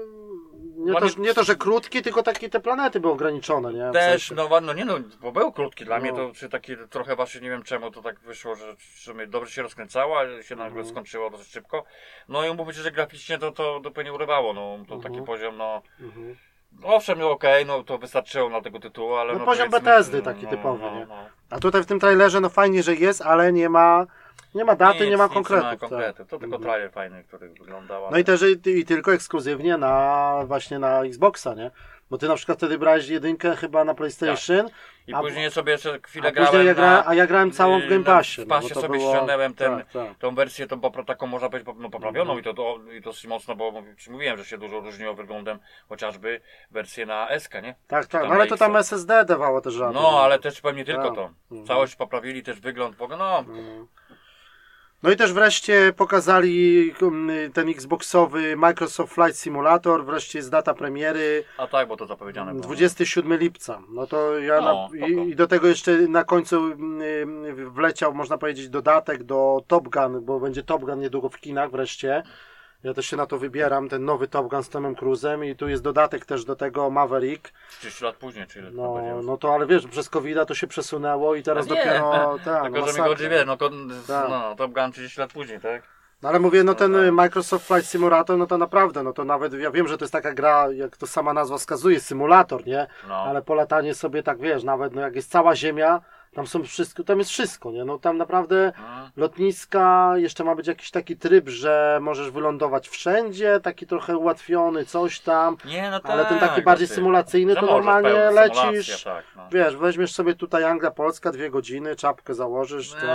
nie, to, nie to, że krótki, tylko takie te planety były ograniczone, nie? W Też, sensie. no, no nie no, bo był krótki dla no. mnie, to czy taki trochę właśnie nie wiem czemu to tak wyszło, że, że dobrze się rozkręcało, ale się nagle mhm. skończyło dosyć szybko. No i mówię, że graficznie to, to zupełnie urywało, no to mhm. taki poziom, no... Mhm. Owszem, no okej, okay, no to wystarczyło na tego tytułu, ale... No, no poziom Bethesdy taki no, typowy, no, nie? No. A tutaj w tym trailerze, no fajnie, że jest, ale nie ma... Nie ma daty, nic, nie ma konkretów. Nie ma konkretów. Tak. To tylko mhm. trailer fajny, który wyglądał. No i też i, i tylko ekskluzywnie na właśnie na Xboxa, nie? Bo ty na przykład wtedy brałeś jedynkę chyba na PlayStation. Tak. I a, później sobie jeszcze chwilę a grałem ja gra, na, A ja grałem całą w Game Passie. W Passie no, sobie było... ściągnąłem ten, tak, tak. tą wersję, tą taką można powiedzieć no, poprawioną mhm. i, to, to, i dosyć mocno, bo mówiłem, że się dużo różniło wyglądem chociażby wersję na S K, nie? Tak, tak, no, ale to tam S S D dawało też żadne. No, ale też pewnie tylko tak. to. Całość poprawili, też wygląd, bo no... Mhm. No i też wreszcie pokazali ten Xboxowy Microsoft Flight Simulator, wreszcie jest data premiery. A tak, bo to zapowiedziane było. dwudziestego siódmego lipca. No to ja no, na, i, i do tego jeszcze na końcu wleciał, można powiedzieć, dodatek do Top Gun, bo będzie Top Gun niedługo w kinach wreszcie. Ja też się na to wybieram, ten nowy Top Gun z Tomem Cruise'em i tu jest dodatek też do tego Maverick. trzydzieści lat później, czyli no, no to ale wiesz, przez kowida to się przesunęło i teraz dopiero... Ta, Tylko, no, że mi chodzi, wie, no, no Top Gun trzydzieści lat później, tak? No ale mówię, no ten Microsoft Flight Simulator, no to naprawdę, no to nawet, ja wiem, że to jest taka gra, jak to sama nazwa wskazuje, symulator, nie? No. Ale po latanie sobie tak, wiesz, nawet no jak jest cała ziemia, tam są wszystko, tam jest wszystko, nie? No tam naprawdę hmm. lotniska, jeszcze ma być jakiś taki tryb, że możesz wylądować wszędzie, taki trochę ułatwiony, coś tam, nie, no tak, ale ten taki bardziej symulacyjny, to normalnie lecisz, tak, no. wiesz, weźmiesz sobie tutaj Anglia, Polska, dwie godziny, czapkę założysz, to...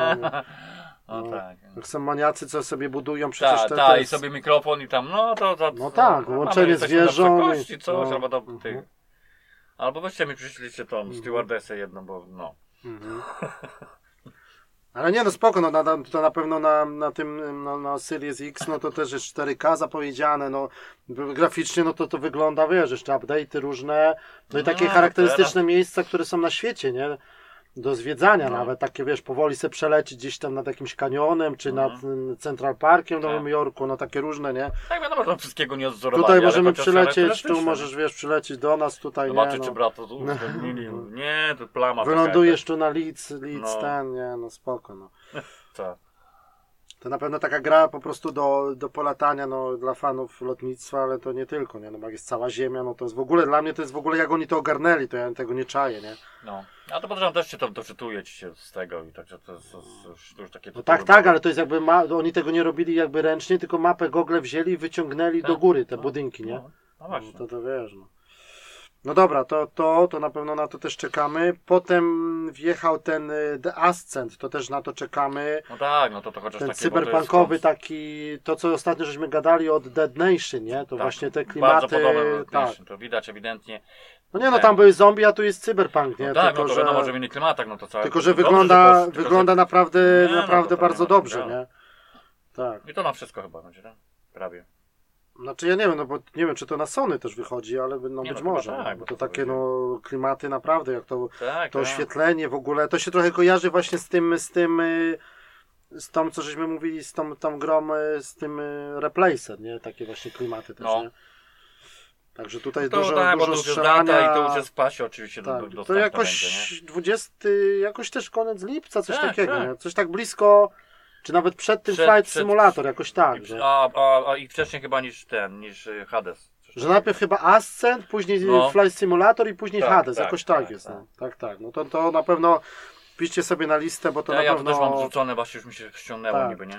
No, no tak. Jak są maniacy, co sobie budują przecież ta, te... Tak, te... i sobie mikrofon i tam, no to... to no tak, no, łączenie z wieżą. I... coś, no. albo do mhm. tych... Albo weźcie mi przyszliście tą mhm. stewardessę jedną, bo no... Mhm. Ale nie, no spoko, no na, to na pewno na, na tym, no, na Series X, no to też jest cztery K zapowiedziane, no graficznie, no to to wygląda, wiesz, jeszcze update'y różne, no i takie no, charakterystyczne teraz... miejsca, które są na świecie, nie? Do zwiedzania no. nawet, takie wiesz, powoli se przelecić gdzieś tam nad jakimś kanionem, czy nad mm. Central Parkiem w Nowym tak. Jorku, no takie różne, nie? Tak wiadomo, że wszystkiego nie odzorowali. Tutaj możemy przylecieć, tu możesz, wiesz, przylecieć do nas, tutaj Zobaczyć, nie, no. czy brat to uwzględnili. Nie, to plama. Wylądujesz tu na Leeds, Leeds no. ten, nie, no spoko, no. Tak. To na pewno taka gra po prostu do, do polatania, no, dla fanów lotnictwa, ale to nie tylko, nie? No, jak jest cała ziemia, no to jest w ogóle, dla mnie to jest w ogóle, jak oni to ogarnęli, to ja tego nie czaję, nie? No, a to podejrzewam też się to doczytuje ci się z tego i także to jest, to jest, to już takie... No tak, tak, ale to jest jakby, ma, oni tego nie robili jakby ręcznie, tylko mapę Google wzięli i wyciągnęli tak? do góry te no, budynki, nie? No, no właśnie. No, to to wiesz, no. No dobra, to, to, to na pewno na to też czekamy. Potem wjechał ten The Ascent, to też na to czekamy. No tak, no to, to chociaż ten taki... cyberpunkowy taki, to co ostatnio żeśmy gadali od Dead Nation, nie? To tak, właśnie te klimaty... Bardzo podobne tak. Nation, to widać ewidentnie. No nie, no tam były zombie, a tu jest cyberpunk, nie? No tak, tylko, no to że... wiadomo, że w innych klimatach, no to całe... Tylko, że wygląda, dobrze, że posz... wygląda tylko, że... naprawdę, nie, naprawdę no bardzo dobrze, no. nie? Tak. I to na wszystko chyba będzie, tak? Prawie. Znaczy ja nie wiem, no bo nie wiem, czy to na Sony też wychodzi, ale no nie, być no, może. Tak, bo to, to takie no klimaty naprawdę, jak to, tak, to tak. oświetlenie w ogóle, to się trochę kojarzy właśnie z tym, z tym, z tą, co żeśmy mówili, z tą, tą grą, z tym Replacer, nie? Takie właśnie klimaty też, no. nie? Także tutaj to, dużo, tak, dużo bo strzelania. I to już jest w pasie oczywiście tak, do, do to jakoś będzie, dwudziesty, jakoś też koniec lipca, coś tak, takiego, tak. nie? Coś tak blisko, czy nawet przed tym przed, Flight przed, Simulator, jakoś tak. I, że... a, a, a i wcześniej chyba niż ten, niż Hades. Że najpierw chyba Ascent, później no. Flight Simulator i później tak, Hades, tak, jakoś tak, tak jest. Tak, no. tak. tak. No to, to na pewno piszcie sobie na listę, bo to ja, na ja pewno... Ja to też mam wrzucone, właśnie już mi się ściągnęło tak. niby, nie?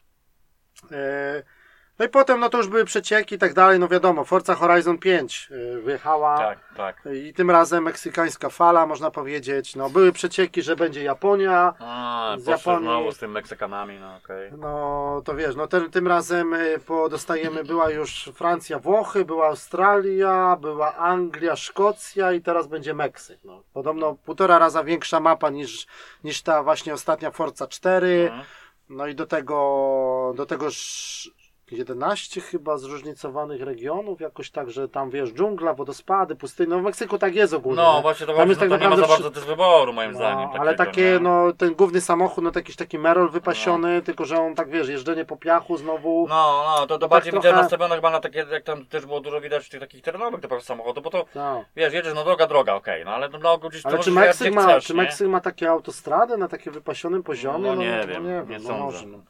E... No i potem no to już były przecieki i tak dalej, no wiadomo, Forza Horizon pięć wyjechała tak, tak. i tym razem meksykańska fala, można powiedzieć, no były przecieki, że będzie Japonia, A, z Japonii, znowu z tym Meksykanami, no okej. Okay. No to wiesz, no ten, tym razem po, dostajemy, była już Francja, Włochy, była Australia, była Anglia, Szkocja i teraz będzie Meksyk, no. Podobno półtora raza większa mapa niż, niż ta właśnie ostatnia Forza cztery, mhm. no i do tego, do tego jedenaście chyba zróżnicowanych regionów, jakoś tak, że tam wiesz, dżungla, wodospady, pustynie, no w Meksyku tak jest ogólnie. No właśnie, to, tam jest, no, tak to nie ma za bardzo też wyboru moim no, zdaniem. Takiego, ale takie, no. no ten główny samochód, no to jakiś taki Merol wypasiony, no. tylko że on tak wiesz, jeżdżenie po piachu znowu. No, no, to, to bardziej tak widziałem trochę... nastawione chyba na takie, jak tam też było dużo widać tych takich terenowych typowych samochodów, bo to no. wiesz, jedziesz, no droga, droga, okej, okay, no ale no gdzieś ale to czy Meksyk ma, chcesz, czy Meksyk ma takie autostrady na takie wypasionym poziomie? No, no nie, no, wiem, no nie nie wiem, nie no, może, no.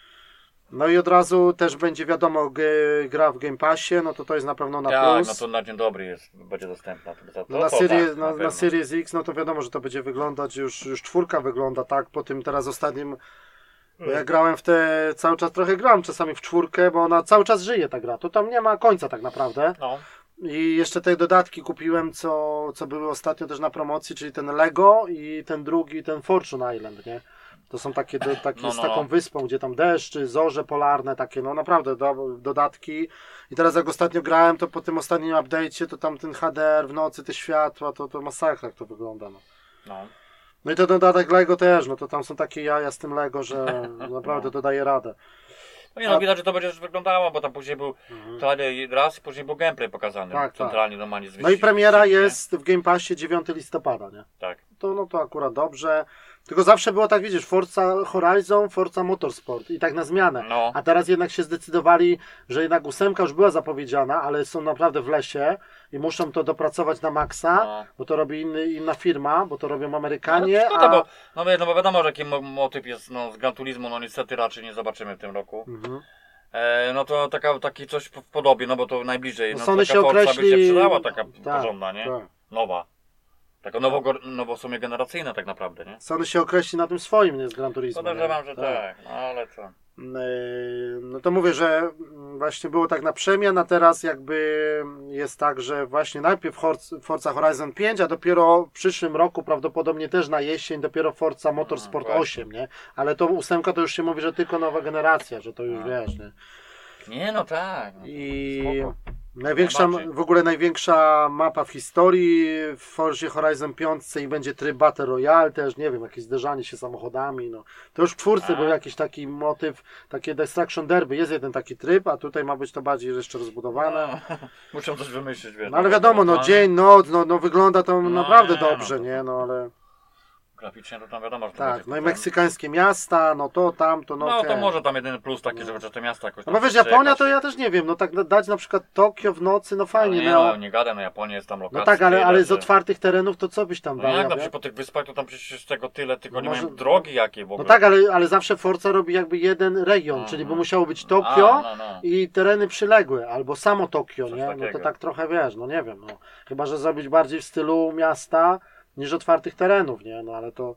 No i od razu też będzie wiadomo, g- gra w Game Passie, no to to jest na pewno na tak, plus. no to na dzień dobry jest, będzie dostępna. To, to, no na, to, serie, tak, na, na, na Series X, no to wiadomo, że to będzie wyglądać, już, już czwórka wygląda tak, po tym teraz ostatnim, bo ja grałem w te, cały czas trochę gram czasami w czwórkę, bo ona cały czas żyje ta gra, to tam nie ma końca tak naprawdę. No. I jeszcze te dodatki kupiłem, co, co były ostatnio też na promocji, czyli ten Lego i ten drugi, ten Fortune Island, nie? To są takie, do, takie no, no. z taką wyspą, gdzie tam deszcze, zorze polarne, takie no naprawdę do, dodatki. I teraz jak ostatnio grałem, to po tym ostatnim update'cie, to tam ten H D R w nocy, te światła, to, to masakra jak to wygląda. No. No. no i to dodatek Lego też, no to tam są takie jaja z tym Lego, że naprawdę to daje radę. No nie no, widać, że to będzie już wyglądało, bo tam później był mhm. to raz, później był gameplay pokazany. Tak, centralnie tak. normalnie z No i premiera wyścigi, jest w Game Passie dziewiątego listopada, nie? Tak. To, no to akurat dobrze. Tylko zawsze było tak, widzisz, Forza Horizon, Forza Motorsport i tak na zmianę. No. A teraz jednak się zdecydowali, że jednak ósemka już była zapowiedziana, ale są naprawdę w lesie i muszą to dopracować na maksa, no. bo to robi inny, inna firma, bo to robią Amerykanie. No, szkoda, a... bo, no, no bo wiadomo, że jaki motyw jest no, z Gran Turismo, no niestety raczej nie zobaczymy w tym roku. Mhm. E, no to taka, taki coś w podobie, no bo to najbliżej. No, no, Sony taka się określi... Forza by się przydała, taka tak, porządna, nie? Tak. Nowa. Taka nowo, nowo w sumie generacyjna tak naprawdę, nie? Sony się określi na tym swoim, nie z Gran Turismo. Podejrzewam, że tak, tak. No, ale co? No to mówię, że właśnie było tak na przemian, a teraz jakby jest tak, że właśnie najpierw Forza Horizon pięć, a dopiero w przyszłym roku prawdopodobnie też na jesień dopiero Forza Motorsport no, osiem, nie? Ale to ósemka to już się mówi, że tylko nowa generacja, że to już no. wiesz, nie? Nie, no tak. No, I największa, w ogóle największa mapa w historii w Forzie Horizon pięć i będzie tryb Battle Royale też, nie wiem, jakieś zderzanie się samochodami, no. To już w czwórce a. był jakiś taki motyw, takie Destruction Derby, jest jeden taki tryb, a tutaj ma być to bardziej jeszcze rozbudowane. No, muszą coś wymyślić, wiesz. No, ale wiadomo, no dzień, noc, no, no wygląda to no, naprawdę nie, dobrze, no, nie, no ale... Graficznie to tam wiadomo, że tak, no i meksykańskie miasta, no to tam, to no No okay. to może tam jedyny plus taki, no. że te miasta jakoś tam... No bo wiesz, Japonia to ja też nie wiem, no tak dać na przykład Tokio w nocy, no fajnie. No nie, no, no nie gadam, no Japonia jest tam lokacja. No tak, ale, ale z otwartych terenów to co byś tam dał? No jak ja na przykład po tych wyspach to tam przecież z tego tyle, tylko no nie może... mają drogi jakie w ogóle. No tak, ale, ale zawsze Forza robi jakby jeden region, no, czyli no. by musiało być Tokio A, no, no. i tereny przyległe, albo samo Tokio, Coś nie? Takiego. No to tak trochę wiesz, no nie wiem, no. Chyba że zrobić bardziej w stylu miasta niż otwartych terenów, nie? No ale to...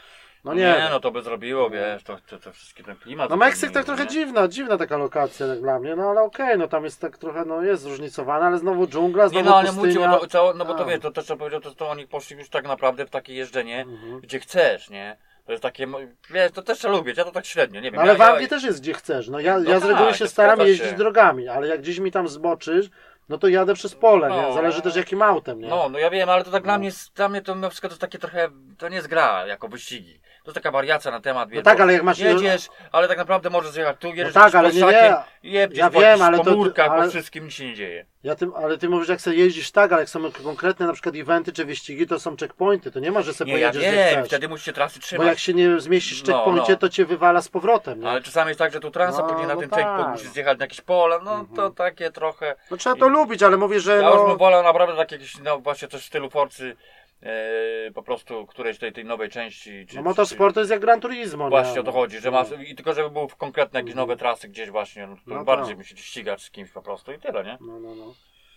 No nie, nie no to by zrobiło, wiesz, to, to, to wszystkie ten klimat. No Meksyk tak trochę nie? dziwna, dziwna taka lokacja jak dla mnie, no ale okej, okay, no tam jest tak trochę, no jest zróżnicowane, ale znowu dżungla, znowu nie, no, ale pustynia. Mówię, to, no bo to wiesz, to też trzeba powiedzieć, to, to oni poszli już tak naprawdę w takie jeżdżenie, mhm. gdzie chcesz, nie? To jest takie, wiesz, to też trzeba lubić, ja to tak średnio, nie wiem. No, ale ja, w Anglii ja... też jest gdzie chcesz, no ja, no ja z reguły tak, się staram jeździć się. drogami, ale jak gdzieś mi tam zboczysz, no to jadę przez pole, no, nie? Zależy też jakim autem, nie? No, no ja wiem, ale to tak no. dla mnie, dla mnie to na przykład to jest takie trochę, to nie jest gra jako wyścigi. To jest taka wariacja na temat, wiesz, no tak, ale jak masz... jedziesz, ale tak naprawdę możesz jechać tu, jedziesz no tak, ale nie, nie. Jedziesz ja wiem, ale po komórkach, ale... po wszystkim nic się nie dzieje. Ja tym, ale ty mówisz, jak sobie jeździsz tak, ale jak są konkretne na przykład eventy czy wyścigi, to są checkpointy, to nie ma, że sobie nie, pojedziesz ja gdzie wiem, chcesz. Wtedy musisz się trasy trzymać. Bo jak się nie zmieścisz w checkpoincie, no, no. to cię wywala z powrotem, nie? Ale czasami jest tak, że tu trasa, no, później na no ten tak. checkpoint musisz zjechać na jakieś pole, no mhm. to takie trochę... No trzeba to I... lubić, ale mówię, że... Ja no... już bym wolał naprawdę tak jakieś, no właśnie coś w stylu Forcy, e, po prostu którejś tej, tej nowej części. Czy, no motorsport to jest jak Gran Turismo. Właśnie nie? o to chodzi, że masz, i tylko żeby były konkretne jakieś nowe trasy gdzieś właśnie, no, to no bardziej tak. musisz ścigać z kimś po prostu i tyle, nie? No, no, no.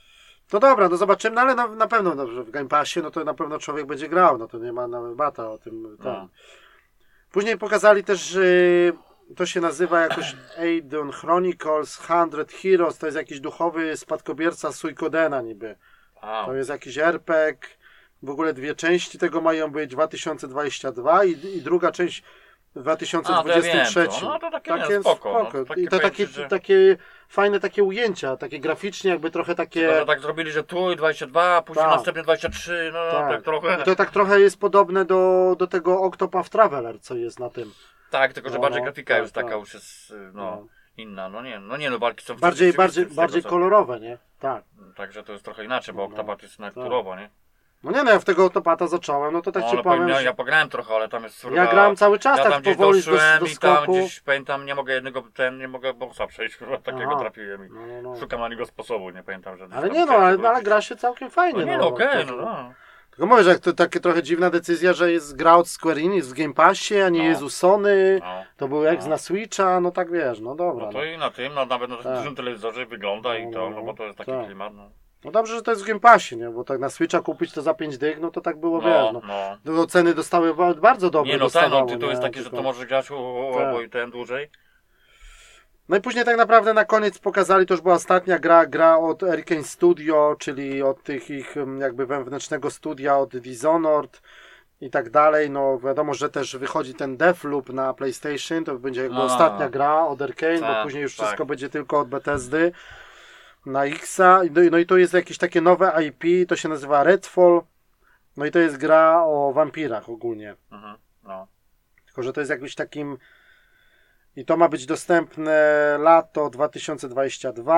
No dobra, no zobaczymy, no ale na, na pewno no, w Game Passie, no to na pewno człowiek będzie grał, no to nie ma nawet bata o tym. No. Później pokazali też, że to się nazywa jakoś Aeon Chronicles sto Heroes, to jest jakiś duchowy spadkobierca Suikodena niby. Wow. To jest jakiś er pe gie, w ogóle dwie części tego mają być, dwa tysiące dwudziesty drugi i, i druga część w dwa tysiące dwudziestym trzecim. A, to ja wiem, to. No to takie, takie spoko. spoko. No, takie I to takie, że... takie fajne takie ujęcia, takie graficznie jakby trochę takie... Tylko, że tak zrobili, że tu dwadzieścia dwa, a później tak. następnie dwadzieścia trzy, no tak, tak trochę... I to tak trochę jest podobne do, do tego Octopath Traveler, co jest na tym. Tak, tylko że no, bardziej grafika tak, już taka tak. już jest no, no. inna, no nie, no nie no, walki są... Bardziej, bardziej, bardziej kolorowe, nie? Tak. Także to jest trochę inaczej, bo no, Octopath jest naturalnie, tak. nie? No nie no, ja w tego Octopatha zacząłem, no to tak no, ci powiem... Ja, ja pograłem trochę, ale tam jest surwa... Ja grałem cały czas, ja tak powoli do, do i tam gdzieś, pamiętam, nie mogę jednego, ten, nie mogę bossa przejść, takiego Aha. trafiłem i no, no, no. szukam na niego sposobu, nie pamiętam, że... Ale nie no, ale, ale gra się całkiem fajnie. No nie no, okej, okay, no, no. Tylko mówię, że to takie trochę dziwna decyzja, że jest gra od Square Enix w Game Passie, a nie no. jest u Sony, no. to był ex no. na Switcha, no tak wiesz, no dobra. No to no. i na tym, no nawet na tak. dużym telewizorze wygląda no, i to, no bo to jest taki tak. klimat, no. No dobrze, że to jest w Game Passie, nie? Bo tak na Switcha kupić to za pięć dych, no to tak było, no, wiesz, no. no. Do ceny dostały bardzo dobre. Nie no, ten no, tytuł jest taki, tylko... że to możesz grać albo i ten dłużej. No i później tak naprawdę na koniec pokazali, to już była ostatnia gra, gra od Arkane Studio, czyli od tych ich jakby wewnętrznego studia, od Dishonored i tak dalej. No wiadomo, że też wychodzi ten Deathloop na PlayStation, to będzie jakby no, ostatnia no. gra od Arkane, tak, bo później już tak. wszystko będzie tylko od Bethesdy na Xa. No i to jest jakieś takie nowe I P, to się nazywa Redfall. No i to jest gra o wampirach ogólnie. Mhm, no. Tylko, że to jest jakimś takim... I to ma być dostępne lato dwa tysiące dwudziesty drugi.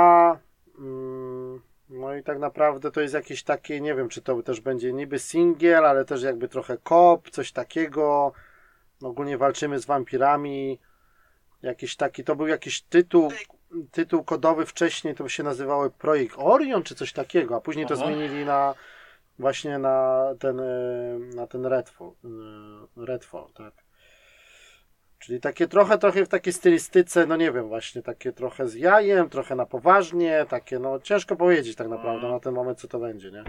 No i tak naprawdę to jest jakieś takie, nie wiem, czy to też będzie niby singiel, ale też jakby trochę kop, coś takiego. Ogólnie walczymy z wampirami. Jakiś taki, to był jakiś tytuł, tytuł kodowy wcześniej, to się nazywało Projekt Orion, czy coś takiego, a później to Aha. zmienili na właśnie na ten, na ten Redfall, Redfall, tak. Czyli takie trochę, trochę w takiej stylistyce, no nie wiem, właśnie takie trochę z jajem, trochę na poważnie, takie, no ciężko powiedzieć tak naprawdę na ten moment, co to będzie, nie?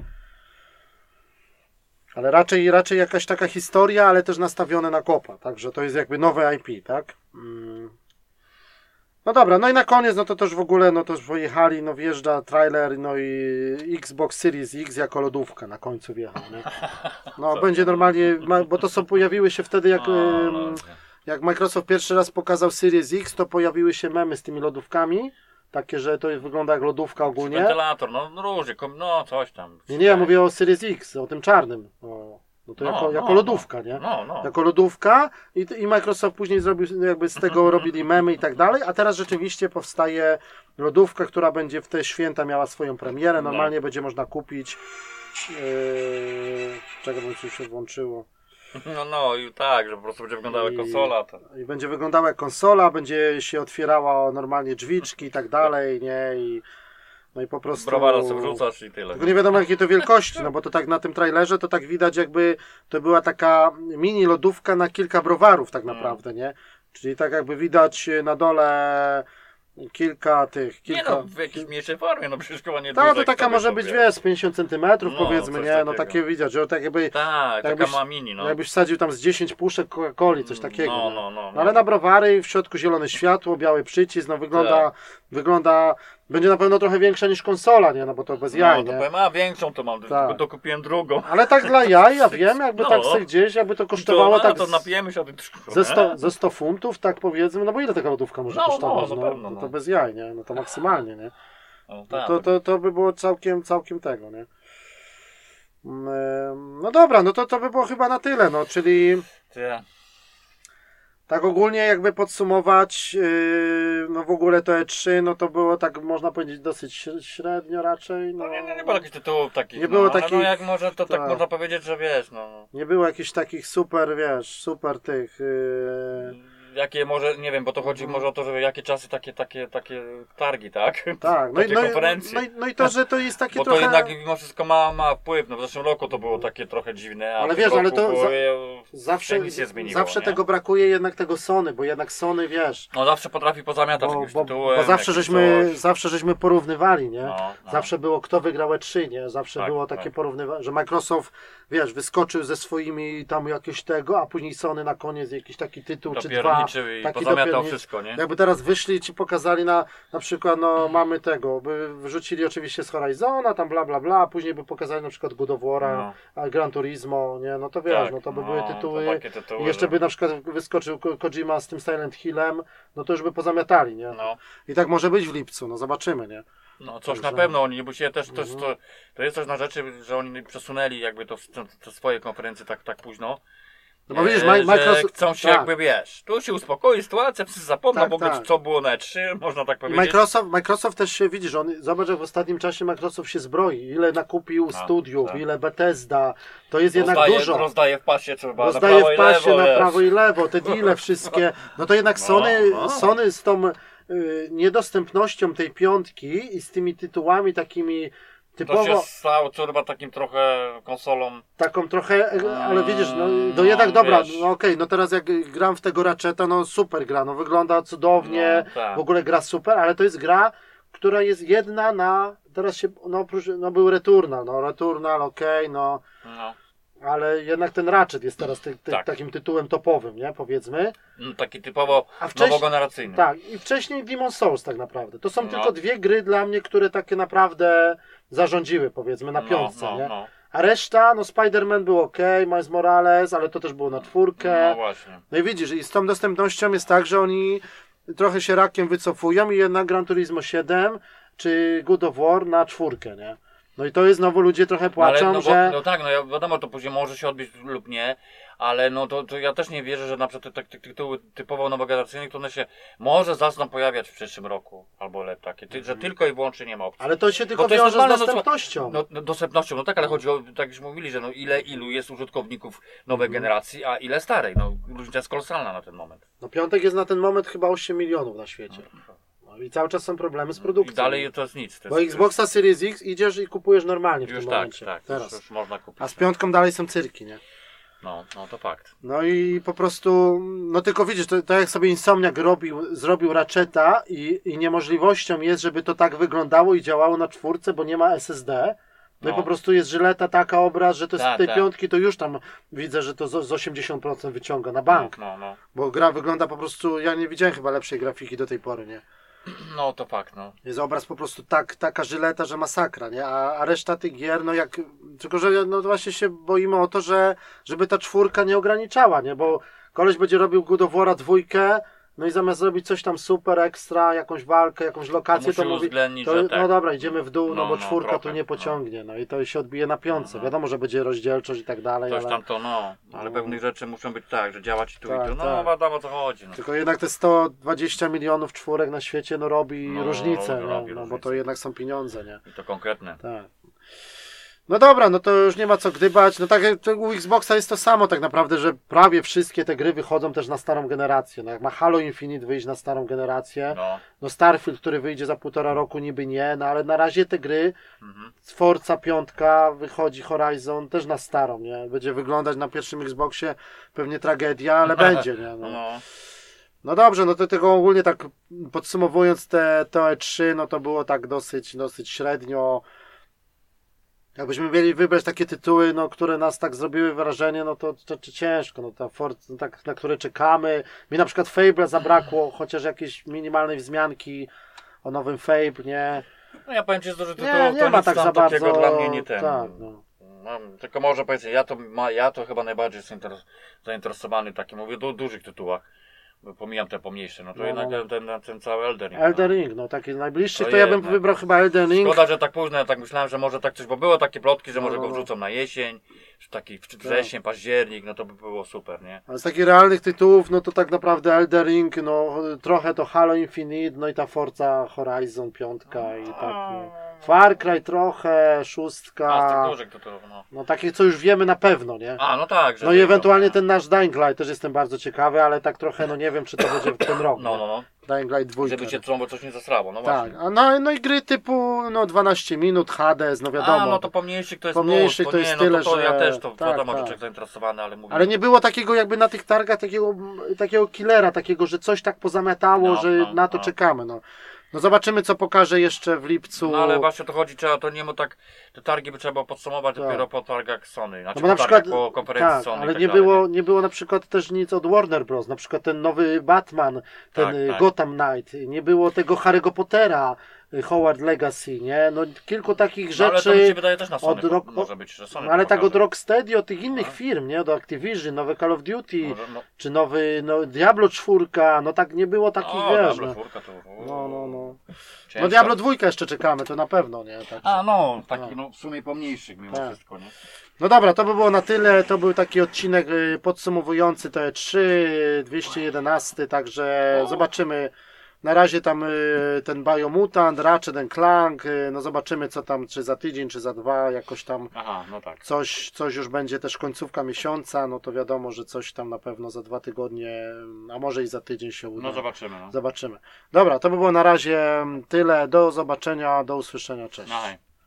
Ale raczej, raczej jakaś taka historia, ale też nastawione na kopa, także to jest jakby nowe I P, tak? Mm. No dobra, no i na koniec, no to też w ogóle, no to już pojechali, no wjeżdża trailer, no i Xbox Series X jako lodówka na końcu wjechał, nie? No będzie normalnie, bo to są, pojawiły się wtedy jak... Um, Jak Microsoft pierwszy raz pokazał Series X, to pojawiły się memy z tymi lodówkami. Takie, że to wygląda jak lodówka ogólnie. Wentylator, no, no różnie, no coś tam. Nie, nie, ja mówię o Series X, o tym czarnym. O, no to no, jako, no, jako lodówka, nie? No, no. Jako lodówka i, i Microsoft później zrobił, jakby z tego robili memy i tak dalej, a teraz rzeczywiście powstaje lodówka, która będzie w te święta miała swoją premierę. Normalnie no. będzie można kupić. Yy, czego by się włączyło? No, no i tak, że po prostu będzie wyglądała jak konsola. To... I będzie wyglądała jak konsola, będzie się otwierała normalnie drzwiczki i tak dalej, nie? I, no i po prostu... Browara sobie wrzucasz i tyle. Tylko nie wiadomo jakiej to wielkości, no bo to tak na tym trailerze to tak widać jakby to była taka mini lodówka na kilka browarów tak naprawdę, nie? Czyli tak jakby widać na dole... Kilka tych, kilka... Nie no, w jakiejś mniejszej formie, no przecież chyba nie tak, dużo. to taka może być, wiesz, pięćdziesiąt centymetrów no, powiedzmy, nie? Takiego. No takie widać, że tak jakby... Tak, jakbyś, taka ma mini, no. Jakbyś wsadził tam z dziesięć puszek Coca-Coli, coś takiego. No, no, no, no. Ale na browary, w środku zielone światło, biały przycisk, no wygląda, tak. wygląda... Będzie na pewno trochę większa niż konsola, nie? No bo to bez jaj, no, to nie? powiem, a większą to mam, tak. to, to kupiłem drugą. Ale tak dla jaj, ja wiem, jakby no. tak sobie gdzieś, jakby to kosztowało to, tak... No to napijemy się o tym troszkę. Ze sto, ze sto funtów, tak powiedzmy, no bo ile taka lodówka może no, kosztować? No, no, pewno, to, no. to bez jaj, nie? No to maksymalnie, nie? No, tak. to, to, to by było całkiem, całkiem tego, nie? No dobra, no to, to by było chyba na tyle, no, czyli... Yeah. Tak ogólnie jakby podsumować, yy, no w ogóle to E trzy, no to było tak można powiedzieć dosyć średnio raczej. No, no nie, nie, nie było jakichś tytułów takich, nie było no, takich, no jak może to tak, tak można powiedzieć, że wiesz, no. Nie było jakichś takich super, wiesz, super tych... Yy... jakie może, nie wiem, bo to chodzi może o to, że jakie czasy takie, takie, takie targi, tak? Tak, no, takie i, no, konferencje. no, i, no i to, że to jest takie bo trochę... to jednak mimo wszystko ma, ma wpływ, no w zeszłym roku to było takie trochę dziwne, a ale w wiesz, tym ale roku to było, za, zawsze, nic się zmieniło, zawsze nie? tego brakuje jednak tego Sony, bo jednak Sony, wiesz... No zawsze potrafi pozamiatać bo, jakimś bo, tytułem. bo zawsze żeśmy, coś. zawsze żeśmy porównywali, nie? No, no. Zawsze było kto wygrał E trzy, nie? Zawsze Tak, było takie tak. porównywanie, że Microsoft, wiesz, wyskoczył ze swoimi tam jakieś tego, a później Sony na koniec jakiś taki tytuł czy dwa. Dopierniczy i Taki pozamiatał dopierniczy- wszystko, nie? Jakby teraz wyszli i ci pokazali na, na przykład, no mamy tego, by wrzucili oczywiście z Horizona, tam bla bla bla, a później by pokazali na przykład God of War'a, No. a Gran Turismo, nie? No to wiesz, Tak, no to by no, były to tytuły. takie tytuły, I jeszcze że- by na przykład wyskoczył Ko- Kojima z tym Silent Hillem, no to już by pozamiatali, nie? No. I tak może być w lipcu, no zobaczymy, nie? No coś Także- na pewno oni, bo się też, też Mhm. to, to jest coś na rzeczy, że oni przesunęli jakby to, to, to swoje konferencje tak, tak późno. No bo widzisz, e, Mi- że Microsoft- chcą się tak. jakby, wiesz, tu się uspokoi sytuacja, wszyscy zapomną Tak, w ogóle tak. co było na E trzy, można tak I powiedzieć. Microsoft, Microsoft też się, widzisz, on, zobacz jak w ostatnim czasie Microsoft się zbroi, ile nakupił No, studiów, tak. ile Bethesda, to jest jednak rozdaje, dużo. rozdaje w pasie trzeba Rozdaje na prawo w pasie i lewo, na wiesz. prawo i lewo, te deale wszystkie. No to jednak No, Sony, no. Sony z tą y, niedostępnością tej piątki i z tymi tytułami takimi To typowo, się stało chyba takim trochę konsolą. taką trochę, e, ale Mm, widzisz, no, no no, jednak dobra, wiesz. no okej, no teraz jak gram w tego Ratcheta, no super gra, no wygląda cudownie, No, tak. w ogóle gra super, ale to jest gra, która jest jedna na, teraz się, no oprócz, no był Returnal, no Returnal, okej, no, No, ale jednak ten Ratchet jest teraz ty, ty, Tak. takim tytułem topowym, nie, powiedzmy. no taki typowo A wcześniej- nowogeneracyjny. Tak, i wcześniej Demon's Souls tak naprawdę. To są No. tylko dwie gry dla mnie, które takie naprawdę zarządziły, powiedzmy, na No, piątce, no, nie? no. A reszta, no Spider-Man był ok, Miles Morales, ale to też było na czwórkę. No właśnie. No i widzisz, i z tą dostępnością jest tak, że oni trochę się rakiem wycofują i jednak Gran Turismo siedem czy God of War na czwórkę, nie? No i to jest znowu, ludzie trochę płaczą, no, bo, że... no tak, no ja- wiadomo, to później może się odbić lub nie, ale no to, to ja też nie wierzę, że na przykład te, te, te tytuły typowo nowogeneracyjne, to one się może zaczną pojawiać w przyszłym roku, albo lepiej takie, ty, że tylko i wyłącznie nie ma opcji. Ale to się tylko Bo to jest wiąże z normalne, no, dostępnością. No, no dostępnością, no tak, ale chodzi o, tak już mówili, że no ile ilu jest użytkowników nowej Mhm. generacji, a ile starej, no różnica jest kolosalna na ten moment. No piątek jest na ten moment chyba osiem milionów na świecie. No i cały czas są problemy z produkcją. I dalej to jest nic. To Bo jest, Xboxa Series X idziesz i kupujesz normalnie w już tym tak, momencie. tak, Teraz. już, już można kupić. A z piątką dalej są cyrki, nie? No, no to fakt. No i po prostu, no tylko widzisz, to, to jak sobie Insomniac robił, zrobił Ratcheta i, i niemożliwością jest, żeby to tak wyglądało i działało na czwórce, bo nie ma S S D. No, No. i po prostu jest żyleta taka obraz, że to z Tak, tej tak. piątki to już tam widzę, że to z, z osiemdziesiąt procent wyciąga na bank. No, no. Bo gra wygląda po prostu, ja nie widziałem chyba lepszej grafiki do tej pory, nie? No to fakt, no. Jest obraz po prostu tak, taka żyleta, że masakra, nie? A, a reszta tych gier, no jak... Tylko, że no właśnie się boimy o to, że żeby ta czwórka nie ograniczała, nie? Bo koleś będzie robił God of War'a dwójkę, no i zamiast zrobić coś tam super ekstra, jakąś walkę, jakąś lokację, To to, musi mówi... uwzględnić, To, że tak. No dobra, idziemy w dół, no, No, bo no, czwórka trochę, tu nie no. pociągnie, no i to się odbije na piątce. No. Wiadomo, że będzie rozdzielczość i tak dalej, Coś ale... tam to, no. Ale No. pewnych rzeczy muszą być tak, że działać tu Tak, i tu. No tak. wiadomo o co chodzi. No. Tylko jednak te sto dwadzieścia milionów czwórek na świecie, no robi No, różnicę, robi, nie? robi No, bo to różnicę. jednak są pieniądze, nie? I to konkretne. Tak. No dobra, no to już nie ma co gdybać. No tak jak to u Xboxa jest to samo tak naprawdę, że prawie wszystkie te gry wychodzą też na starą generację. No jak ma Halo Infinite wyjść na starą generację, No. no Starfield, który wyjdzie za półtora roku niby nie, no ale na razie te gry, Mhm. Forza piątka, wychodzi Horizon też na starą, nie? Będzie wyglądać na pierwszym Xboxie pewnie tragedia, ale będzie, nie? No. No. No dobrze, no to tego ogólnie tak podsumowując te, te E trzy, no to było tak dosyć, dosyć średnio. Jakbyśmy mieli wybrać takie tytuły, no, które nas tak zrobiły wrażenie, no to, to, to ciężko, no, ta Forza, no, tak, na które czekamy. Mi na przykład Fable zabrakło, chociaż jakiejś minimalnej wzmianki o nowym Fable, nie? No ja powiem Ci, że dużo tytułów, Nie, nie to ma nic tak tam za takiego bardzo. dla mnie nie ten. Tak, no. No, tylko może powiedzmy, ja to, ma, ja to chyba najbardziej jestem interes, zainteresowany takim, mówię, do dużych tytułach. Bo pomijam te pomniejsze, no to No, jednak no. ten, ten, ten cały Elden Ring. Elden no. Ring, no taki najbliższy, To to ja bym jednak. wybrał chyba Elden Ring. Szkoda, że tak późno, ja tak myślałem, że może tak coś, bo było takie plotki, że No, może no, go no. wrzucą na jesień, czy taki w- wrzesień, październik, no to by było super, nie? Ale z takich realnych tytułów, no to tak naprawdę Elden Ring, no trochę to Halo Infinite, no i ta Forza Horizon piątka i tak. No. Far Cry trochę, szóstka. A, z tych dużych to to, no. No takie, co już wiemy na pewno, nie? A, no tak. No i ewentualnie ten nasz Dying Light też jestem bardzo ciekawy, ale tak trochę, no nie wiem, czy to będzie w ten rok. No, no, no. Dying Light dwa. Żeby cię trąbo coś nie zasrało, no tak. właśnie. A no, no i gry typu no dwanaście minut, Hades, no wiadomo. A, no to pomniejszych to jest pomniejszych mnóstwo. to jest nie, tyle, no to, to że... ja też to tak, wiadomo, tak. że człowiek zainteresowany, ale mówię. Ale nie było takiego jakby na tych targach takiego, takiego killera, takiego, że coś tak pozamiatało, No, że no, na to no. czekamy, no. No zobaczymy, co pokaże jeszcze w lipcu. No ale właśnie o to chodzi, trzeba to nie ma tak, te targi by trzeba było podsumować Tak. dopiero po targach Sony, znaczy No bo po na targach, przykład, po konferencji tak, Sony. ale i tak nie, dalej, było, nie było na przykład też nic od Warner Bros. Na przykład ten nowy Batman, ten Tak, y, tak. Gotham Knight, nie było tego Harry'ego Pottera, y, Hogwarts Legacy, nie? No kilku takich No, ale rzeczy. to mi się wydaje też na Sony od rock- może być, że Sony No, ale to tak od pokaże. Rocksteady, od tych innych No. firm, nie? Od Activision, nowe Call of Duty, Może, no. czy nowy no, Diablo cztery, no tak nie było takich, O, wiesz. Diablo No. czwórka to... no, no, no. Ciężko. No Diablo dwa jeszcze czekamy, to na pewno, nie? Także... A no, taki Tak. no w sumie pomniejszych mimo Tak. wszystko, nie? No dobra, to by było na tyle. To był taki odcinek y, podsumowujący te trzy, dwieście jedenaście, także zobaczymy. Na razie tam y, ten Biomutant, Ratchet and Clank, y, no zobaczymy co tam, czy za tydzień, czy za dwa, jakoś tam Aha, no tak. coś, coś już będzie też końcówka miesiąca, no to wiadomo, że coś tam na pewno za dwa tygodnie, a może i za tydzień się uda. No zobaczymy. No. Zobaczymy. Dobra, to by było na razie tyle. Do zobaczenia, do usłyszenia, cześć. No hej.